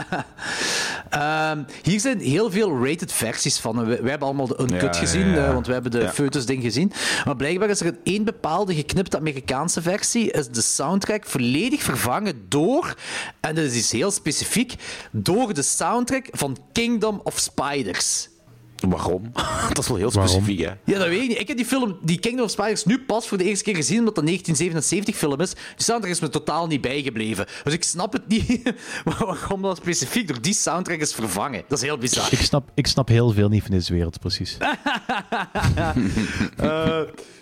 S4: Ehm, hier zijn heel veel rated versies van. Wij, wij hebben allemaal de uncut
S3: Ja, ja,
S4: gezien,
S3: ja.
S4: eh, want wij hebben de
S3: Ja.
S4: foetus-ding gezien. Maar blijkbaar is er een één bepaalde geknipte Amerikaanse versie, is de soundtrack volledig vervangen door, en dat is iets heel specifiek, door de soundtrack van Kingdom of Spiders.
S3: Waarom? Dat is wel heel
S2: Waarom?
S3: specifiek, hè.
S4: Ja, dat weet ik niet. Ik heb die film, die Kingdom of Spiders, nu pas voor de eerste keer gezien, omdat het een negentien zevenenzeventig film is. Die soundtrack is me totaal niet bijgebleven. Dus ik snap het niet waarom dat specifiek door die soundtrack is vervangen. Dat is heel bizar.
S2: Ik snap, ik snap heel veel niet van deze wereld, precies.
S4: Eh,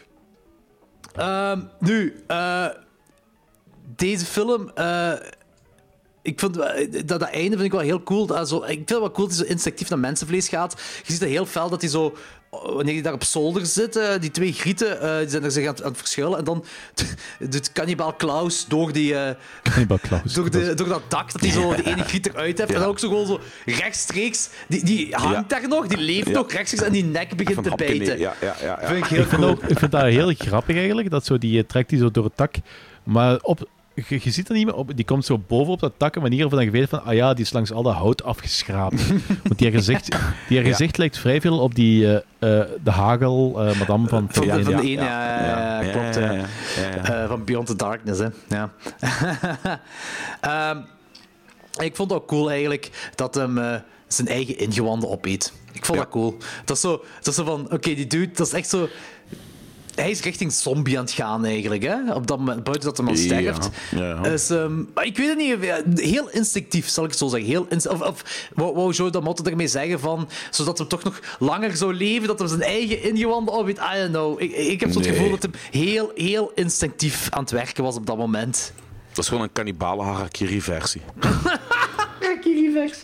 S4: ehm, nu, eh, deze film... eh, ik vind eh, dat, dat einde vind ik wel heel cool. Dat zo, ik vind het wel cool dat hij zo instinctief naar mensenvlees gaat. Je ziet dat heel fel dat hij zo... Wanneer hij daar op zolder zit, eh, die twee grieten, eh, die zijn er zich aan, het- aan het verschuilen. En dan doet kannibaal Klaus door die... eh,
S2: Cannibal Klaus.
S4: door, de, door dat dak, dat hij zo de ene griet eruit heeft.
S3: Ja.
S4: En dan ook zo gewoon zo rechtstreeks... Die, die hangt daar nog, die leeft
S3: Ja.
S4: nog rechtstreeks en die nek begint
S3: Van
S4: te
S3: hapje,
S4: bijten.
S3: nee. Ja, ja, ja. ja.
S4: Vind ik heel
S2: Ik vind,
S4: cool.
S2: ook, ik vind dat heel grappig eigenlijk, dat zo die eh, trekt die zo door het tak, maar op, je, je ziet dat niet meer, op, die komt zo boven op dat tak, een manier waarvan je weet van, ah ja, die is langs al dat hout afgeschraapt. Want die gezicht, die
S3: Ja.
S2: gezicht lijkt vrij veel op die, eh, eh, de hagel, eh, madame van...
S4: Van de,
S2: ja,
S4: van
S2: ja.
S4: de ene, ja, ja, ja, klopt.
S3: Ja,
S4: Ja,
S3: ja, ja, ja.
S4: Eh, van Beyond the Darkness, hè. Ja. Ehm, ik vond het ook cool eigenlijk dat hem eh, zijn eigen ingewanden opeet. Ik vond
S3: Ja.
S4: dat cool. Dat is zo, dat is zo van, oké, die dude, dat is echt zo... Hij is richting zombie aan het gaan eigenlijk, hè? Op dat moment, buiten dat de man sterft.
S3: Ja, ja.
S4: Dus, ehm, maar ik weet het niet, ja, heel instinctief zal ik het zo zeggen. Heel inst- of of wou, wou Joe dat motto ermee zeggen van, zodat hij toch nog langer zou leven, dat hij zijn eigen ingewanden opweet. I don't know. Ik, ik heb zo het
S3: Nee.
S4: gevoel dat hij heel, heel instinctief aan het werken was op dat moment.
S3: Dat is gewoon een kannibale harakiri-versie.
S4: Kiri-versie.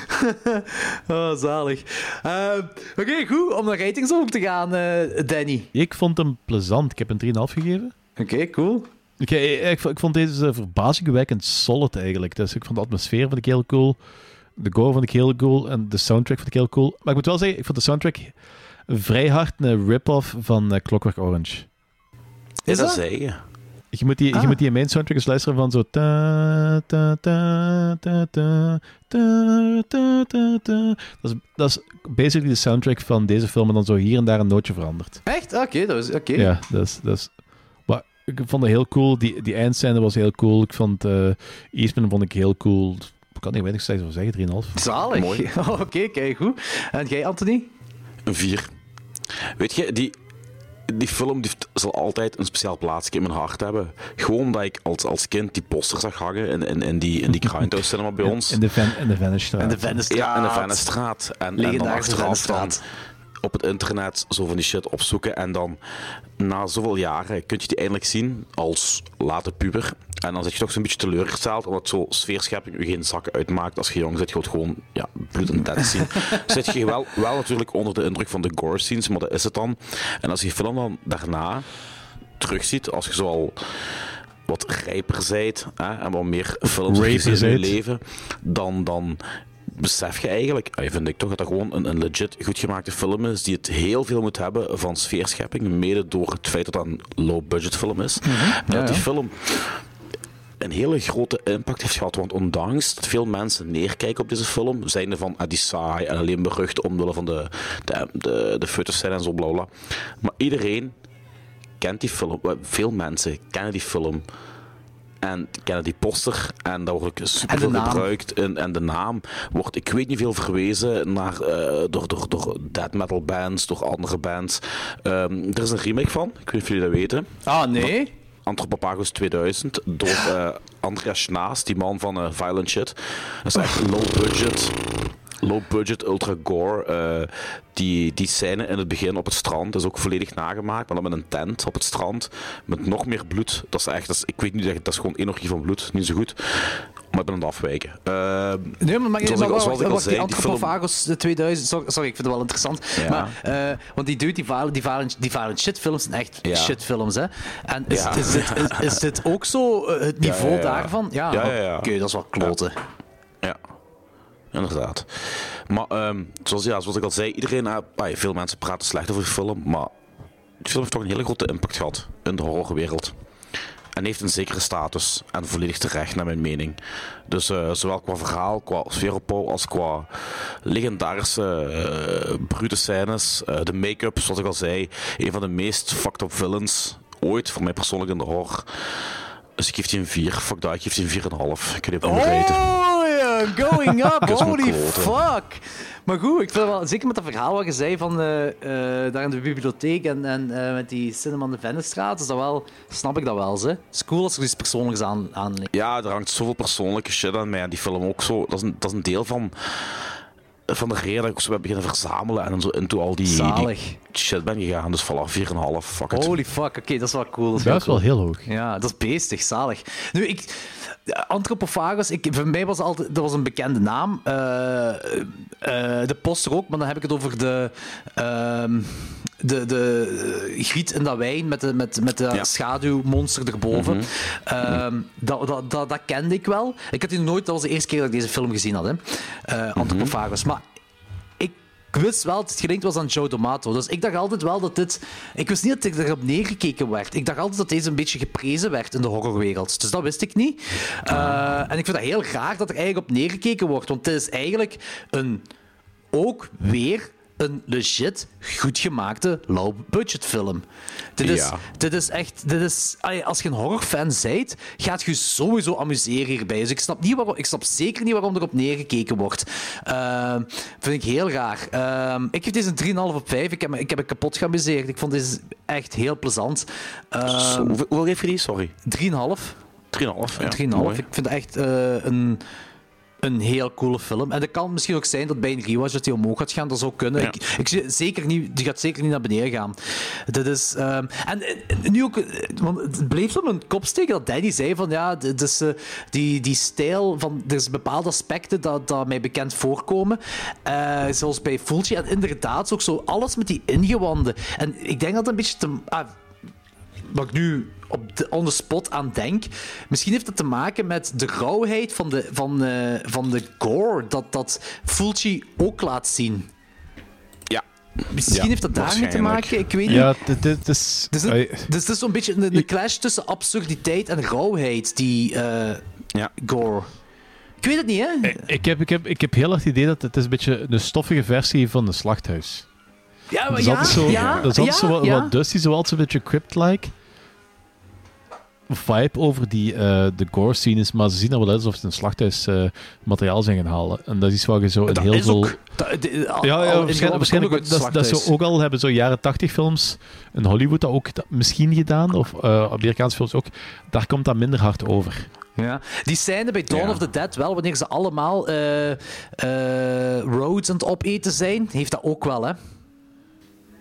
S4: Oh, zalig. Ehm, Oké, goed. Om naar ratings over te gaan, eh, Danny.
S2: Ik vond hem plezant. Ik heb een drie komma vijf gegeven.
S4: Oké, cool.
S2: Ik, ik, ik, ik vond deze verbazingwekkend solid eigenlijk. Dus ik vond de atmosfeer vond ik heel cool. De gore vond ik heel cool. En de soundtrack vond ik heel cool. Maar ik moet wel zeggen, ik vond de soundtrack vrij hard een rip-off van uh, Clockwork Orange.
S4: Is
S3: dat
S4: dat?
S3: zeggen?
S2: Je moet die,
S4: Ah.
S2: je moet die main soundtrack eens luisteren van zo... Ta, ta, ta, ta, ta, ta, ta, ta, ta. Dat, is, dat is basically de soundtrack van deze film en dan zo hier en daar een nootje veranderd.
S4: Echt? Oké, dat is oké.
S2: Ja, dat is... Dat is maar ik vond het heel cool. Die, die eindscène was heel cool. Ik vond uh, Eastman vond ik heel cool. Ik kan niet weinig slechts over zeggen, drie komma vijf.
S4: Zalig.
S3: Mooi.
S4: Oké, kijk goed. En jij, Anthony?
S3: Een vier. Weet je, die, die film die zal altijd een speciaal plaatsje in mijn hart hebben. Gewoon omdat ik als, als kind die poster zag hangen in, in, in die, in die Grindhouse cinema bij ons.
S2: In de, Van, in de Vanishstraat.
S4: En de Vennestraat.
S3: Ja, in de Vennestraat. En, en dan
S4: Legendarische
S3: achteraf dan
S4: Vennestraat.
S3: op het internet zo van die shit opzoeken en dan na zoveel jaren kun je die eindelijk zien als late puber. En dan zit je toch zo'n beetje teleurgesteld, omdat zo sfeerschepping je geen zakken uitmaakt. Als je jong zit, je wilt gewoon ja, bloed en dead zien. Zit je wel, wel natuurlijk onder de indruk van de gore scenes, maar dat is het dan. En als je film dan daarna terugziet, als je zo al wat rijper zijt hè, en wat meer films gezien in je leven, dan... dan besef je eigenlijk, ja, vind ik toch, dat dat gewoon een, een legit goed gemaakte film is, die het heel veel moet hebben van sfeerschepping, mede door het feit dat dat een low-budget film is. Mm-hmm. En dat ja, die ja. film een hele grote impact heeft gehad, want ondanks dat veel mensen neerkijken op deze film, zijnde van ah, die saai en alleen berucht omwille van de, de, de, de foto's en zo, bla bla. Maar iedereen kent die film, veel mensen kennen die film. En kennen die poster en dat wordt ook super veel gebruikt. En, en de naam wordt, ik weet niet veel, verwezen naar, uh, door, door, door death metal bands, door andere bands. Um, er is een remake van, ik weet niet of jullie dat weten.
S4: Ah, nee?
S3: Anthropophagus tweeduizend, door uh, Andreas Schnaas, die man van uh, Violent Shit. Dat is echt low budget. Low budget, ultra gore. Uh, die, die scène in het begin op het strand is ook volledig nagemaakt, maar dan met een tent op het strand. Met nog meer bloed. Dat is echt, dat is, ik weet niet, dat is gewoon energie van bloed. Niet zo goed. Maar ik ben aan het afwijken. Uh,
S4: nee, maar, maar, maar ik, wacht, wacht, die Anthropophagus film... tweeduizend, sorry, sorry, ik vind het wel interessant. Ja. Maar, uh, want die dude, die violent, die violent, die violent shit films zijn echt ja. shit films, hè. En is, ja. is, dit, is, is dit ook zo uh, het niveau ja, ja, ja. daarvan? Ja, ja, ja, ja. Oké, okay, dat is wel kloten.
S3: Ja. ja. Inderdaad. Maar um, zoals, ja, zoals ik al zei, iedereen, uh, veel mensen praten slecht over de film, maar die film heeft toch een hele grote impact gehad in de horrorwereld. En heeft een zekere status en volledig terecht, naar mijn mening. Dus uh, zowel qua verhaal, qua sfeeropbouw, als qua legendarische, uh, brute scènes, uh, de make-up, zoals ik al zei, een van de meest fucked up villains ooit, voor mij persoonlijk in de horror. Dus ik geef die een vier. Fuck dat, ik geef die een vier komma vijf. Ik weet niet op
S4: oh, yeah, going up, holy fuck. Maar goed, ik vind wel, zeker met dat verhaal wat je zei van uh, uh, daar in de bibliotheek en, en uh, met die Cinema de Vennestraat, is dat wel, snap ik dat wel, ze. Het is cool als er iets persoonlijks aan, aan ligt.
S3: Ja, er hangt zoveel persoonlijke shit aan mij en die film ook zo. Dat is een, dat is een deel van... van de reden dat ik zo ben beginnen verzamelen en zo into al die, die shit ben gegaan. Dus voilà, vier komma vijf, fuck it.
S4: Holy fuck, oké, okay, dat is wel cool. Dat is,
S2: ja, dat is wel heel hoog.
S4: Ja, dat is beestig, zalig. Nu, ik... Anthropophagus, ik, voor mij was altijd, dat was een bekende naam. Uh, uh, de poster ook, maar dan heb ik het over de... Uh, de, de uh, griet in dat wijn met de, met, met de ja. schaduwmonster erboven. Mm-hmm. Um, dat, dat, dat, dat kende ik wel. Ik had die nooit, dat was de eerste keer dat ik deze film gezien had. Hè. Uh, Anthropophagus. Mm-hmm. Maar ik wist wel dat het gelinkt was aan Joe D'Amato. Dus ik dacht altijd wel dat dit... Ik wist niet dat er erop neergekeken werd. Ik dacht altijd dat deze een beetje geprezen werd in de horrorwereld. Dus dat wist ik niet. Uh, en ik vind dat heel raar dat er eigenlijk op neergekeken wordt. Want dit is eigenlijk een... Ook weer... een legit, goed gemaakte, low-budget film. Dit is, ja. dit is echt... Dit is, als je een horrorfan bent, gaat je sowieso amuseren hierbij. Dus ik snap, niet waarom, ik snap zeker niet waarom er op neergekeken wordt. Uh, vind ik heel raar. Uh, ik geef deze een drie komma vijf op vijf. Ik heb, ik heb me kapot geamuseerd. Ik vond deze echt heel plezant. Uh,
S3: so, hoeveel geef je die? Sorry.
S4: drie komma vijf.
S3: drie komma vijf, ja.
S4: drie komma vijf. Ik vind het echt uh, een... Een heel coole film. En het kan misschien ook zijn dat bij een rewatch dat die omhoog gaat gaan. Dat zou kunnen. Ja. Ik, ik, zeker niet, die gaat zeker niet naar beneden gaan. Dat is... Um, en, en nu ook... Want het bleef zo mijn kop steken dat Danny zei van... Ja, dus, uh, die, die stijl van... Er zijn bepaalde aspecten dat, dat mij bekend voorkomen. Uh, zoals bij Fulci. En inderdaad, ook zo alles met die ingewanden. En ik denk dat het een beetje te... Ah, wat ik nu op de, on the spot aan denk. Misschien heeft het te maken met de rauwheid van de, van, uh, van de gore dat, dat Fulci ook laat zien.
S3: Ja.
S4: Misschien ja, heeft dat daarmee te maken, ik weet niet.
S2: Ja, dit is...
S4: Dus het is dus zo'n beetje een, een clash tussen absurditeit en rauwheid, die uh,
S3: ja.
S4: gore. Ik weet het niet, hè?
S2: Ik heb, ik heb, ik heb heel erg het idee dat het is een beetje een stoffige versie van de Slachthuis.
S4: Ja, maar
S2: dat is
S4: ja,
S2: altijd zo,
S4: ja,
S2: dat is altijd
S4: ja,
S2: zo wat,
S4: ja.
S2: wat dusty, zo altijd een beetje crypt-like vibe over die uh, de gore scenes, maar ze zien er wel uit alsof ze een slachthuis uh, materiaal zijn gaan halen. En dat is iets wat je zo in
S4: dat
S2: heel veel...
S4: Ook, dat, de, al,
S2: ja, ja,
S4: al,
S2: waarschijnlijk, waarschijnlijk dat, dat zo ook al hebben zo jaren tachtig films in Hollywood dat ook dat misschien gedaan, of uh, Amerikaanse films ook. Daar komt dat minder hard over.
S4: Ja. Die scène bij Dawn ja. of the Dead wel, wanneer ze allemaal uh, uh, roads aan het opeten zijn, heeft dat ook wel, hè?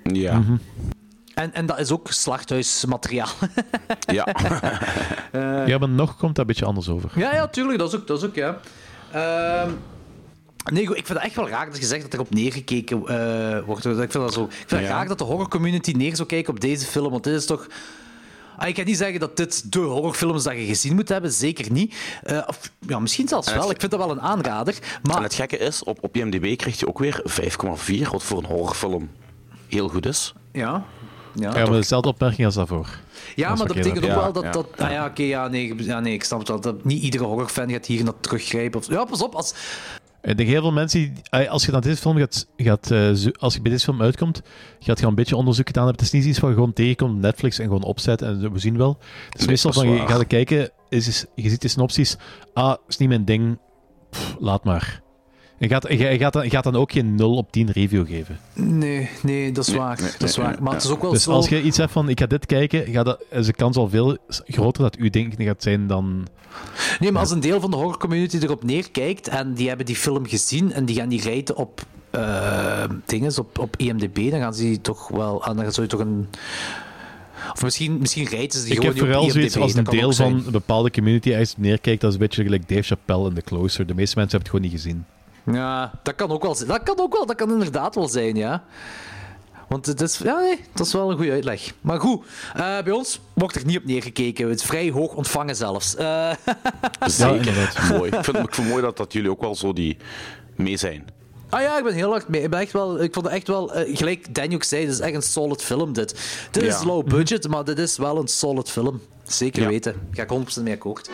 S3: Ja.
S2: Mm-hmm.
S4: En, en dat is ook slachthuismateriaal.
S3: Ja.
S4: uh,
S2: ja, maar nog komt dat een beetje anders over.
S4: Ja, ja, tuurlijk. Dat is ook, dat is ook ja. Uh, nee, goed, ik vind het echt wel raar dat je zegt dat er op neergekeken uh, wordt. Ik vind dat zo. Ik vind het ja. raar dat de horrorcommunity neer zou kijken op deze film, want dit is toch... Ah, ik kan niet zeggen dat dit de horrorfilm is dat je gezien moet hebben, zeker niet. Uh, of, ja, misschien zelfs wel. Ik vind dat wel een aanrader. Maar...
S3: En het gekke is, op, op I M D B krijg je ook weer vijf komma vier, wat voor een horrorfilm heel goed is.
S4: Ja.
S2: Ja, ja maar dezelfde opmerking als daarvoor.
S4: Ja,
S2: dat
S4: maar dat betekent ook
S3: ja,
S4: wel dat...
S3: ja,
S4: dat
S3: ja.
S4: Ah, ja, oké, okay, ja, nee, ja, nee, ik snap het wel. Dat niet iedere horrorfan gaat hier naar teruggrijpen. Of, ja, pas op, als...
S2: Ik denk heel veel mensen, die, als je naar deze film gaat, gaat uh, als je bij deze film uitkomt, gaat je een beetje onderzoek gedaan hebben. Het is niet iets wat je gewoon tegenkomt op Netflix en gewoon opzet en we zien wel. Het is meestal van, je gaat kijken, is, is, je ziet de synopsis, ah, is niet mijn ding, pff, laat maar. Je gaat, je, je, gaat dan, je gaat dan ook geen nul op tien review geven.
S4: Nee, nee, dat is
S3: nee,
S4: waar.
S3: Nee,
S4: dat is
S3: nee,
S4: waar.
S3: nee,
S4: maar
S3: ja.
S4: het is ook wel
S2: dus
S4: zo...
S2: als je iets hebt van, ik ga dit kijken, gaat dat, is de kans al veel groter dat uw ding gaat zijn dan...
S4: Nee, maar als een deel van de horrorcommunity erop neerkijkt en die hebben die film gezien en die gaan die raten op uh, dinges, op, op I M D B, dan gaan ze die toch wel... Dan zou je toch een... Of misschien, misschien rijten ze die
S2: ik
S4: gewoon
S2: heb
S4: niet op
S2: vooral
S4: I M D B.
S2: zoiets als een
S4: dat kan
S2: deel
S4: ook
S2: van
S4: zijn.
S2: een bepaalde community ergens neerkijkt, dat is een beetje gelijk Dave Chappelle in The Closer. De meeste mensen hebben het gewoon niet gezien.
S4: Ja, dat kan ook wel zijn. Dat kan ook wel, dat kan inderdaad wel zijn, ja. Want het is, ja, nee, dat is wel een goede uitleg. Maar goed, uh, bij ons wordt er niet op neergekeken. Het is vrij hoog ontvangen zelfs. Uh...
S3: Zeker. Ja, mooi. Ik vind, ik vind het mooi dat, dat jullie ook wel zo die mee zijn.
S4: Ah ja, ik ben heel hard mee. Ik, ben echt wel, ik vond het echt wel, uh, gelijk Danny ook zei, dit is echt een solid film, dit. Dit is
S3: ja.
S4: low budget, maar dit is wel een solid film. Zeker
S3: ja.
S4: weten. Daar ga ik honderd procent mee akkoord.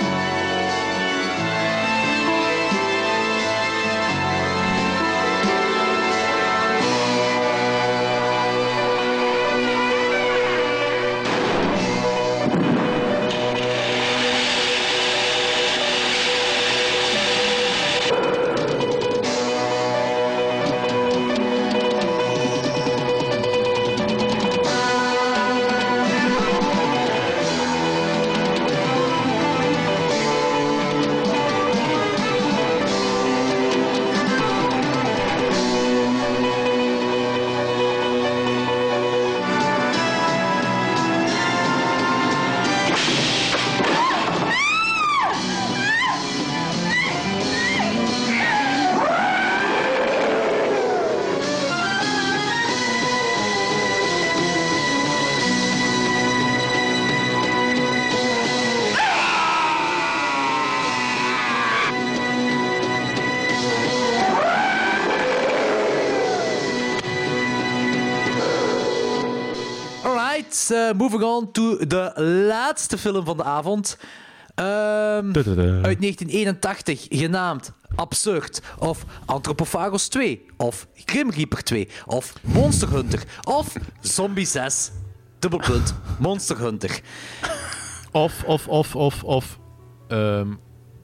S4: Uh, moving on to de laatste film van de avond. Um, uit negentien eenentachtig, genaamd Absurd, of Anthropophagus twee, of Grim Reaper twee, of Monster Hunter, of Zombie zes, dubbelpunt, Monster Hunter.
S2: Of, of, of, of, of... Um,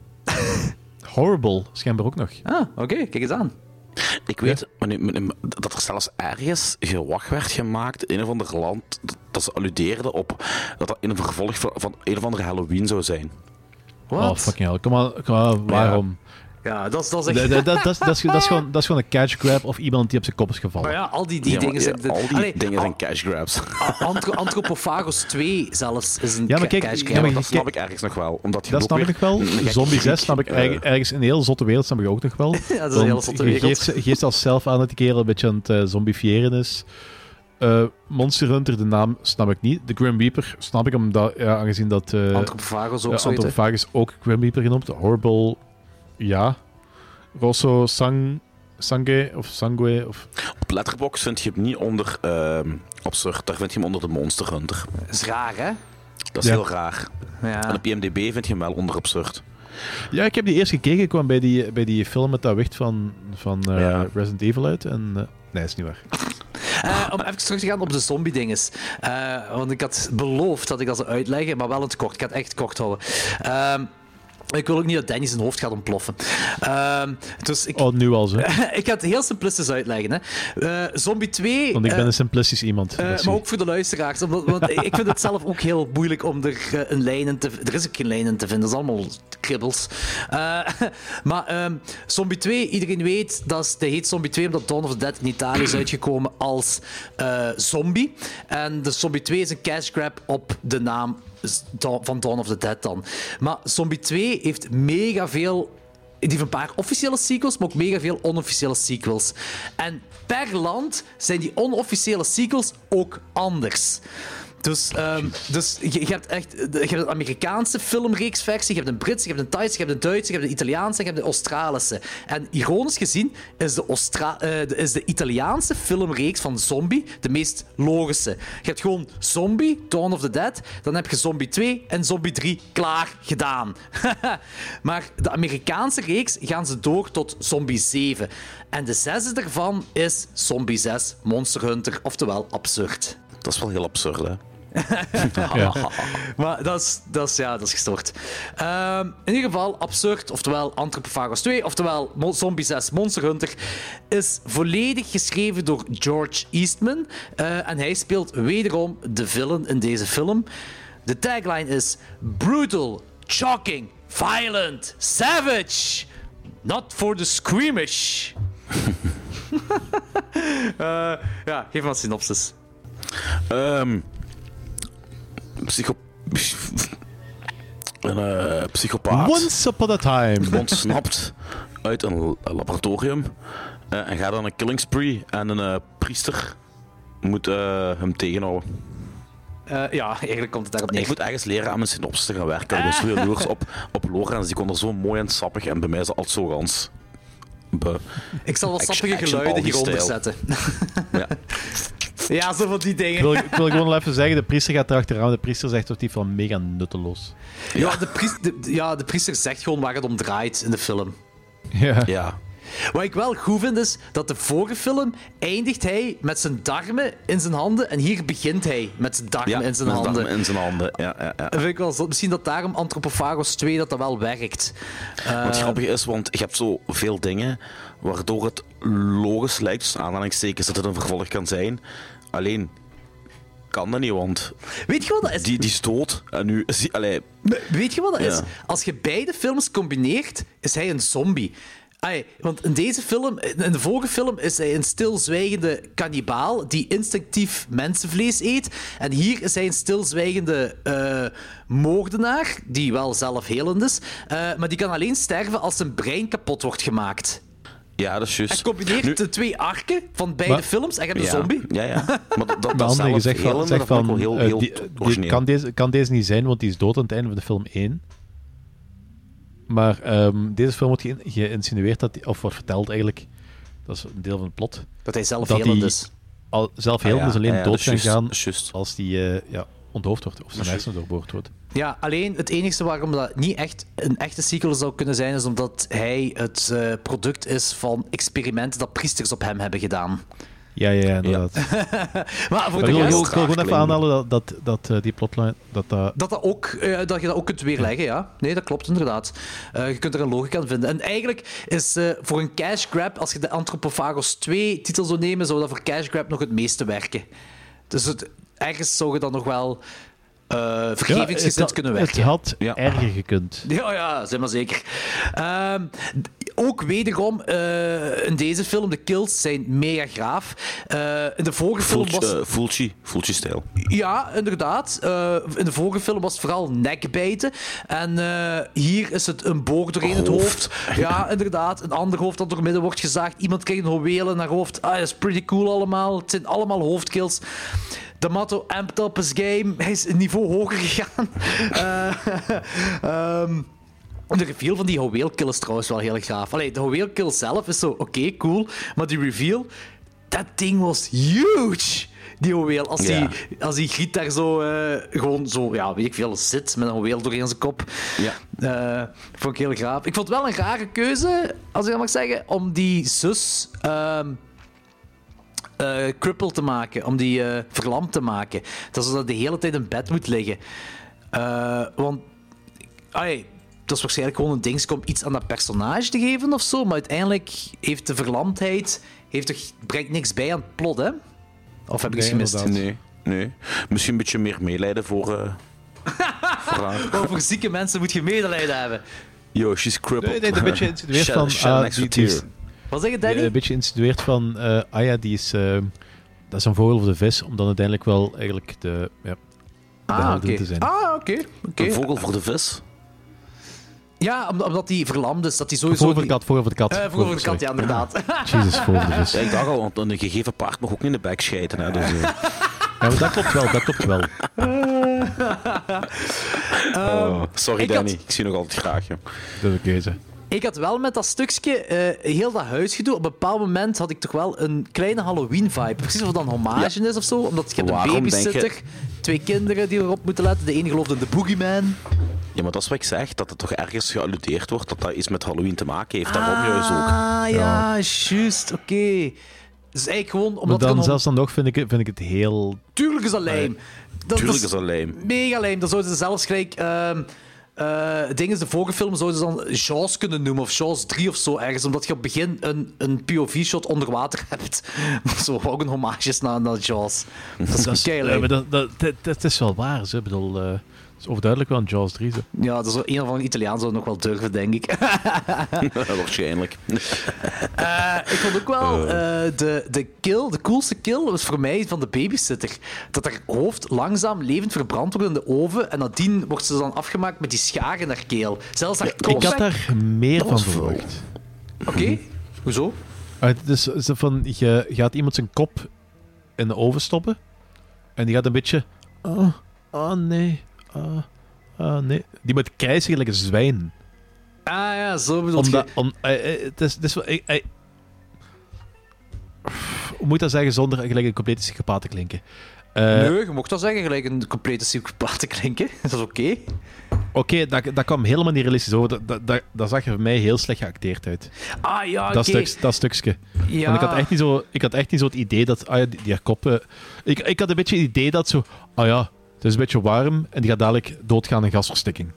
S2: Horrible, schijnbaar ook nog.
S4: Ah, oké, okay, kijk eens aan.
S3: Ik weet ja. dat er zelfs ergens gewag werd gemaakt in een of ander land dat ze alludeerden op dat dat een vervolg van, van een of andere Halloween zou zijn.
S2: What? Oh, fucking hell. Kom maar, kom maar waarom?
S4: Ja, ja dat, dat is echt...
S2: Dat, dat, dat, dat, is, dat, is gewoon, dat is gewoon een cash grab of iemand die op zijn kop is gevallen.
S4: Maar ja, al die, die
S3: ja,
S4: dingen
S3: ja,
S4: zijn...
S3: al die
S4: Allee,
S3: dingen
S4: al,
S3: zijn cash grabs.
S4: Antro, Anthropophagus twee zelfs is een
S2: ja, maar kijk,
S4: cash grab.
S2: Ja, maar
S3: dat snap ik ergens nog wel. Omdat je
S2: dat snap ik nog wel. Zombie zes snap ik uh, ergens een heel zotte wereld snap ik ook nog wel.
S4: Ja, dat is een heel zotte wereld.
S2: Je geeft, geeft als zelf aan dat die kerel een beetje aan het uh, zombifiëren is. Uh, Monster Hunter, de naam snap ik niet. De Grim Reaper snap ik, omdat, ja, aangezien dat... Uh,
S4: Anthropophagus ook
S2: uh,
S4: zo
S2: Anthropophagus ook Grim Reaper genoemd. Horrible, ja. Rosso Sang... Sangue of Sangue of...
S3: Op Letterboxd vind je hem niet onder uh, Absurd, daar vind je hem onder de Monster Hunter.
S4: Dat is raar, hè?
S3: Dat is
S2: ja.
S3: heel raar.
S4: Ja.
S3: En op I M D B vind je hem wel onder Absurd.
S2: Ja, ik heb die eerst gekeken. Ik kwam bij die, bij die film met dat wicht van, van uh, ja. Resident Evil uit. En, uh, nee, is niet waar.
S4: Uh, om even terug te gaan op de zombie-dinges. Uh, want ik had beloofd dat ik dat zou uitleggen, maar wel in het kort. Ik ga het echt kort houden. Uh, Ik wil ook niet dat Danny zijn hoofd gaat ontploffen. Uh, dus ik,
S2: Oh, nu al zo.
S4: ik ga het heel simplistisch uitleggen. Hè. Uh, Zombie twee...
S2: Want ik ben
S4: uh,
S2: een simplistisch iemand.
S4: Uh, maar ook voor de luisteraars. Omdat, want ik vind het zelf ook heel moeilijk om er uh, een lijn in te... Er is ook geen lijn in te vinden. Dat is allemaal kribbels. Uh, maar um, Zombie twee, iedereen weet, dat, is, dat heet Zombie twee omdat Dawn of the Dead in Italië is uitgekomen als uh, zombie. En de Zombie twee is een cash grab op de naam van Dawn of the Dead dan. Maar Zombie twee heeft mega veel... Die heeft een paar officiële sequels, maar ook mega veel onofficiële sequels. En per land zijn die onofficiële sequels ook anders. Dus, um, dus je, je hebt echt je hebt een Amerikaanse filmreeksversie, je hebt een Britse, je hebt een Thaise, je hebt een Duitse, je hebt een Italiaanse en je hebt een Australische. En ironisch gezien is de, Austra- uh, de, is de Italiaanse filmreeks van Zombie de meest logische. Je hebt gewoon Zombie, Dawn of the Dead, dan heb je Zombie twee en Zombie drie klaar gedaan. Maar de Amerikaanse reeks gaan ze door tot Zombie zeven. En de zesde daarvan is Zombie zes, Monster Hunter, oftewel absurd.
S3: Dat is wel heel absurd, hè?
S2: Ja.
S4: Maar dat is, dat is, ja, dat is gestoord. Uh, in ieder geval, absurd, oftewel Anthropophagus twee, oftewel Mo- Zombie zes Monster Hunter, is volledig geschreven door George Eastman. Uh, en hij speelt wederom de villain in deze film. De tagline is brutal, shocking, violent, savage. Not for the squeamish. uh, ja, geef maar een synopsis.
S3: Um, psycho... Een uh, psychopaat
S2: Once upon a time.
S3: ontsnapt uit een laboratorium uh, en gaat aan een killing spree en een uh, priester moet uh, hem tegenhouden.
S4: Uh, ja, eigenlijk komt het daarop neer.
S3: Ik moet ergens leren aan mijn synopsis te gaan werken. Ik ben zo jaloers op, op Lorenz. Die kon er zo mooi en sappig en bij mij is dat altijd zo gans. Be-
S4: Ik zal wat
S3: action-
S4: sappige
S3: action
S4: geluiden hieronder
S3: Aldi-stijl.
S4: zetten.
S3: Ja.
S4: Ja, zo van die
S2: Ik
S4: dingen.
S2: wil, ik wil gewoon wel even zeggen, de priester gaat erachteraan. De priester zegt dat die van mega nutteloos.
S4: Ja, de priester, de, ja, de priester zegt gewoon waar het om draait in de film.
S2: Ja.
S3: Ja.
S4: Wat ik wel goed vind is dat de vorige film eindigt hij met zijn darmen in zijn handen en hier begint hij met zijn darmen
S3: Ja,
S4: in zijn
S3: met
S4: handen.
S3: darmen in zijn handen. Ja, ja, ja.
S4: Dat vind ik wel zo. Misschien dat daarom Anthropophagus twee dat dat wel werkt. Uh,
S3: Wat grappig is, want je hebt zo veel dingen waardoor het logisch lijkt, dus aanhalingstekens, dat het een vervolg kan zijn. Alleen kan dat niet, want
S4: weet je wat dat is?
S3: die, die is dood en nu... zie- Allee,
S4: Weet je wat dat
S3: Ja.
S4: is? Als je beide films combineert, is hij een zombie. Ay, want in deze film, in de vorige film, is hij een stilzwijgende kannibaal die instinctief mensenvlees eet. En hier is hij een stilzwijgende uh, moordenaar, die wel zelfhelend is, uh, maar die kan alleen sterven als zijn brein kapot wordt gemaakt.
S3: ja, dat is juist.
S4: En combineert
S3: Nu-
S4: de twee arken van beide
S2: Maar-
S4: films en je hebt een
S3: ja,
S4: zombie.
S3: Ja, ja. Maar dat, dat,
S2: Maar
S3: dat
S2: André, je zegt van,
S3: zelfhelende,
S2: zegt
S3: dat vond ik
S2: van
S3: wel heel,
S2: eh,
S3: heel
S2: die, die-
S3: origineel.
S2: kan, deze, kan deze niet zijn, want die is dood aan het einde van de film één. Maar ehm, deze film wordt ge- geïnsinueerd, dat die, of wordt verteld eigenlijk, dat is een deel van het plot,
S4: Dat hij
S2: dat
S4: zelfhelend
S2: die
S4: is.
S2: al, zelf heel
S3: Ah, ja.
S2: dus alleen
S3: Ah, ja,
S2: dood
S3: dat is
S2: kan
S3: juist,
S2: gaan
S3: dat is juist.
S2: als die eh, ja, onthoofd wordt, of zijn hersenen doorboord wordt.
S4: Ja, alleen het enige waarom dat niet echt een echte sequel zou kunnen zijn, is omdat hij het uh, product is van experimenten dat priesters op hem hebben gedaan.
S2: Ja, ja, ja, inderdaad.
S4: Maar voor
S2: Maar
S4: de
S2: ik wil, ik wil-
S4: rest,
S2: ik wil gewoon even
S3: klinken.
S2: aanhalen dat, dat, dat eh, die plotline, dat dat...
S4: dat, dat, ook, uh, dat je dat ook kunt weerleggen, ja. Nee, dat klopt inderdaad. Uh, je kunt er een logica aan vinden. En eigenlijk is uh, voor een cash grab, als je de Anthropophagus twee titel zou nemen, zou dat voor cash grab nog het meeste werken. Dus het, ergens zou je dan nog wel uh, vergevingsgezind
S2: het,
S4: kunnen
S2: het
S4: werken.
S2: had
S3: Ja.
S2: erger gekund.
S4: Ja, ja, zeg maar zeker. Um, ook wederom, uh, in deze film, de kills zijn mega graaf. Uh, in de vorige film was...
S3: Fulci, uh, Fulci, Fulci-stijl.
S4: Ja, inderdaad. Uh, in de vorige film was het vooral nekbijten. En uh, hier is het een boog doorheen het hoofd. Ja, inderdaad. Een ander hoofd dat door midden wordt gezaagd. Iemand krijgt een houweel in haar hoofd. Ah, dat is pretty cool allemaal. Het zijn allemaal hoofdkills. D'Amato amped up his game. Hij is een niveau hoger gegaan. uh, um, de reveal van die houweelkill is trouwens wel heel gaaf. Allee, de houweelkill zelf is zo, oké, okay, cool. Maar die reveal, dat ding was huge. Die houweel. Als,
S3: Ja.
S4: die, als die griet daar zo uh, gewoon zo, ja, weet ik veel, zit met een houweel doorheen zijn kop.
S3: Ja.
S4: Uh, vond ik heel gaaf. Ik vond het wel een rare keuze, als ik dat mag zeggen, om die zus... Um, Uh, crippled te maken, om die uh, verlamd te maken. Dat ze dat de hele tijd in bed moet liggen. Uh, want, ay, dat is waarschijnlijk gewoon een ding om iets aan dat personage te geven of zo, maar uiteindelijk heeft de verlamdheid heeft toch, brengt niks bij aan het plot, hè? Of heb ik iets
S2: Nee,
S4: gemist?
S2: inderdaad.
S3: Nee, nee. Misschien een beetje meer meelijden voor, uh, voor haar.
S4: Over zieke mensen moet je medelijden hebben.
S3: Yo, she's crippled.
S2: Nee, nee, een beetje insinueert
S3: Shell-
S2: van...
S3: Shell
S2: ah,
S3: next
S2: die,
S3: to
S2: die is-
S3: tear.
S4: Wat zeg je,
S2: die-
S4: Danny?
S2: een beetje insinueert van... eh, ah ja, die is... eh, dat is een vogel of de vis, om dan uiteindelijk wel eigenlijk de... Ja, de
S4: ah,
S2: heldin
S4: oké.
S2: te zijn.
S4: Ah, oké. oké.
S3: Een vogel voor de vis?
S4: Ja, omdat, omdat die verlamd is, dat hij sowieso...
S2: Vogel voor de kat, vogel voor de kat.
S4: Eh, vogel voor de kat,
S2: sorry.
S4: ja, inderdaad.
S2: Jezus, vogel voor de vis.
S3: Ja, ik dacht al, want een gegeven paard mag ook niet in de bek schijten. Hè, dus, uh.
S2: Ja, maar dat klopt wel, dat klopt wel.
S3: oh, sorry
S4: ik
S3: Danny,
S4: had-
S3: ik zie nog altijd graag. Joh.
S2: Dat is een keuze.
S4: Ik had wel met dat stukje, eh, heel dat huisgedoe, op een bepaald moment had ik toch wel een kleine Halloween-vibe. Precies of dat een hommage is of zo. Omdat je hebt een
S3: Waarom denk
S4: babysitter,
S3: je-
S4: twee kinderen die erop moeten letten. De ene gelooft in de boogeyman.
S3: Ja, maar dat is wat ik zeg, dat er toch ergens gealludeerd wordt dat dat iets met Halloween te maken heeft. Daarom juist ook.
S4: Ah, ja, juist, oké. Dus eigenlijk gewoon omdat
S2: Maar
S4: het
S2: dan,
S4: een
S2: zelfs dan nog, vind ik, het- vind ik het heel...
S4: Tuurlijk is dat lijm. Dat,
S3: Tuurlijk
S4: dat
S3: is dat lijm.
S4: mega lijm. Dan zouden ze zelfs gelijk... ehm eh dingen, de vorige film zouden ze dan Jaws kunnen noemen, of Jaws drie of zo ergens, omdat je op het begin een, een P O V-shot onder water hebt. Zo, ook een hommage is naar, naar Jaws. Dat is
S2: Dat is,
S4: keilijm.
S2: ja, maar dat, dat, dat, dat is wel waar. Zo. Ik bedoel, eh, het is overduidelijk wel een Jaws drie. Zo.
S4: Ja, dat is wel een of andere Italiaan zou het nog wel durven, denk ik.
S3: Waarschijnlijk.
S4: Eh, ik vond ook wel eh, de, de kill, de coolste kill was voor mij van de babysitter. Dat haar hoofd langzaam levend verbrand wordt in de oven en nadien wordt ze dan afgemaakt met die schaar in haar keel. Zelfs haar
S2: Ik
S4: kop.
S2: had daar meer van
S3: was veel.
S2: verwacht.
S4: Oké, hoezo?
S2: Uh, dus zo van, je gaat iemand zijn kop in de oven stoppen en die gaat een beetje... Oh, oh nee, oh, oh nee. Die moet krijsen gelijk een zwijn.
S4: Ah ja, zo bedoel je.
S2: Omdat, om, eh, eh, het is, het is wel... eh, eh, hoe moet ik dat zeggen zonder gelijk een complete psychopaat te klinken? Eh,
S4: Nee, je mocht dat zeggen, gelijk een complete psychopaat te klinken. Dat is oké.
S2: Oké, dat, dat kwam helemaal niet realistisch over. Dat, dat, dat, dat zag er voor mij heel slecht geacteerd uit.
S4: Ah ja, oké.
S2: Dat, stuk, dat stukje.
S4: Ja.
S2: Want ik had echt niet zo, ik had echt niet zo het idee dat... Ah ja, die, die haar kop... eh, ik, ik had een beetje het idee dat zo... Ah ja, het is een beetje warm en die gaat dadelijk doodgaan in gasverstikking.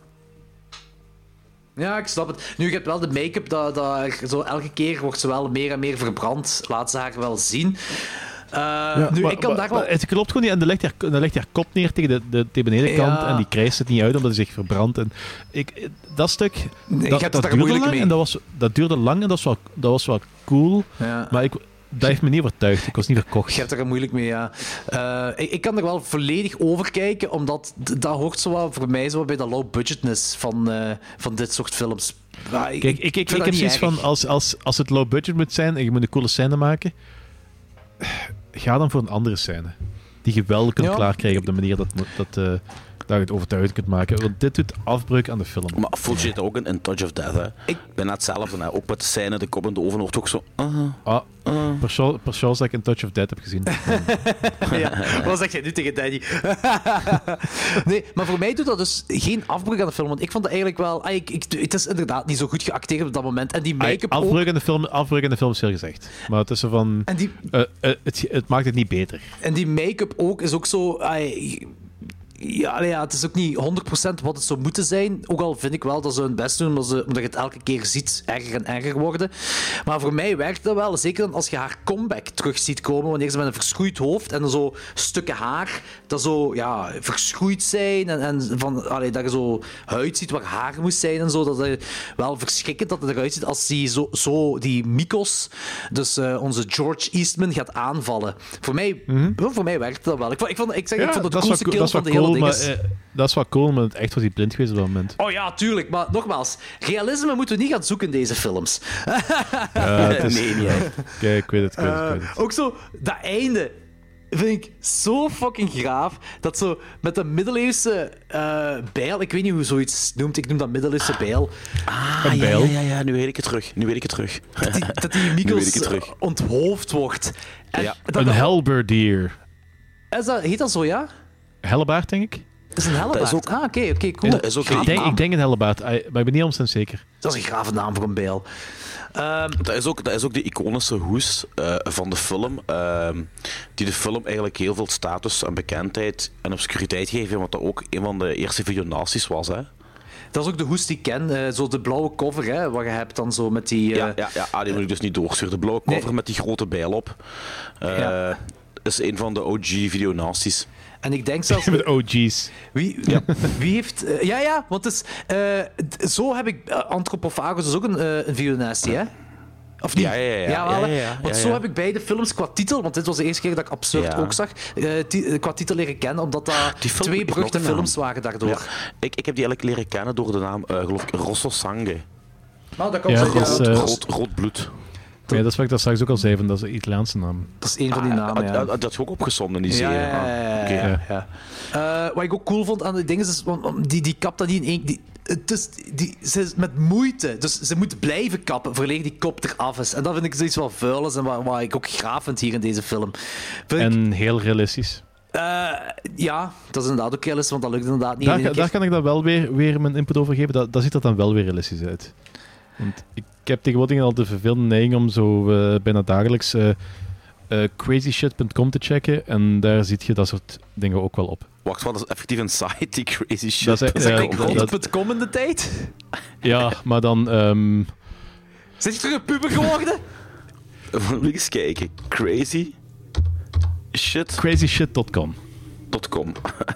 S4: Ja, ik snap het. Nu, je hebt wel de make-up, dat, dat, zo elke keer wordt ze wel meer en meer verbrand. Laat ze haar wel zien. Uh, nu,
S2: maar,
S4: ik kan
S2: maar,
S4: daar wel...
S2: maar het klopt gewoon niet. En dan legt haar, dan legt haar kop neer tegen de, de, de benedenkant
S4: Ja.
S2: en die krijst het niet uit omdat hij zich verbrandt. En ik, dat stuk,
S4: Nee, je
S2: dat,
S4: hebt
S2: dat
S4: het daar
S2: duurde
S4: moeilijk
S2: lang
S4: mee.
S2: en dat, was, dat duurde lang en dat was wel, dat was wel cool.
S4: Ja.
S2: Maar ik, dat heeft me niet overtuigd. Ik was niet verkocht.
S4: Je hebt er moeilijk mee, ja. Uh, ik, ik kan er wel volledig over kijken, omdat d- dat hoort zo wat voor mij zo wat bij de low-budgetness van, uh, van dit soort films. Maar
S2: Kijk, ik, ik, ik,
S4: vind dat
S2: heb
S4: niet
S2: zoiets
S4: erg.
S2: van, als, als, als het low budget moet zijn en je moet een coole scène maken, ga dan voor een andere scène. Die je wel kunt
S4: Ja.
S2: klaarkrijgen op de manier dat, dat, uh, dat je het overtuigend kunt maken. Want dit doet afbreuk aan de film.
S3: Maar voel je het ook in, in Touch of Death, hè?
S4: Ik-
S3: Bijna hetzelfde, hè? Ook met de scène, de kop in de oven wordt ook zo... Uh,
S2: Ah,
S3: uh.
S2: per show- per shows dat ik een Touch of Death heb gezien.
S4: Ja, wat zeg jij nu tegen Danny? Nee, maar voor mij doet dat dus geen afbreuk aan de film. Want ik vond het eigenlijk wel... ah, ik, ik, het is inderdaad niet zo goed geacteerd op dat moment. En die make-up ook...
S2: Afbreuk aan de film, afbreuk aan de film is veel gezegd. Maar het is zo van...
S4: En die,
S2: Uh, uh, het, het maakt het niet beter.
S4: en die make-up ook is ook zo... ah, ja, nee, ja, het is ook niet honderd procent wat het zou moeten zijn. Ook al vind ik wel dat ze hun best doen, omdat, ze, omdat je het elke keer ziet erger en erger worden. Maar voor mij werkt dat wel. Zeker dan als je haar comeback terug ziet komen, wanneer ze met een verschroeid hoofd en dan zo stukken haar dat zo ja, verschroeid zijn. En, en van, allee, dat je zo huid ziet waar haar moest zijn en zo. Dat is wel verschrikkend dat het eruit ziet als die zo, zo die Mikos, dus uh, onze George Eastman, gaat aanvallen. Voor mij, mm-hmm. voor mij werkt dat wel. Ik vond, ik vond, ik zeg,
S2: Ja,
S4: ik vond het de
S2: dat is
S4: coolste
S2: wel-
S4: kill
S2: dat is
S4: van
S2: wel
S4: de hele
S2: cool,
S4: ding.
S2: maar,
S4: is-
S2: eh, dat is wel cool, maar echt was hij blind geweest op dat moment.
S4: Oh ja, tuurlijk. Maar nogmaals, realisme moeten we niet gaan zoeken in deze films.
S2: Ja, het is-
S3: Nee, niet echt.
S2: Kijk, ik weet het, ik weet het, ik
S4: Uh,
S2: weet het.
S4: ook zo, dat einde vind ik zo fucking graaf. Dat zo met de middeleeuwse uh, bijl, ik weet niet hoe zoiets noemt, ik noem dat middeleeuwse bijl.
S3: Ah,
S2: Een
S3: ja,
S2: bijl.
S3: ja, ja, ja, nu weet ik het terug. Nu weet ik het terug.
S4: Dat die, dat die
S3: Nu weet ik
S4: Mikos
S3: het terug.
S4: uh, onthoofd wordt. En
S3: Ja.
S4: dat,
S2: Een
S4: dat-
S2: halberdier.
S4: is dat, heet dat zo, ja?
S2: Hellebaard, denk ik.
S4: Dat is een hellebaard.
S3: Dat is ook-
S4: Ah, oké, oké, cool.
S3: dat is ook-
S4: Grave
S2: Ik denk,
S4: naam.
S2: ik denk een hellebaard, maar ik ben niet honderd procent zeker.
S4: Dat is een grave naam voor een bijl. Um,
S3: Dat is ook, dat is ook de iconische hoes uh, van de film, uh, die de film eigenlijk heel veel status en bekendheid en obscuriteit geven, want dat ook een van de eerste videonaties was, hè?
S4: Dat is ook de hoest die ik ken. Uh, zo de blauwe cover, hè, wat je hebt dan zo met die... Uh...
S3: Ja, ja, ja ah, die moet ik dus niet doorsturen. De blauwe cover nee. met die grote bijl op. Uh, ja. is een van de O G videonasties.
S4: En ik denk zelfs...
S2: Met O G's.
S4: Wie, ja. wie heeft... Uh, ja, ja, want dus, uh, zo heb ik... Uh, Anthropophagus is ook een, uh, een videonasty, hè? Of niet?
S3: Ja, ja, ja. ja,
S4: ja,
S3: ja, ja, ja
S4: want
S3: ja,
S4: zo
S3: ja.
S4: heb ik beide films qua titel, want dit was de eerste keer dat ik Absurd ja. ook zag, uh, t- qua titel leren kennen, omdat dat twee beruchte films waren daardoor. Ja.
S3: Ik, ik heb die eigenlijk leren kennen door de naam, uh, geloof ik, Rosso Sangue.
S4: Nou, dat kan
S2: ja,
S4: zijn.
S2: Dat is, uh,
S3: rood, rood bloed.
S2: Ja, dat is wat ik dat straks ook al zei, van, dat is een Italiaanse naam.
S4: Dat is een van die
S3: ah,
S4: namen, ja.
S3: Dat, dat is ook opgezond in die serie.
S4: Ja, ja, ja. ja,
S3: okay.
S4: ja, ja. Uh, wat ik ook cool vond aan de dingen is, want die, die kapt dat niet in één... Die, het is, die, ze is met moeite, dus ze moet blijven kappen voordat die kop eraf is. En dat vind ik zoiets wel vuil is en wat, wat ik ook graag vind hier in deze film. Vind
S2: en
S4: ik,
S2: heel realistisch.
S4: Uh, ja, dat is inderdaad ook realistisch, want dat lukt inderdaad niet.
S2: Daar, daar kan ik dan wel weer, weer mijn input over geven. Dat, dat ziet er dan wel weer realistisch uit. Want ik heb tegenwoordig al de vervelende neiging om zo uh, bijna dagelijks uh, uh, crazy shit punt com te checken. En daar zie je dat soort dingen ook wel op.
S3: Wacht, wat is effectief een site, die crazy shit?
S2: Dat is,
S4: is dat
S2: uh,
S4: honderd punt com in de tijd?
S2: Ja, maar dan... Um...
S4: Zit je terug een puber geworden?
S3: Moet ik eens kijken. Crazy shit...
S2: crazy shit punt com.
S3: .com.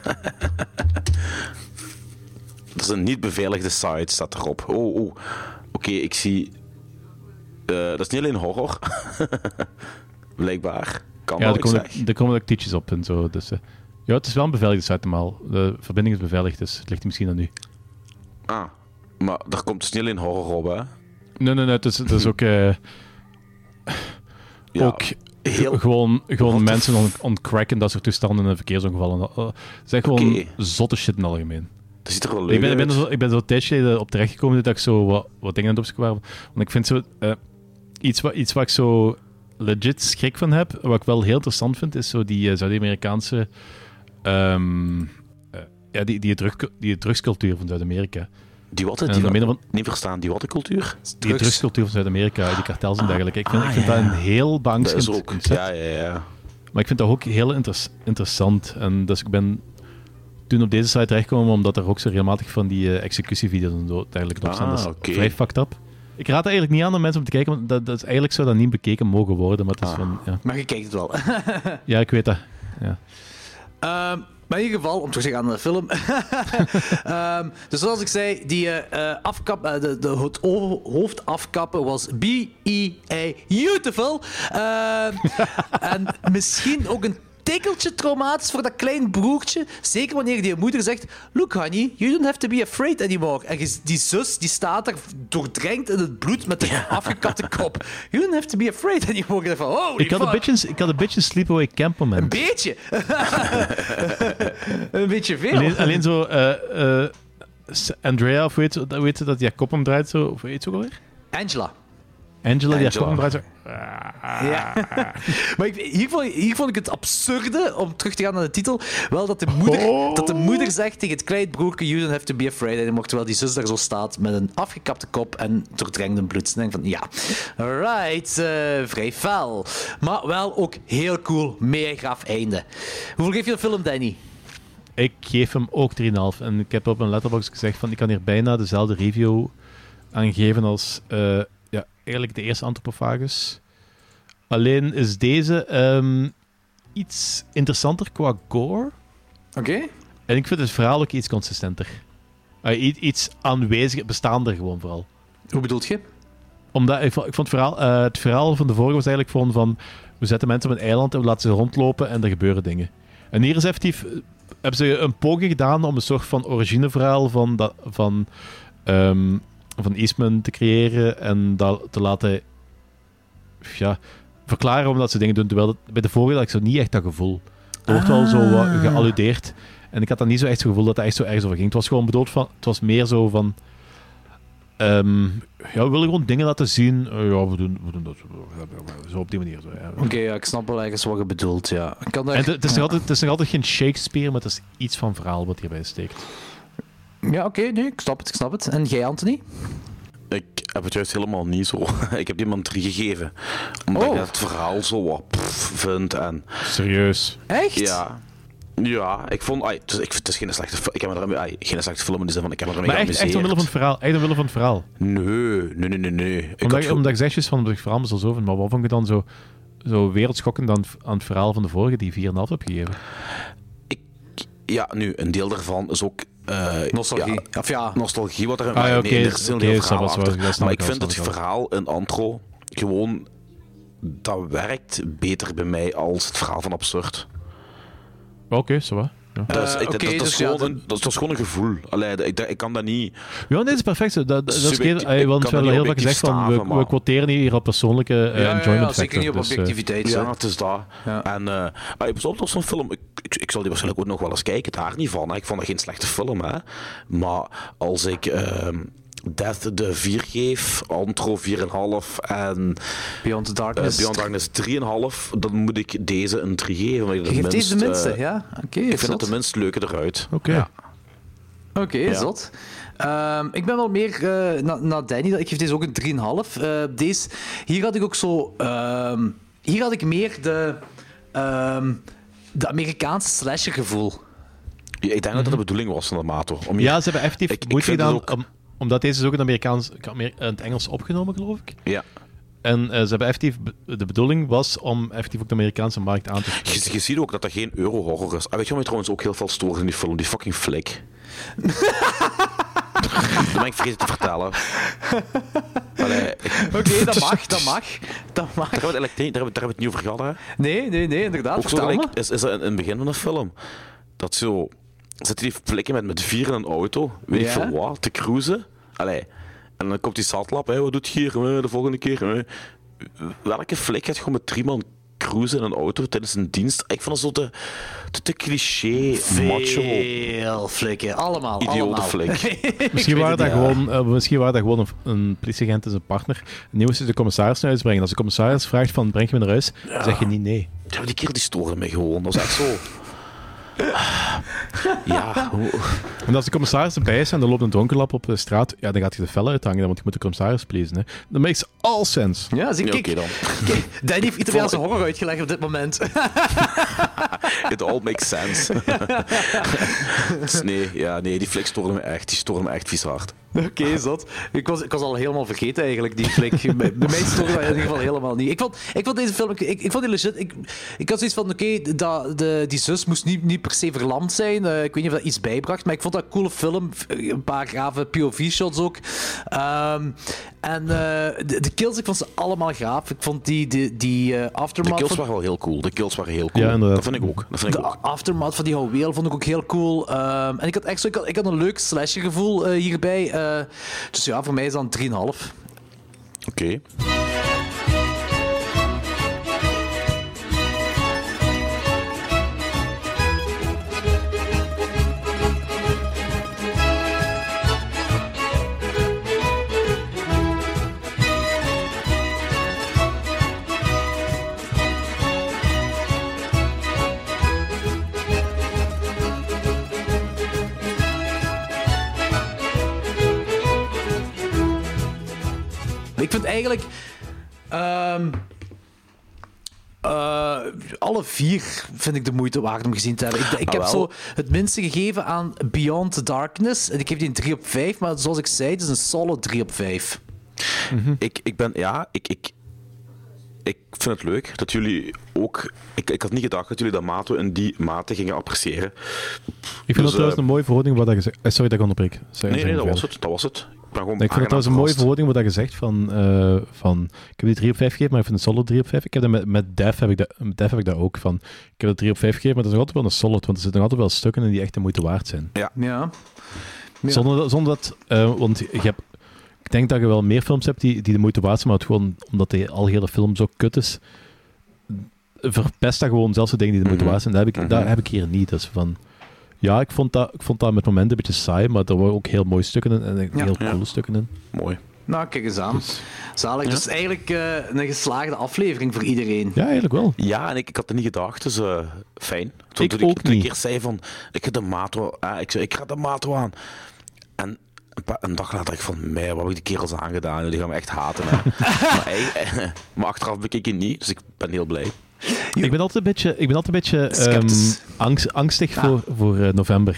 S3: Dat is een niet beveiligde site, staat erop. Oh, oh. Oké, okay, ik zie... Uh, dat is niet alleen horror. Blijkbaar. Kan
S2: ja,
S3: wel,
S2: er komen, er komen ook teachers op en zo. Dus, uh, ja, het is wel een beveiligde site normaal. De verbinding is beveiligd, dus het ligt misschien aan u.
S3: Ah, maar daar komt dus niet alleen horror op, hè?
S2: Nee, nee, nee. Het is, het is ook... Uh,
S3: ja,
S2: ook heel... gewoon, gewoon mensen on, on crack en dat soort toestanden en verkeersongevallen. Uh, het zijn gewoon okay. zotte shit in het algemeen.
S3: Dat ziet er wel leuk
S2: ik ben,
S3: uit.
S2: Ik ben, zo, ik ben zo een tijdje op terechtgekomen dat ik zo wat, wat dingen aan het opzoeken was. Want ik vind zo... Uh, iets, wat, iets wat ik zo legit schrik van heb, wat ik wel heel interessant vind, is zo die uh, Zuid-Amerikaanse... Um, uh, ja, die, die, drug, die drugscultuur van Zuid-Amerika.
S3: Die wat? Die van, van, niet verstaan, die wat cultuur?
S2: Die drugscultuur van Zuid-Amerika, die kartels en dergelijke. Ik vind, ah, ik vind ja. dat een heel beangstigend
S3: dat is ook,
S2: concept.
S3: Ja, ja, ja.
S2: Maar ik vind dat ook heel inter- interessant. En dus ik ben toen op deze site terechtgekomen, omdat er ook zo regelmatig van die uh, executievideo's en zo dergelijke op staan.
S3: Ah,
S2: dat is
S3: okay.
S2: vrij fucked up. Ik raad dat eigenlijk niet aan aan mensen om te kijken, want dat, dat is, eigenlijk zou dat niet bekeken mogen worden. Maar, het is
S3: ah.
S2: van, ja.
S4: maar je kijkt het wel.
S2: Ja, ik weet dat. Ja.
S4: Uh, maar in ieder geval, om terug te gaan naar de film. um, dus zoals ik zei, die uh, afkap, uh, de, de, het hoofd afkappen was B E A beautiful. Uh, en misschien ook een tikkeltje traumatisch voor dat klein broertje. Zeker wanneer die moeder zegt, look honey, you don't have to be afraid anymore. En die zus die staat er doordrenkt in het bloed met de afgekapte kop. You don't have to be afraid anymore. Ik, van, oh,
S2: ik, had een beetje, ik had een beetje een sleepaway camp moment.
S4: Een beetje? Een beetje veel.
S2: Alleen, alleen zo... Uh, uh, Andrea, of weet je weet dat die kop omdraait zo... Of weet je ook alweer?
S4: Angela.
S2: Angela, die kop omdraait zo...
S4: Ja. Maar ik, hier, vond, hier vond ik het absurde, om terug te gaan naar de titel, wel dat de moeder, oh. dat de moeder zegt tegen het klein broertje, you don't have to be afraid anymore, terwijl die zus daar zo staat met een afgekapte kop en doordrengde bloed. En ik denk van, ja, alright, uh, vrij fel. Maar wel ook heel cool, mega gaaf einde. Hoeveel geef je de film, Danny?
S2: Ik geef hem ook drie komma vijf. En ik heb op een letterbox gezegd van, ik kan hier bijna dezelfde review aan geven als... Uh, Ja, eigenlijk de eerste Anthropophagus. Alleen is deze um, iets interessanter qua gore.
S4: Oké. Okay.
S2: En ik vind het verhaal ook iets consistenter. Uh, iets aanweziger, bestaander gewoon vooral.
S4: Hoe bedoelt je?
S2: Omdat, ik vond, ik vond het, verhaal, uh, het verhaal van de vorige was eigenlijk gewoon van... We zetten mensen op een eiland en we laten ze rondlopen en er gebeuren dingen. En hier is effectief... Hebben ze een poging gedaan om een soort van origineverhaal van... Dat, van um, van Eastman te creëren en dat te laten ja, verklaren waarom dat ze dingen doen. Terwijl het, bij de vorige had ik zo niet echt dat gevoel. Er wordt ah. wel zo wat gealludeerd. En ik had dan niet zo echt het gevoel dat het echt zo ergens over ging. Het was gewoon bedoeld van... Het was meer zo van... Um, ja, we willen gewoon dingen laten zien. Uh, ja, we doen, we doen dat zo op die manier. Ja.
S4: Oké, okay, ja, ik snap wel ergens wat je bedoelt, ja. Ik kan daar...
S2: En het is, nog altijd, het is nog altijd geen Shakespeare, maar het is iets van verhaal wat hierbij steekt.
S4: Ja, oké, okay, nee, ik snap het, ik snap het. En jij, Anthony?
S3: Ik heb het juist helemaal niet zo. Ik heb die man drie gegeven. Omdat oh. ik het verhaal zo wat pff vind en...
S2: Serieus?
S4: Echt?
S3: Ja. Ja, ik vond... Ay, het, is, ik, het is geen slechte, ik heb me ermee, ay, geen slechte film in de zin van ik heb me ermee
S2: Maar echt, echt
S3: geamuseerd.
S2: omwille van het verhaal. Echt omwille van het verhaal.
S3: Nee, nee, nee, nee. nee. Ik
S2: Omdat,
S3: had
S2: je, omdat je zegt juist van het verhaal is al zo van, maar wat vond je dan zo, zo wereldschokkend aan, aan het verhaal van de vorige die vier komma vijf heb gegeven?
S3: Ik, ja, nu, een deel daarvan is ook... Uh,
S4: Nostalgie.
S3: Ja,
S4: of ja...
S3: Nostalgie, wat er...
S2: Ah, ja,
S3: nee,
S2: oké,
S3: er is een
S2: oké,
S3: heel
S2: dat
S3: verhaal
S2: was-
S3: achter.
S2: dat snap
S3: Maar
S2: ik
S3: ik
S2: wel,
S3: vind het
S2: snap ik wel.
S3: verhaal in Antro gewoon... Dat werkt beter bij mij als het verhaal van Absurd.
S2: Oké, okay, zo wat. Ja.
S3: Dat is,
S4: Uh,
S3: ik, dat,
S4: oké,
S3: dat,
S4: dus
S3: is
S4: ja,
S3: gewoon
S4: dan-
S3: een, dat, is, dat is gewoon een gevoel. Allee, ik, ik kan dat niet...
S2: Ja, nee, dat is perfect. zo. Dat, dat is
S3: Subjectief-
S2: keer,
S3: ik
S2: want
S3: kan
S2: we
S3: dat
S2: hebben
S3: niet
S2: heel vaak
S3: objectief
S2: gezegd van, we,
S3: staven,
S2: we
S3: maar-
S2: quoteren hier op persoonlijke uh,
S4: Ja, ja,
S2: enjoyment
S4: ja,
S2: factor.
S4: zeker niet op
S2: dus, uh,
S4: objectiviteit.
S3: Ja,
S4: hè.
S3: het is dat.
S4: Ja.
S3: En uh, bijvoorbeeld op zo'n film, ik, ik, ik zal die waarschijnlijk ook nog wel eens kijken, daar niet van. Hè. Ik vond dat geen slechte film, hè. Maar als ik uh, Death de vier geef, Antro vier komma vijf en
S4: Beyond the
S3: uh,
S4: Darkness.
S3: Beyond Darkness drie komma vijf, dan moet ik deze een drie geven. omdat ik
S4: Je
S3: het
S4: geeft deze de
S3: minst,
S4: minste,
S3: uh,
S4: ja? Oké,
S3: Ik vind
S4: zot.
S3: het de minst leuke eruit.
S2: Oké.
S3: Ja.
S4: Oké,
S3: Ja.
S4: zot. Ehm, ik ben wel meer uh, naar na Danny. Ik geef deze ook een drie komma vijf. Uh, deze, hier had ik ook zo... ehm, hier had ik meer de, ehm, de Amerikaanse slasher gevoel.
S3: Ja, ik denk dat dat de bedoeling was van de Mato. Om
S2: Ja, ze hebben effectief
S3: Ik- ik
S2: moeite
S3: vind het
S2: gedaan,
S3: ook-
S2: om, omdat deze is ook in, Amerikaans, in het Engels opgenomen, geloof ik.
S3: Ja.
S2: En uh, ze hebben effectief... De bedoeling was om effectief ook de Amerikaanse markt aan te spreken.
S3: Je, je ziet ook dat dat geen euro-horror is. Ah, weet je wat mij trouwens ook heel veel stoort in die film? Die fucking flik. Dat ben ik vergeten te vertellen. Allee, ik-
S4: Oké, okay, dat mag, dat mag. Dat mag.
S3: Daar hebben we het eigenlijk niet- daar hebben we- daar hebben we het niet over gehad, hè?
S4: Nee, nee, nee, inderdaad.
S3: Ook zo
S4: Vertel
S3: gelijk,
S4: me.
S3: is, is er in, in het begin van de film dat zo zitten die flikken met, met vier in een auto, weet ik
S4: Ja.
S3: veel wat, te cruisen. Allee. En dan komt die zatlap, hè, wat doet je hier, eh, de volgende keer. eh. Welke flik gaat gewoon met drie man cruisen in een auto tijdens een dienst? Ik vond dat zo te, te, te cliché, macho,
S4: Veel flikken. Allemaal,
S3: idiote
S4: allemaal.
S3: flik.
S2: Misschien waren, dat
S4: het
S2: gewoon, uh, misschien waren dat gewoon een, een politieagent en zijn partner. En nu moest ze de commissaris naar huis brengen. Als de commissaris vraagt van, breng je me naar huis? Dan zeg je niet nee.
S3: Ja, die keer die storen me gewoon. Dat was echt zo... Ja, hoe...
S2: En als de commissaris erbij is en er loopt een dronkenlap op de straat, ja, dan gaat je de fel uithangen, want je moet de commissaris pleasen. Hè. Dat makes all sense.
S4: Ja, zie,
S3: Ja,
S4: kijk,
S3: oké dan.
S4: kijk, Danny heeft Italiaanse horror uitgelegd op dit moment.
S3: It all makes sense. Dus nee, ja, nee, die flik stoorde me echt. Die stoorde me echt vies hard.
S4: Oké, okay, zot. Ik was, ik was al helemaal vergeten eigenlijk, die flik. Bij bij mij stoorde dat in ieder geval helemaal niet. Ik vond, ik vond deze film, ik, ik vond die legit. Ik, ik had zoiets van, oké, okay, de, die zus moest niet, niet per se verlamd zijn. Uh, ik weet niet of dat iets bijbracht, maar ik vond dat een coole film. Een paar gave P O V-shots ook. Um, en uh, de, de kills, ik vond ze allemaal gaaf. Ik vond die, die, die uh, aftermath...
S3: De kills
S4: van,
S3: waren wel heel cool. De kills waren heel cool.
S2: Ja, inderdaad.
S3: Dat vind ik ook. Dat vind ik
S4: de
S3: ook.
S4: aftermath van die houweel vond ik ook heel cool. Um, en ik had echt zo, ik had, ik had een leuk slasher gevoel uh, hierbij. Uh, dus ja, voor mij is dat een drie komma vijf.
S3: Oké. Okay.
S4: Ik vind eigenlijk... Um, uh, alle vier vind ik de moeite waard om gezien te hebben. Ik, ik
S3: Ah,
S4: heb
S3: wel.
S4: zo het minste gegeven aan Beyond the Darkness. En ik geef die een drie op vijf, maar zoals ik zei, het is een solid drie op vijf.
S2: Mm-hmm.
S3: Ik, ik ben... Ja, ik... ik Ik vind het leuk dat jullie ook... Ik, ik had niet gedacht dat jullie dat Mato in die mate gingen appreciëren.
S2: Ik vind
S3: Dus,
S2: dat trouwens
S3: uh,
S2: een mooie verhouding wat dat gezegd... Eh, sorry dat ik onderbreek. Zeg,
S3: Nee,
S2: zeg
S3: nee, dat
S2: verder.
S3: was het. Dat was het. Ik ben gewoon
S2: Nee, ik vind het trouwens een mooie verhouding wat dat gezegd van, uh, van... Ik heb die drie op vijf gegeven, maar ik vind het solid drie op vijf. Ik heb dat met, met Death heb ik dat, met Death heb ik dat ook van... Ik heb dat drie op vijf gegeven, maar dat is nog altijd wel een solid, want er zitten nog altijd wel stukken in die echt de moeite waard zijn.
S3: Ja.
S4: Ja. Ja.
S2: Zonder, dat- zonder dat... Uh, want je hebt... Ik denk dat je wel meer films hebt die, die de moeite waard zijn, maar het gewoon omdat de algehele film zo kut is... verpest dat gewoon zelfs de dingen die de moeite
S3: Mhm.
S2: waard zijn. Dat heb ik,
S3: Mhm.
S2: dat heb ik hier niet. Dus van... Ja, ik vond, dat, ik vond dat met momenten een beetje saai, maar er waren ook heel mooie stukken in en
S4: Ja.
S2: heel
S3: Ja.
S2: coole stukken in.
S3: Mooi.
S4: Nou, kijk eens aan. Zalig.
S3: Ja.
S4: Dus eigenlijk uh, een geslaagde aflevering voor iedereen.
S2: Ja, eigenlijk wel.
S3: Ja, en ik, ik had er niet gedacht, dus uh, fijn. Toen,
S2: Ik
S3: toen
S2: ook
S3: ik, toen ik
S2: niet.
S3: eerst zei van, ik ga de Mato, ah, ik zei, ik ga de Mato aan. En een, pa- een dag later dacht ik van, mij, wat heb ik die kerels aangedaan? Die gaan me echt haten. Hè. maar, hij- maar achteraf bekijk ik niet, dus ik ben heel blij.
S2: Ik ben altijd een beetje, ik ben altijd een beetje um,
S4: Sceptisch.
S2: angst, angstig
S4: Ja.
S2: voor, voor uh, november.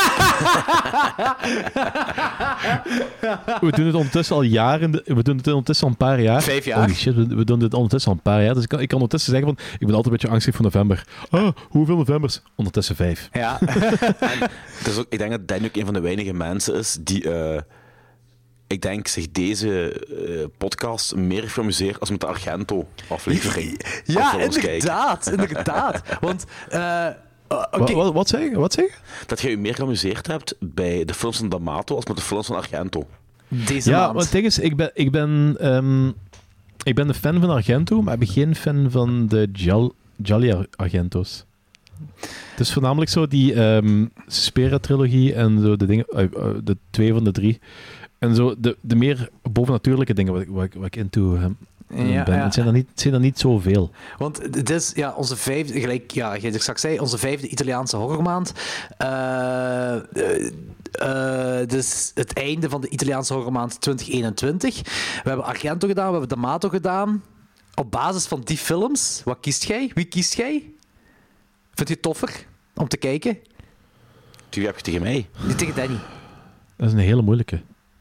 S2: We doen het ondertussen al jaren. We doen het ondertussen al een paar jaar.
S4: Vijf jaar.
S2: Holy shit, we, we doen het ondertussen al een paar jaar. Dus ik kan, ik kan ondertussen zeggen van, ik ben altijd een beetje angstig voor november. Ah, hoeveel novembers? Ondertussen vijf.
S4: Ja.
S3: En dus ook, ik denk dat Danny ook een van de weinige mensen is die, uh, ik denk, zich deze uh, podcast meer heeft geamuseerd als met de Argento-aflevering.
S4: Ja, inderdaad. Inderdaad. Want... Uh, uh, okay.
S2: Wat, wat, wat zeg je? Wat zeg je?
S3: Dat je je meer geamuseerd hebt bij de films van D'Amato als met de films van Argento.
S4: Deze
S2: ja,
S4: maand.
S2: maar het ding is, ik ben, ik ben, um, ik ben een fan van Argento, maar ik ben geen fan van de Gial, Gialli Argento's. Het is voornamelijk zo die um, Suspiria-trilogie en zo de dingen, uh, uh, de twee van de drie. En zo de, de meer bovennatuurlijke dingen wat ik, wat ik, wat ik into um,
S4: Ja,
S2: ben.
S4: ja.
S2: Het zijn er niet, het zijn er niet zoveel.
S4: Want het is ja, onze vijfde, gelijk ja, je straks zei, onze vijfde Italiaanse horrormaand. Uh, uh, uh, dus het einde van de Italiaanse horrormaand twintig eenentwintig. We hebben Argento gedaan, we hebben D'Amato gedaan. Op basis van die films, wat kiest jij? Wie kiest jij? Vind je het toffer om te kijken?
S3: Die heb je tegen mij.
S4: Niet tegen Danny.
S2: Dat is een hele moeilijke.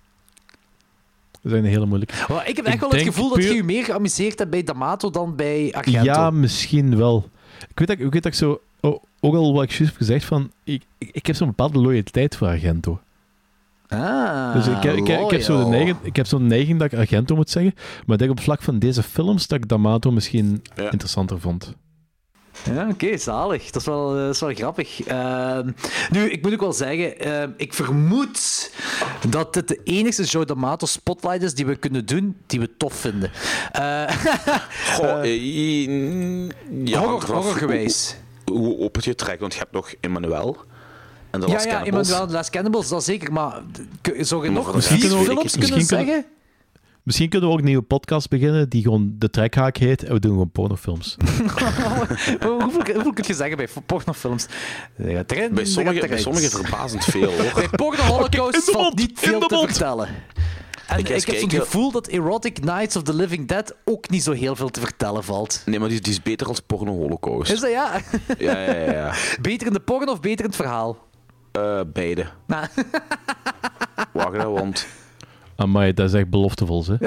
S2: Dat is een hele moeilijke.
S4: Maar ik heb echt
S2: Ik
S4: wel het
S2: denk
S4: gevoel dat
S2: puur-
S4: je je meer geamuseerd hebt bij D'Amato dan bij Argento.
S2: Ja, misschien wel. Ik weet dat ik, ik, weet dat ik zo... Oh, ook al wat ik juist heb gezegd van... Ik, ik, ik heb zo'n bepaalde loyaliteit voor Argento.
S4: Ah,
S2: Dus ik, ik, ik, ik heb zo'n
S4: loyal.
S2: neiging, ik heb zo'n neiging dat ik Argento moet zeggen. Maar ik denk op vlak van deze films dat ik D'Amato misschien
S3: Ja.
S2: interessanter vond.
S4: Ja, oké, okay, zalig. Dat is wel, uh, dat is wel grappig. Uh, nu, ik moet ook wel zeggen, uh, ik vermoed dat dit de enige Joe D'Amato spotlight is die we kunnen doen, die we tof vinden. Uh,
S3: Goh, uh, ja,
S4: horror, horrorgewijs.
S3: Hoe, hoe open je het trekt, want je hebt nog Emmanuel en de
S4: Ja,
S3: Last
S4: ja,
S3: Cannibals.
S4: Emmanuel de Last Cannibals, dat zeker. Maar k- zou je
S3: Maar
S4: nog
S3: voor de
S4: vier
S3: rest-
S4: films
S3: misschien
S4: kunnen
S2: kunnen-
S4: zeggen?
S2: Misschien kunnen we ook een nieuwe podcast beginnen die gewoon De Trekhaak heet en we doen gewoon pornofilms.
S4: hoeveel, hoeveel kun je zeggen bij pornofilms? Er gaat erin,
S3: Bij
S4: er
S3: sommige,
S4: gaat
S3: bij
S4: eruit.
S3: sommige verbazend veel, hoor.
S4: Bij Porno Holocaust
S2: in de
S4: valt
S2: mond,
S4: niet
S2: in
S4: veel
S2: de
S4: te
S2: mond.
S4: vertellen. En
S3: Ik
S4: ik,
S3: eens
S4: heb zo'n
S3: kijken.
S4: gevoel dat Erotic Nights of the Living Dead ook niet zo heel veel te vertellen valt.
S3: Nee, maar die, die is beter als Porno Holocaust.
S4: Is dat ja?
S3: Ja, ja, ja. ja.
S4: Beter in de porno of beter in het verhaal?
S3: Uh, beide.
S4: Nou,
S3: Wacht, hè, want...
S2: Amai, dat is echt beloftevol, hè?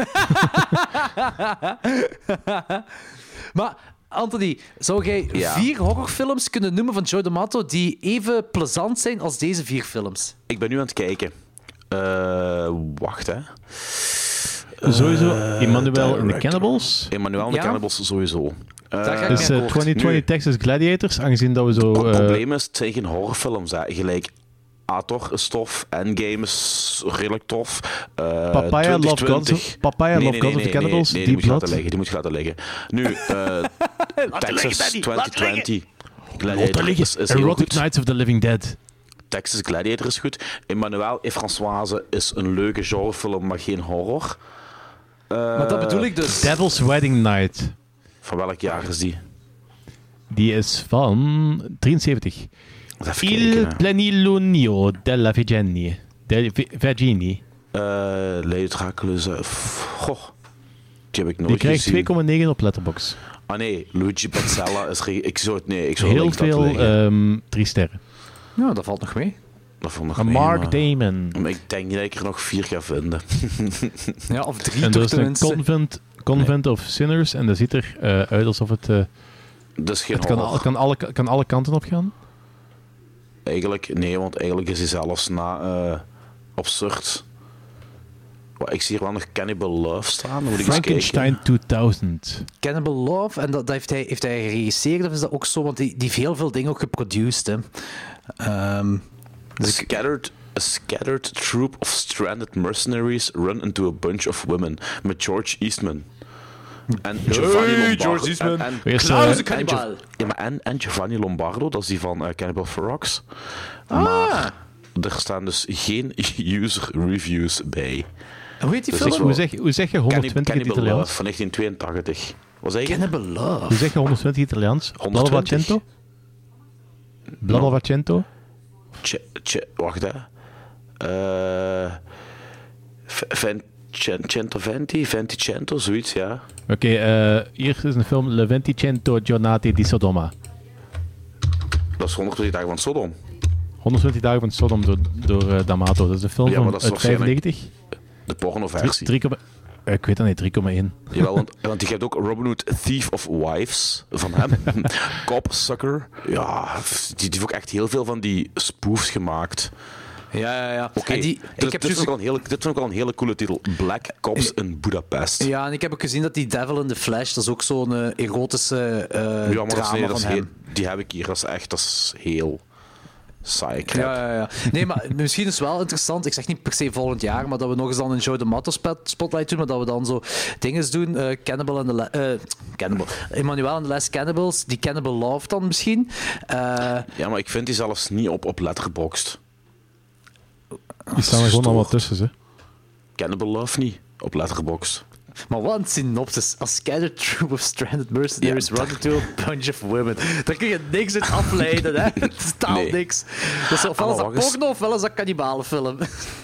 S4: maar Anthony, zou jij
S3: Ja.
S4: vier horrorfilms kunnen noemen van Joe D'Amato die even plezant zijn als deze vier films?
S3: Ik ben nu aan het kijken. Uh, wacht, hè.
S2: Sowieso Emmanuel en de
S3: director.
S2: Cannibals.
S3: Emmanuel en de
S4: Ja?
S3: Cannibals sowieso. Uh,
S4: Daar ga ik
S2: Dus
S4: mee
S2: uh,
S4: akkoord.
S2: twintig twintig
S3: Nu-
S2: Texas Gladiators, aangezien dat we zo...
S3: Het
S2: uh,
S3: probleem is, het zijn geen horrorfilms. Hè. Gelijk Ator is tof, Endgame is redelijk tof. Uh,
S2: Papaya Love
S3: twintig
S2: Gods
S3: twintig
S2: of, Papaya
S3: Nee,
S2: Love
S3: nee,
S2: Gods of
S3: nee,
S2: the Cannibals,
S3: nee, nee, die
S2: Deep
S3: moet je laten
S2: Blood.
S3: liggen. Die moet je laten liggen. Nu, uh, Texas twintig twintig. Gladiator is, is heel
S2: Erotic
S3: goed.
S2: Nights of the Living Dead.
S3: Texas Gladiator is goed. Emmanuel et Françoise is een leuke genrefilm, maar geen horror. Uh,
S4: Maar dat bedoel ik dus.
S2: Devil's Wedding Night.
S3: Van welk jaar is die?
S2: Die is van drieënzeventig.
S3: Even
S2: Il
S3: kijken, hè.
S2: Plenilunio della Virginie. De Virginie.
S3: Uh, Lady Dracula. Goh. Die heb ik
S2: Die
S3: nooit
S2: krijgt
S3: gezien.
S2: twee komma negen op Letterboxd.
S3: Ah nee, Luigi Pizzella is... Re- ik zou het... Nee, ik zou
S2: Heel
S3: links laten
S2: veel
S3: liggen.
S2: um, drie sterren.
S4: Ja, dat valt nog mee.
S3: Dat vond ik
S2: Een
S3: mee,
S2: Mark
S3: maar-
S2: Damon.
S3: Maar ik denk niet dat ik er nog vier ga vinden.
S4: Ja, of drie
S2: En
S4: toch
S2: er is een
S4: tenminste.
S2: Convent, convent of Sinners en dat ziet er uh, uit alsof het... Uh,
S3: Dat is geen
S2: het kan,
S3: horror.
S2: al- kan, alle, kan alle kanten op gaan.
S3: Eigenlijk, nee, want eigenlijk is hij zelfs na uh, absurd. Wat, ik zie hier wel nog Cannibal Love staan. Moet ik eens kijken.
S2: Frankenstein tweeduizend.
S4: Cannibal Love, en dat, dat heeft, hij, heeft hij geregisseerd, of is dat ook zo? Want die, die heeft heel veel dingen ook geproduced. Hè. Um,
S3: A scattered, a scattered troop of stranded mercenaries run into a bunch of women. Met George Eastman. En Giovanni Lombardo.
S4: George Eastman.
S3: En, en,
S2: Eerst,
S4: Klaus
S2: uh,
S4: de Cannibal.
S3: en, ja, maar en, en Giovanni Lombardo, dat is die van uh, Cannibal Ferox.
S4: Ah.
S3: Maar er staan dus geen user reviews bij.
S4: Hoe heet die
S3: Dus
S4: film?
S3: ik
S2: Hoe zeg, hoe zeg je honderdtwintig in het
S3: Cannibal Love
S2: Italiaans?
S3: van negentien tweeëntachtig. Wat zeg je?
S4: Cannibal Love.
S2: Hoe zeg je honderdtwintig in het Italiaans?
S3: honderdtwintig.
S2: Bladavacento? Bladavacento?
S3: Tje, tje, wacht hè. Uh, Centoventi, Venticento, zoiets, ja.
S2: Oké, okay, uh, hier is een film Le Venticento Giornate di Sodoma.
S3: Dat is honderdtwintig dagen van Sodom.
S2: honderdtwintig dagen van Sodom door, door uh, D'Amato. Dat is een film
S3: ja,
S2: van
S3: dat is
S2: uit vijfennegentig.
S3: De pornoversie.
S2: drie, drie, uh, ik weet dat niet, drie komma één.
S3: Jawel, want, want je hebt ook Robin Hood, Thief of Wives van hem. Copsucker. Ja, die, die heeft ook echt heel veel van die spoofs gemaakt.
S4: Ja, ja, ja.
S3: Oké, okay. dit, dit,
S4: dus...
S3: dit vind ik wel een hele coole titel. Black Cops in Budapest.
S4: Ja, en ik heb ook gezien dat die Devil in the Flesh, dat is ook zo'n uh, erotische uh,
S3: ja, maar
S4: drama
S3: nee,
S4: van
S3: is
S4: hem.
S3: heel, die heb ik hier, dat is echt, dat is heel saai crap.
S4: Ja, ja, ja. Nee, maar misschien is het wel interessant, ik zeg niet per se volgend jaar, maar dat we nog eens dan een Joe D'Amato spotlight doen, maar dat we dan zo dingen doen, uh, Cannibal and the La- uh, Cannibal, Emmanuel and the Last Cannibals, die Cannibal Love dan misschien. Uh,
S3: ja, maar ik vind die zelfs niet op, op Letterboxd.
S2: Die staan er gewoon allemaal tussen, hè.
S3: Cannibal Love niet, op Letterboxd.
S4: Maar wat een synopsis. A scattered troop of stranded mercenaries ja, run into a bunch of women. Daar kun je niks uit afleiden, hè. Totaal nee. niks. Dat is ofwel is dat porno, ofwel is dat kannibalenfilm.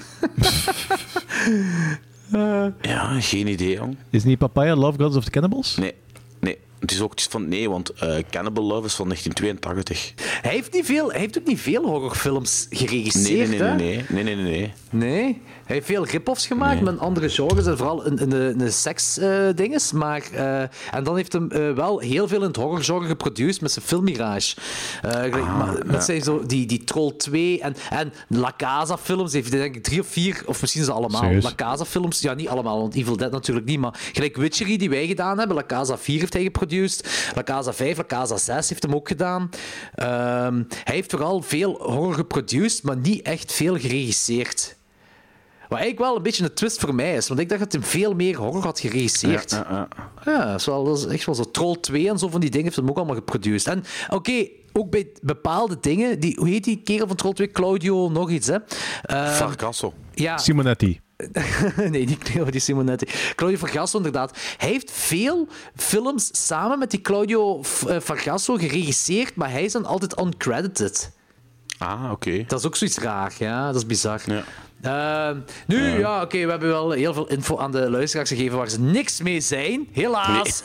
S3: uh. Ja, geen idee, jong.
S2: Is niet Papaya Love Gods of the Cannibals?
S3: Nee. Nee. Het is ook van nee, want uh, Cannibal Love is van negentien tweeëntachtig.
S4: Hij heeft, niet veel, hij heeft ook niet veel horrorfilms geregisseerd,
S3: nee, nee, nee, nee, nee, nee, nee, nee.
S4: Nee? Hij heeft veel rip-offs gemaakt nee. met andere genres en vooral in, in de, de seks-dinges. Uh, maar uh, en dan heeft hij uh, wel heel veel in het horrorgenre geproduceerd met zijn filmmirage. Uh, ah, maar, met ja. zijn zo, die, die Troll twee en, en La Casa-films. Heeft hij denk ik drie of vier, of misschien ze allemaal. Serieus? La Casa-films, ja, niet allemaal, want Evil Dead natuurlijk niet. Maar gelijk Witchery die wij gedaan hebben, La Casa vier heeft hij geproduceerd. La Casa vijf, La Casa zes heeft hem ook gedaan. Um, hij heeft vooral veel horror geproduceerd, maar niet echt veel geregisseerd. Wat eigenlijk wel een beetje een twist voor mij is, want ik dacht dat hij veel meer horror had geregisseerd. Ja, ja, ja. ja dat, is wel, dat is echt wel zo. Troll twee en zo van die dingen heeft hij ook allemaal geproduceerd. En oké, okay, ook bij bepaalde dingen, die, hoe heet die kerel van Troll twee? Claudio, nog iets, hè? Uh,
S3: Fargasso.
S4: Ja.
S2: Simonetti.
S4: nee, niet die Simonetti. Claudio Fargasso, inderdaad. Hij heeft veel films samen met die Claudio Fargasso geregisseerd, maar hij is dan altijd uncredited.
S3: Ah, oké. Okay.
S4: Dat is ook zoiets raar, ja. Dat is bizar.
S3: Ja.
S4: Uh, nu, uh. ja, oké, okay, we hebben wel heel veel info aan de luisteraars gegeven waar ze niks mee zijn. Helaas.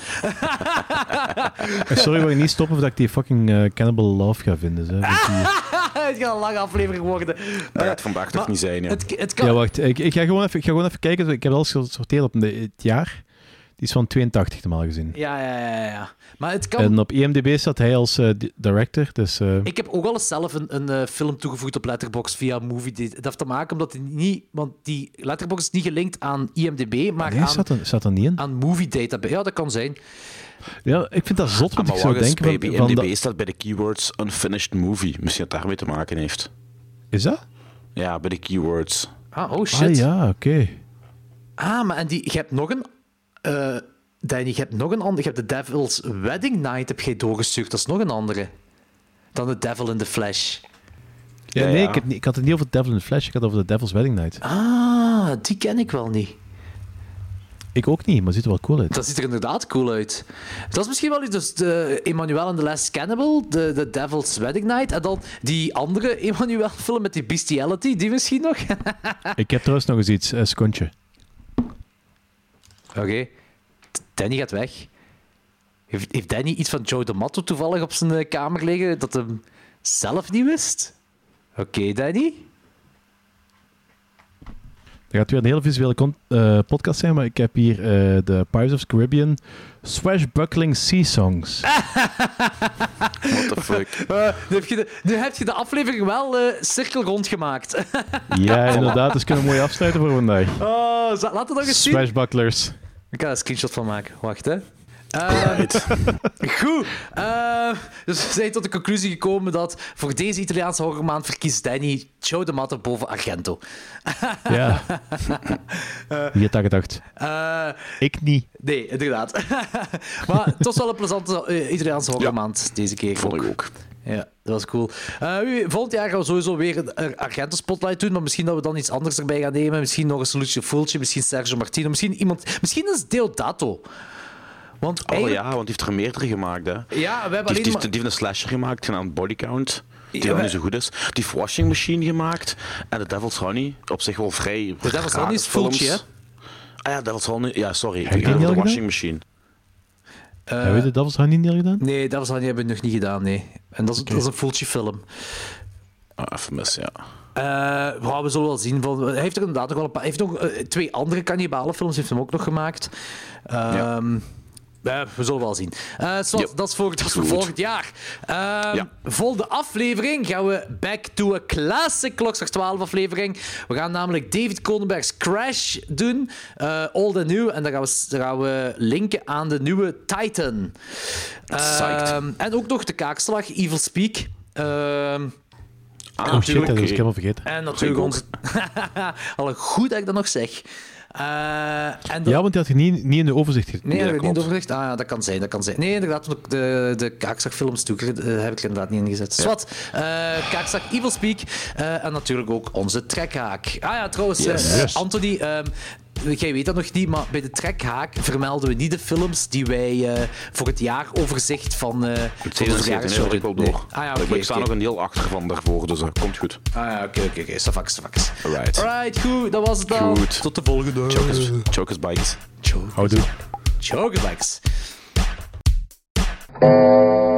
S2: Nee. Sorry, wil je niet stoppen voordat ik die fucking uh, Cannibal Love ga vinden. Hè?
S4: Het gaat een lange aflevering worden.
S3: Dat gaat het vandaag toch niet zijn, ja.
S4: Het, het kan...
S2: Ja, wacht. Ik, ik, ga gewoon even, ik ga gewoon even kijken. Ik heb alles gesorteerd op de, het jaar. Die is van tweeëntachtig normaal gezien.
S4: Ja, ja, ja, ja. Maar het kan...
S2: En op I M D B staat hij als uh, director. Dus, uh...
S4: Ik heb ook al eens zelf een, een uh, film toegevoegd op Letterboxd via Movie. Dat heeft te maken omdat hij niet... Want die Letterboxd is niet gelinkt aan I M D B, maar
S2: nee,
S4: aan...
S2: Staat er, staat er niet in?
S4: Aan Movie Database. Ja, dat kan zijn.
S2: Ja, ik vind dat zot, want
S3: ah,
S2: ik zou denken...
S3: Bij
S2: van,
S3: I M D B
S2: van
S3: staat bij de keywords Unfinished Movie. Misschien dat het daarmee te maken heeft.
S2: Is dat?
S3: Ja, bij de keywords.
S4: Ah, oh shit.
S2: Ah ja, oké. Okay.
S4: Ah, maar en die, je hebt nog een... Uh, Danny, je hebt nog een andere. Je hebt de Devil's Wedding Night heb jij doorgestuurd. Dat is nog een andere. Dan de Devil in the Flesh.
S2: Ja, nee, ja. Ik, heb niet, ik had het niet over The Devil in the Flesh. Ik had het over de Devil's Wedding Night.
S4: Ah, die ken ik wel niet.
S2: Ik ook niet, maar het ziet er wel cool uit.
S4: Dat ziet er inderdaad cool uit. Dat is misschien wel iets. Dus de Emmanuel and the Last Cannibal, de, de Devil's Wedding Night. En dan die andere Emmanuel-film met die bestiality, die misschien nog.
S2: Ik heb trouwens nog eens iets, een skontje.
S4: Oké. Okay. Danny gaat weg. Heeft, heeft Danny iets van Joe D'Amato toevallig op zijn uh, kamer liggen dat hij zelf niet wist? Oké, okay, Danny.
S2: Dat gaat weer een hele visuele con- uh, podcast zijn, maar ik heb hier uh, de Pirates of the Caribbean Swashbuckling Sea Songs.
S3: What the fuck?
S4: Uh, nu, heb je de, nu heb je de aflevering wel uh, cirkel rondgemaakt.
S2: Ja, inderdaad. Dus kunnen we mooi afsluiten voor vandaag.
S4: Oh, laten we nog eens zien.
S2: Swashbucklers.
S4: Ik ga er een screenshot van maken. Wacht, hè. Uh, goed. Uh, dus we zijn tot de conclusie gekomen dat voor deze Italiaanse horrormaand verkiest Danny Joe D'Amato boven Argento.
S2: Ja. uh, Wie had dat gedacht?
S4: Uh,
S2: Ik niet.
S4: Nee, inderdaad. Maar het was wel een plezante uh, Italiaanse horrormaand ja, deze keer.
S3: Vond
S4: ook.
S3: ik ook.
S4: Ja, dat was cool. Uh, volgend jaar gaan we sowieso weer een Argento-spotlight doen, maar misschien dat we dan iets anders erbij gaan nemen. Misschien nog een Lucio Fulci, misschien Sergio Martino, misschien iemand... Misschien is Deodato. Want
S3: oh eigenlijk... ja, want die heeft er meerdere gemaakt, hè.
S4: Ja, we hebben
S3: die,
S4: alleen
S3: die,
S4: maar...
S3: die heeft een slasher gemaakt, genaamd Body Count, die
S4: ja,
S3: wel
S4: we...
S3: niet zo goed is. Die heeft Washing Machine gemaakt en The Devil's Honey, op zich wel vrij...
S4: The Devil's Honey is Fulci, hè?
S3: Ah ja, Devil's Honey. Ja, sorry.
S2: Heb je
S3: De,
S2: die
S3: de
S2: al gedaan?
S3: Washing Machine.
S4: Uh,
S2: Heb je de Devil's Honey niet al gedaan?
S4: Nee, Devil's Honey hebben we nog niet gedaan, nee. En dat is, okay. dat is een Fulci film.
S3: Ah, even mis, ja.
S4: Uh, wow, we zullen wel zien. Hij heeft er inderdaad nog wel een paar... Hij heeft nog uh, twee andere kannibalenfilms heeft hem ook nog gemaakt. Uh, ja. Ja, we zullen wel zien. Uh, so, yep. Dat is voor, dat is voor volgend jaar. Uh, ja. Volgende aflevering gaan we back to a classic Klokslag twaalf aflevering. We gaan namelijk David Cronenberg's Crash doen. Uh, old and new. En dan gaan, we, dan gaan we linken aan de nieuwe Titan. Uh, en ook nog de kaakslag Evil Speak. Uh,
S2: Ah, oh shit, dat heb ik helemaal vergeten.
S4: En natuurlijk onze... Al goed dat ik dat nog zeg. Uh, en
S2: dat... Ja, want die had je niet, niet in de overzicht gezet.
S4: Nee, dat heb ik niet in de overzicht. Ah, ja, dat kan zijn, dat kan zijn. Nee, inderdaad, de, de Kaakzag-films toe uh, heb ik er inderdaad niet ingezet. Ja. Swat, uh, Kaakzag, Evil Speak uh, en natuurlijk ook onze trekhaak. Ah ja, trouwens, yes. uh, yes. Anthony... Um, jij weet dat nog niet, maar bij de trekhaak vermelden we niet de films die wij uh, voor het jaaroverzicht van... Uh,
S3: het zevenenzeventig, nee, ik wel door. Nee. Ah, ja, okay, ik okay. sta nog een heel achter van daarvoor, dus dat komt goed.
S4: Ah ja, oké, oké, oké. Stafaks, stafaks.
S3: Alright.
S4: Alright, goed. Dat was het dan.
S3: Goed.
S4: Tot de volgende.
S3: Chokers, chokers bikes.
S4: Chokers.
S2: Houdoe.
S4: Chokers bikes.